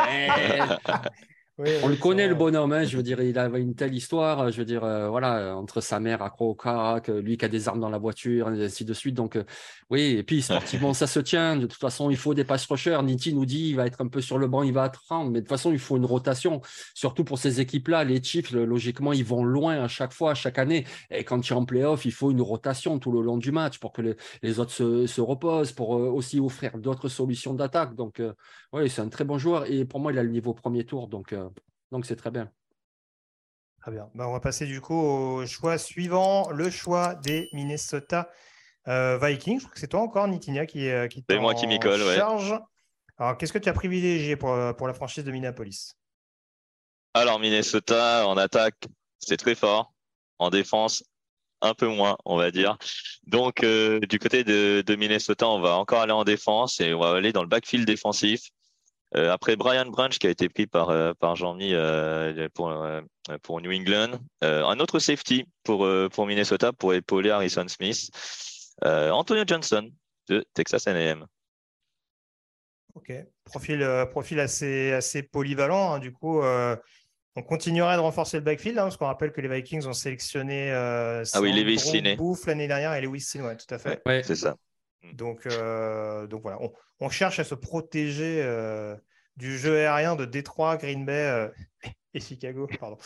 On le connaît, le bonhomme, je veux dire, il avait une telle histoire, je veux dire, entre sa mère accro au crack, lui qui a des armes dans la voiture, et ainsi de suite. Donc, oui, et puis sportivement, ça se tient. De toute façon, il faut des pass rushers. Nitti nous dit, il va être un peu sur le banc, il va attendre. Mais de toute façon, il faut une rotation, surtout pour ces équipes-là. Les Chiefs, logiquement, ils vont loin à chaque fois, chaque année. Et quand tu es en playoff, il faut une rotation tout le long du match pour que les autres se reposent, pour aussi offrir d'autres solutions d'attaque. Donc, oui, c'est un très bon joueur. Et pour moi, il a le niveau premier tour. Donc c'est très bien. Très bien. On va passer du coup au choix suivant, le choix des Minnesota Vikings. Je crois que c'est toi encore, Nitinia, qui c'est moi qui m'y colle, charge. Ouais. Alors, qu'est-ce que tu as privilégié pour la franchise de Minneapolis? Alors, Minnesota, en attaque, c'est très fort. En défense, un peu moins, on va dire. Donc, du côté de Minnesota, on va encore aller en défense et on va aller dans le backfield défensif. Après Brian Branch qui a été pris par Jean-Mi pour New England, un autre safety pour Minnesota pour épauler Harrison Smith, Antonio Johnson de Texas A&M. Ok, profil assez polyvalent. Du coup, on continuerait de renforcer le backfield, parce qu'on rappelle que les Vikings ont sélectionné Levi Snead l'année dernière et Lewis Snead, ouais, tout à fait. Ouais, c'est ça. Donc voilà, on cherche à se protéger du jeu aérien de Détroit, Green Bay et Chicago. Pardon.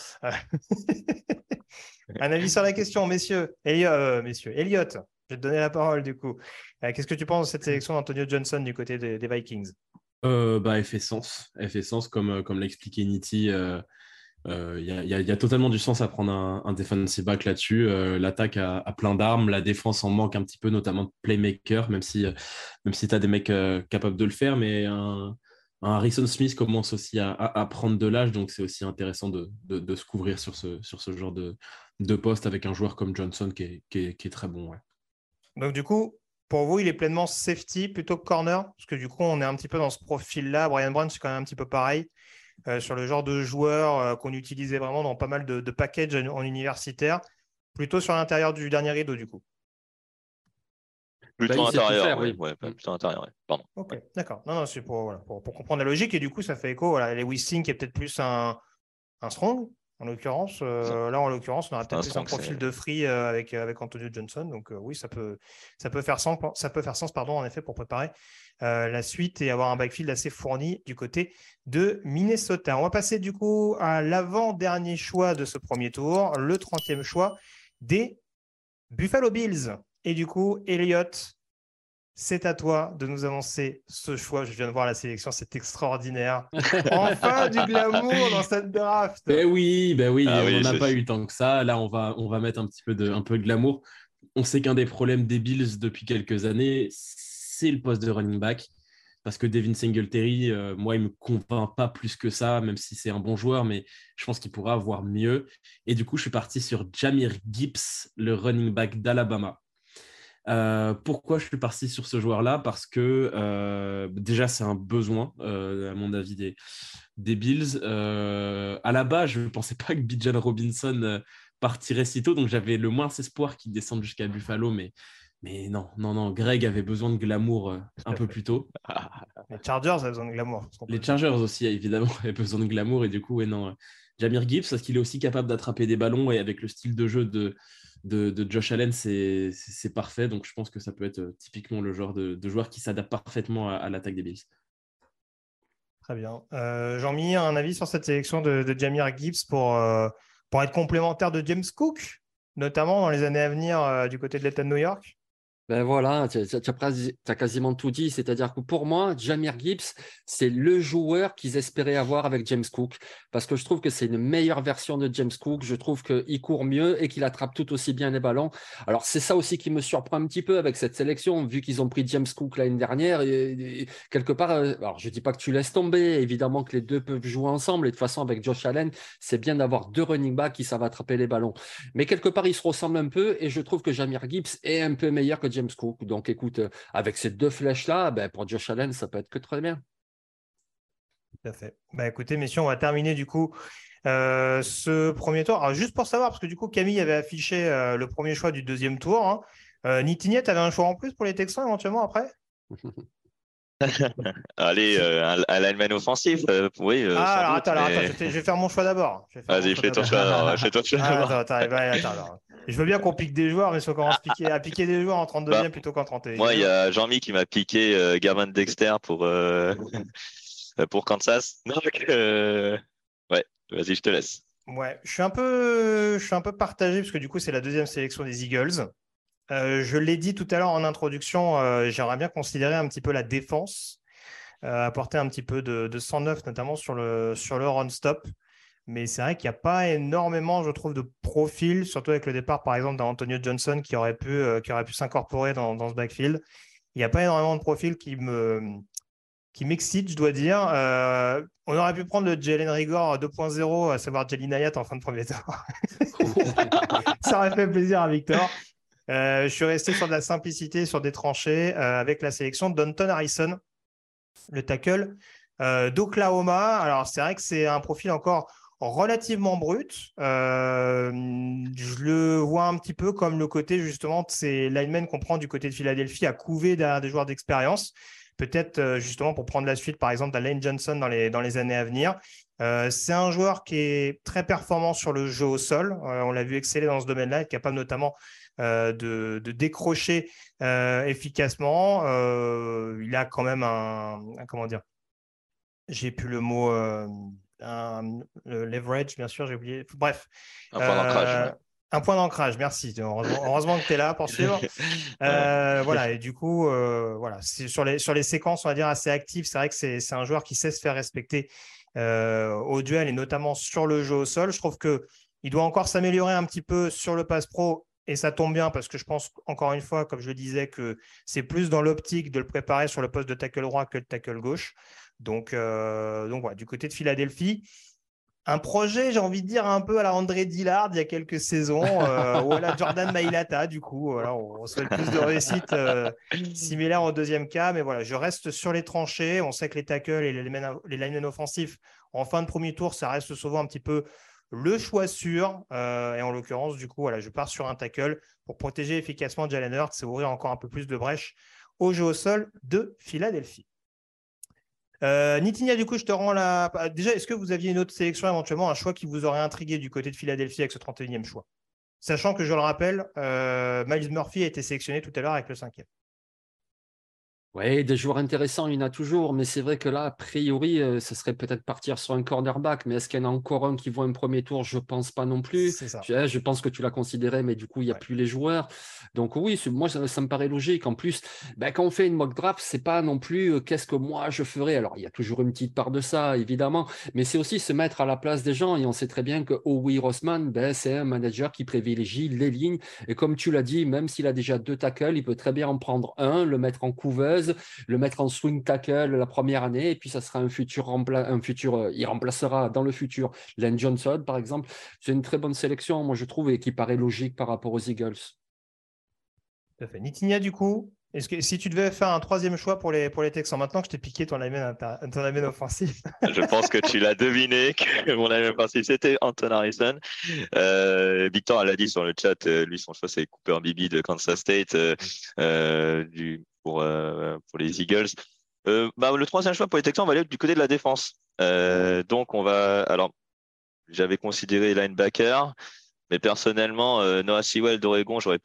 Un avis sur la question, messieurs. Elliot, je vais te donner la parole du coup. Qu'est-ce que tu penses de cette sélection d'Antonio Johnson du côté des Vikings? Elle fait sens, comme l'a expliqué Nitti. Il y a totalement du sens à prendre un defensive back là-dessus. L'attaque a plein d'armes, la défense en manque un petit peu, notamment de playmaker, même si tu as des mecs capables de le faire, mais un Harrison Smith commence aussi à prendre de l'âge, donc c'est aussi intéressant de se couvrir sur ce genre de poste avec un joueur comme Johnson qui est très bon. Ouais. Donc du coup, pour vous, il est pleinement safety plutôt que corner, parce que du coup, on est un petit peu dans ce profil-là. Brian Brown, c'est quand même un petit peu pareil. Sur le genre de joueur qu'on utilisait vraiment dans pas mal de packages en universitaire, plutôt sur l'intérieur du dernier rideau du coup. Plutôt intérieur, oui. Plutôt intérieur, oui. Pardon. Ok, d'accord. Non, c'est pour comprendre la logique et du coup ça fait écho. Voilà, les Wisting qui est peut-être plus un strong, En l'occurrence, on aura peut-être plus un profil de free avec Antonio Johnson. Donc oui, ça peut faire sens, pardon, en effet, pour préparer la suite et avoir un backfield assez fourni du côté de Minnesota. On va passer du coup à l'avant-dernier choix de ce premier tour, le 30e choix des Buffalo Bills. Et du coup, Elliot, c'est à toi de nous annoncer ce choix. Je viens de voir la sélection, c'est extraordinaire. Enfin du glamour dans cette draft. Ben oui, Ah on oui, n'en a pas eu tant que ça. Là, on va mettre un peu de glamour. On sait qu'un des problèmes des Bills depuis quelques années, c'est le poste de running back. Parce que Devin Singletary, moi, il ne me convainc pas plus que ça, même si c'est un bon joueur, mais je pense qu'il pourra avoir mieux. Et du coup, je suis parti sur Jahmyr Gibbs, le running back d'Alabama. Pourquoi je suis parti sur ce joueur-là? Parce que déjà, c'est un besoin, à mon avis, des Bills. À la base, je ne pensais pas que Bijan Robinson partirait si tôt, donc j'avais le moins espoir qu'il descende jusqu'à Buffalo, mais non, Greg avait besoin de glamour un peu plus tôt. Les Chargers avaient besoin de glamour. Les Chargers aussi, évidemment, avaient besoin de glamour, et du coup, Jahmyr Gibbs, parce qu'il est aussi capable d'attraper des ballons, et avec le style de jeu de Josh Allen, c'est parfait. Donc, je pense que ça peut être typiquement le genre de joueur qui s'adapte parfaitement à l'attaque des Bills. Très bien. Jean-Mi, un avis sur cette sélection de Jahmyr Gibbs pour être complémentaire de James Cook, notamment dans les années à venir du côté de l'État de New York? Ben voilà, tu as quasiment tout dit. C'est-à-dire que pour moi, Jahmyr Gibbs, c'est le joueur qu'ils espéraient avoir avec James Cook. Parce que je trouve que c'est une meilleure version de James Cook. Je trouve qu'il court mieux et qu'il attrape tout aussi bien les ballons. Alors, c'est ça aussi qui me surprend un petit peu avec cette sélection, vu qu'ils ont pris James Cook l'année dernière. Et quelque part, alors je ne dis pas que tu laisses tomber. Évidemment que les deux peuvent jouer ensemble. Et de toute façon, avec Josh Allen, c'est bien d'avoir deux running backs qui savent attraper les ballons. Mais quelque part, ils se ressemblent un peu. Et je trouve que Jahmyr Gibbs est un peu meilleur que James Cook. Donc, écoute, avec ces deux flèches-là, pour Josh Allen, ça peut être que très bien. Tout à fait. Écoutez, messieurs, on va terminer du coup ce premier tour. Alors, juste pour savoir, parce que du coup, Camille avait affiché le premier choix du deuxième tour. Nitinet, tu avais un choix en plus pour les Texans éventuellement après? Allez, un lineman offensif, oui. Alors attends, je vais faire mon choix d'abord. Vas-y, fais ton choix d'abord. Attends. Je veux bien qu'on pique des joueurs, mais si on commence à piquer des joueurs en 32e plutôt qu'en 31e. Moi, il y a Jean-Mi qui m'a piqué Gervon Dexter pour Kansas. Donc, ouais, vas-y, je te laisse. Ouais, je suis un peu partagé parce que du coup, c'est la deuxième sélection des Eagles. Je l'ai dit tout à l'heure en introduction, j'aimerais bien considérer un petit peu la défense, apporter un petit peu de 109, notamment sur le run-stop. Mais c'est vrai qu'il n'y a pas énormément, je trouve, de profils, surtout avec le départ, par exemple, d'Antonio Johnson qui aurait pu s'incorporer dans ce backfield. Il n'y a pas énormément de profils qui m'excitent, je dois dire. On aurait pu prendre le Jalen Rigor 2.0, à savoir Jalin Hyatt en fin de premier tour. Ça aurait fait plaisir à Victor. Je suis resté sur de la simplicité, sur des tranchées, avec la sélection de Donton Harrison, le tackle d'Oklahoma. Alors, c'est vrai que c'est un profil encore relativement brut. Je le vois un petit peu comme le côté, justement, de ces linemen qu'on prend du côté de Philadelphie à couver derrière des joueurs d'expérience. Peut-être, justement, pour prendre la suite, par exemple, d'Alain Johnson dans les années à venir. C'est un joueur qui est très performant sur le jeu au sol. On l'a vu exceller dans ce domaine-là, être capable notamment de décrocher efficacement. Il a quand même comment dire, j'ai plus le mot, le leverage, bien sûr, j'ai oublié. Bref. Un point d'ancrage. Un point d'ancrage, merci. Heureusement que tu es là pour suivre. Voilà, et du coup, voilà, sur les séquences, on va dire, assez actives, c'est vrai que c'est un joueur qui sait se faire respecter au duel et notamment sur le jeu au sol. Je trouve qu'il doit encore s'améliorer un petit peu sur le pass pro. Et ça tombe bien parce que je pense, encore une fois, comme je le disais, que c'est plus dans l'optique de le préparer sur le poste de tackle droit que de tackle gauche. Donc voilà, du côté de Philadelphie, un projet, j'ai envie de dire, un peu à la André Dillard il y a quelques saisons, ou à la Jordan Mailata, du coup. Voilà, on souhaite plus de réussite similaire au deuxième cas. Mais voilà, je reste sur les tranchées. On sait que les tackles et les linemen offensifs, en fin de premier tour, ça reste souvent un petit peu le choix sûr. Et en l'occurrence, du coup, voilà, je pars sur un tackle pour protéger efficacement Jalen Hurts et ouvrir encore un peu plus de brèches au jeu au sol de Philadelphie. Nitinia, du coup, je te rends la. Déjà, est-ce que vous aviez une autre sélection, éventuellement, un choix qui vous aurait intrigué du côté de Philadelphie avec ce 31e choix? Sachant que, je le rappelle, Miles Murphy a été sélectionné tout à l'heure avec le 5e. Oui, des joueurs intéressants, il y en a toujours, mais c'est vrai que là, a priori, ce serait peut-être partir sur un cornerback, mais est-ce qu'il y en a encore un qui vaut un premier tour? Je ne pense pas non plus. C'est ça. Je pense que tu l'as considéré, mais du coup, il n'y a plus les joueurs. Donc oui, moi, ça me paraît logique. En plus, quand on fait une mock draft, c'est pas non plus qu'est-ce que moi je ferais. Alors, il y a toujours une petite part de ça, évidemment, mais c'est aussi se mettre à la place des gens. Et on sait très bien que Howie Roseman, c'est un manager qui privilégie les lignes. Et comme tu l'as dit, même s'il a déjà 2 tackles, il peut très bien en prendre un, le mettre en couveuse, le mettre en swing tackle la première année, et puis ça sera il remplacera dans le futur Len Johnson, par exemple. C'est une très bonne sélection, moi je trouve, et qui paraît logique par rapport aux Eagles. Tout à fait. Nitinia, du coup, est-ce que si tu devais faire un 3e choix pour les Texans, maintenant que je t'ai piqué ton lineman offensif? Je pense que tu l'as deviné, que mon lineman offensif, c'était Anton Harrison. Victor l'a dit sur le chat, lui, son choix, c'est Cooper Beebe de Kansas State pour les Eagles. Le 3e choix pour les Texans, on va aller du côté de la défense. Donc, alors, j'avais considéré linebacker. Mais personnellement, Noah Sewell d'Oregon, j'aurais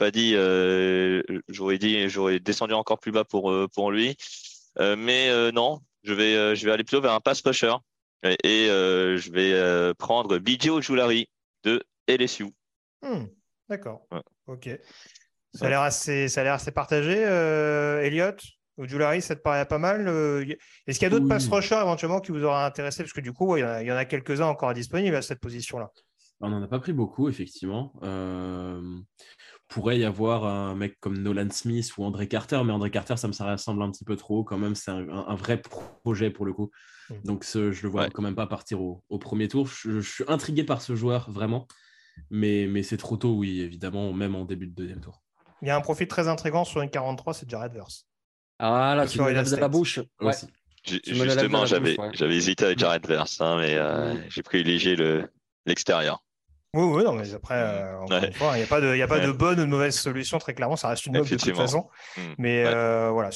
descendu encore plus bas pour lui. Mais non, je vais aller plutôt vers un pass rusher et je vais prendre B.J. Ojulari de LSU. D'accord. Ouais. Ok. Ça a l'air assez partagé. Elliott, Ojulari, ça te paraît pas mal? Est-ce qu'il y a d'autres pass rushers éventuellement qui vous auraient intéressé? Parce que du coup, il y en a quelques-uns encore disponibles à cette position-là. On n'en a pas pris beaucoup, effectivement. Pourrait y avoir un mec comme Nolan Smith ou André Carter, mais André Carter, ça me ressemble un petit peu trop. Quand même, c'est un vrai projet pour le coup. Donc, je le vois quand même pas partir au premier tour. Je suis intrigué par ce joueur, vraiment. Mais c'est trop tôt, oui, évidemment, même en début de 2e tour. Il y a un profil très intriguant sur une 43, c'est Jared Verse. Ah là, tu me lèves de la bouche. Ouais. Justement, j'avais hésité avec Jared Verse, mais j'ai privilégié l'extérieur. Oui, non, mais après, encore une fois, il n'y a pas de bonne ou de mauvaise solution, très clairement, ça reste une moque de toute façon. Mais voilà,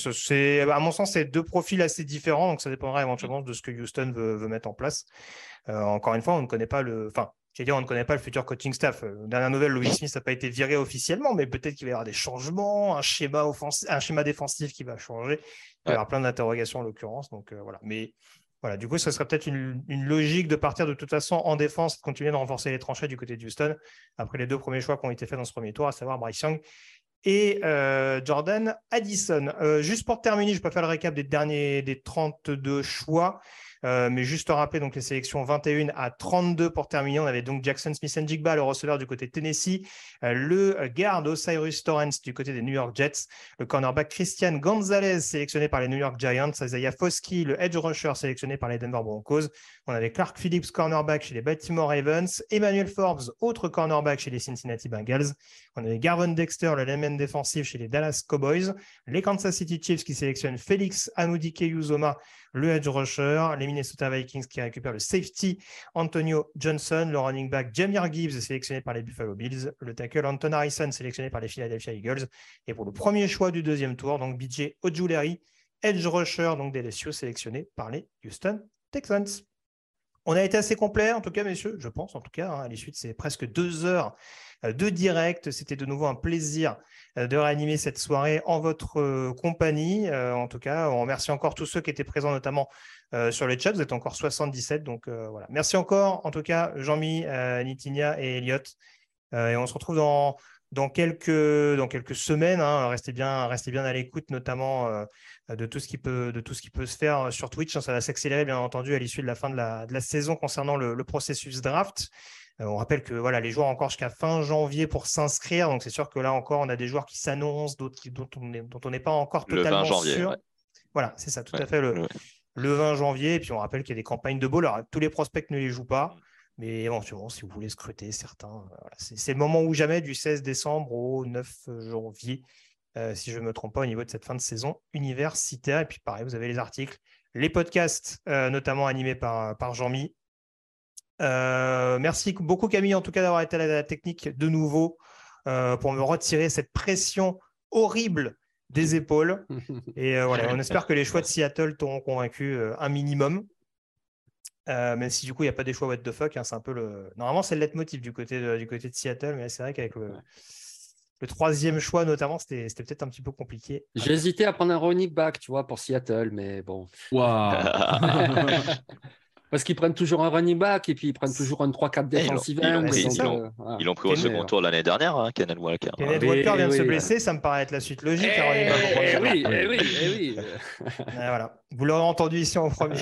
à mon sens, c'est 2 profils assez différents, donc ça dépendra éventuellement de ce que Houston veut mettre en place. Encore une fois, on ne connaît pas on ne connaît pas le futur coaching staff. Dernière nouvelle, Louis Smith n'a pas été viré officiellement, mais peut-être qu'il va y avoir des changements, un schéma défensif qui va changer. Il va y avoir plein d'interrogations en l'occurrence. Donc voilà. Mais voilà, du coup, ce serait peut-être une logique de partir de toute façon en défense, de continuer de renforcer les tranchées du côté de Houston, après les 2 premiers choix qui ont été faits dans ce premier tour, à savoir Bryce Young et Jordan Addison. Juste pour terminer, je ne vais pas faire le récap des 32 choix. Mais juste rappeler donc les sélections 21 à 32 pour terminer. On avait donc Jackson Smith-Njigba, le receveur du côté de Tennessee, le garde Osiris Torrance du côté des New York Jets, le cornerback Christian Gonzalez sélectionné par les New York Giants, Isaiah Foskey, le edge rusher sélectionné par les Denver Broncos. On avait Clark Phillips, cornerback chez les Baltimore Ravens, Emmanuel Forbes, autre cornerback chez les Cincinnati Bengals. On avait Garvin Dexter, le lineman défensif chez les Dallas Cowboys, les Kansas City Chiefs qui sélectionnent Félix Anudike-Uzomah, le edge rusher, les Minnesota Vikings qui récupèrent le safety Antonio Johnson, le running back Jahmyr Gibbs sélectionné par les Buffalo Bills, le tackle Anton Harrison sélectionné par les Philadelphia Eagles, et pour le premier choix du 2e tour, donc B.J. Ojulari, edge rusher donc des LSU sélectionné par les Houston Texans. On a été assez complet, en tout cas, messieurs, je pense, en tout cas, à l'issue de ces presque 2 heures de direct. C'était de nouveau un plaisir de réanimer cette soirée en votre compagnie. En tout cas, on remercie encore tous ceux qui étaient présents, notamment sur le chat. Vous êtes encore 77, donc voilà. Merci encore, en tout cas, Jean-Mi, Nitinia et Elliott. Et on se retrouve dans quelques semaines. Restez bien à l'écoute, notamment de tout ce qui peut se faire sur Twitch. Ça va s'accélérer, bien entendu, à l'issue de la fin de la saison concernant le processus draft. On rappelle que voilà, les joueurs ont encore jusqu'à fin janvier pour s'inscrire. Donc, c'est sûr que là encore, on a des joueurs qui s'annoncent, d'autres dont on n'est pas encore totalement sûr. Ouais. Voilà, c'est ça, tout à fait, le 20 janvier. Et puis, on rappelle qu'il y a des campagnes de bowl. Alors, tous les prospects ne les jouent pas. Mais éventuellement, si vous voulez scruter certains, voilà, c'est le moment ou jamais, du 16 décembre au 9 janvier, si je ne me trompe pas, au niveau de cette fin de saison universitaire. Et puis, pareil, vous avez les articles, les podcasts, notamment animés par Jean-Mi. Merci beaucoup, Camille, en tout cas, d'avoir été à la technique de nouveau pour me retirer cette pression horrible des épaules. Et voilà, on espère que les choix de Seattle t'auront convaincu un minimum. Même si du coup, il n'y a pas des choix what the fuck. Hein, c'est un peu Normalement, c'est le leitmotiv du côté de Seattle, mais c'est vrai qu'avec le troisième choix, notamment, c'était peut-être un petit peu compliqué. J'ai hésité à prendre un running back, tu vois, pour Seattle, mais bon. Waouh. Parce qu'ils prennent toujours un running back et puis ils prennent toujours un 3-4 defensive end. Ils l'ont pris au second tour l'année dernière, hein, Kenneth Walker. Kenneth Walker vient de se blesser, ça me paraît être la suite logique. Oui. Voilà. Vous l'aurez entendu ici en premier.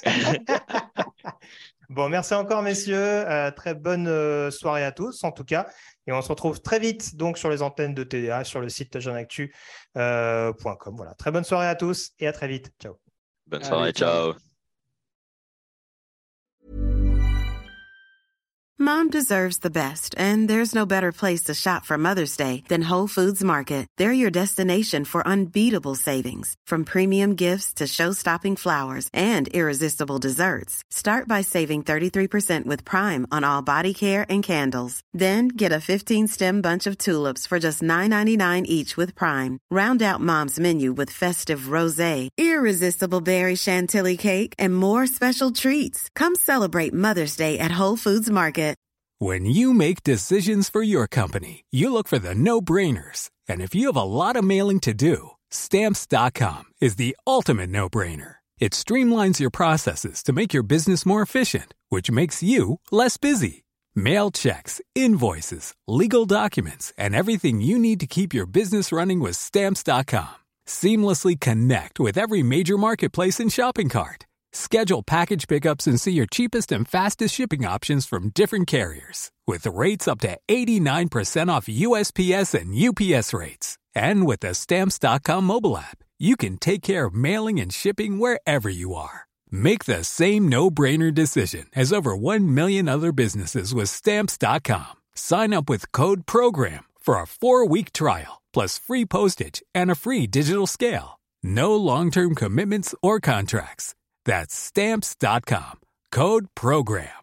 Bon, merci encore, messieurs. Très bonne soirée à tous, en tout cas. Et on se retrouve très vite donc sur les antennes de TDA, sur le site jeunactu.com. Voilà. Très bonne soirée à tous et à très vite. Ciao. Bonne soirée, ciao. Mom deserves the best, and there's no better place to shop for Mother's Day than Whole Foods Market. They're your destination for unbeatable savings, from premium gifts to show-stopping flowers and irresistible desserts. Start by saving 33% with Prime on all body care and candles. Then get a 15-stem bunch of tulips for just $9.99 each with Prime. Round out Mom's menu with festive rosé, irresistible berry chantilly cake, and more special treats. Come celebrate Mother's Day at Whole Foods Market. When you make decisions for your company, you look for the no-brainers. And if you have a lot of mailing to do, Stamps.com is the ultimate no-brainer. It streamlines your processes to make your business more efficient, which makes you less busy. Mail checks, invoices, legal documents, and everything you need to keep your business running with Stamps.com. Seamlessly connect with every major marketplace and shopping cart. Schedule package pickups and see your cheapest and fastest shipping options from different carriers. With rates up to 89% off USPS and UPS rates. And with the Stamps.com mobile app, you can take care of mailing and shipping wherever you are. Make the same no-brainer decision as over 1 million other businesses with Stamps.com. Sign up with code PROGRAM for a 4-week trial, plus free postage and a free digital scale. No long-term commitments or contracts. That's Stamps.com. Code PROGRAM.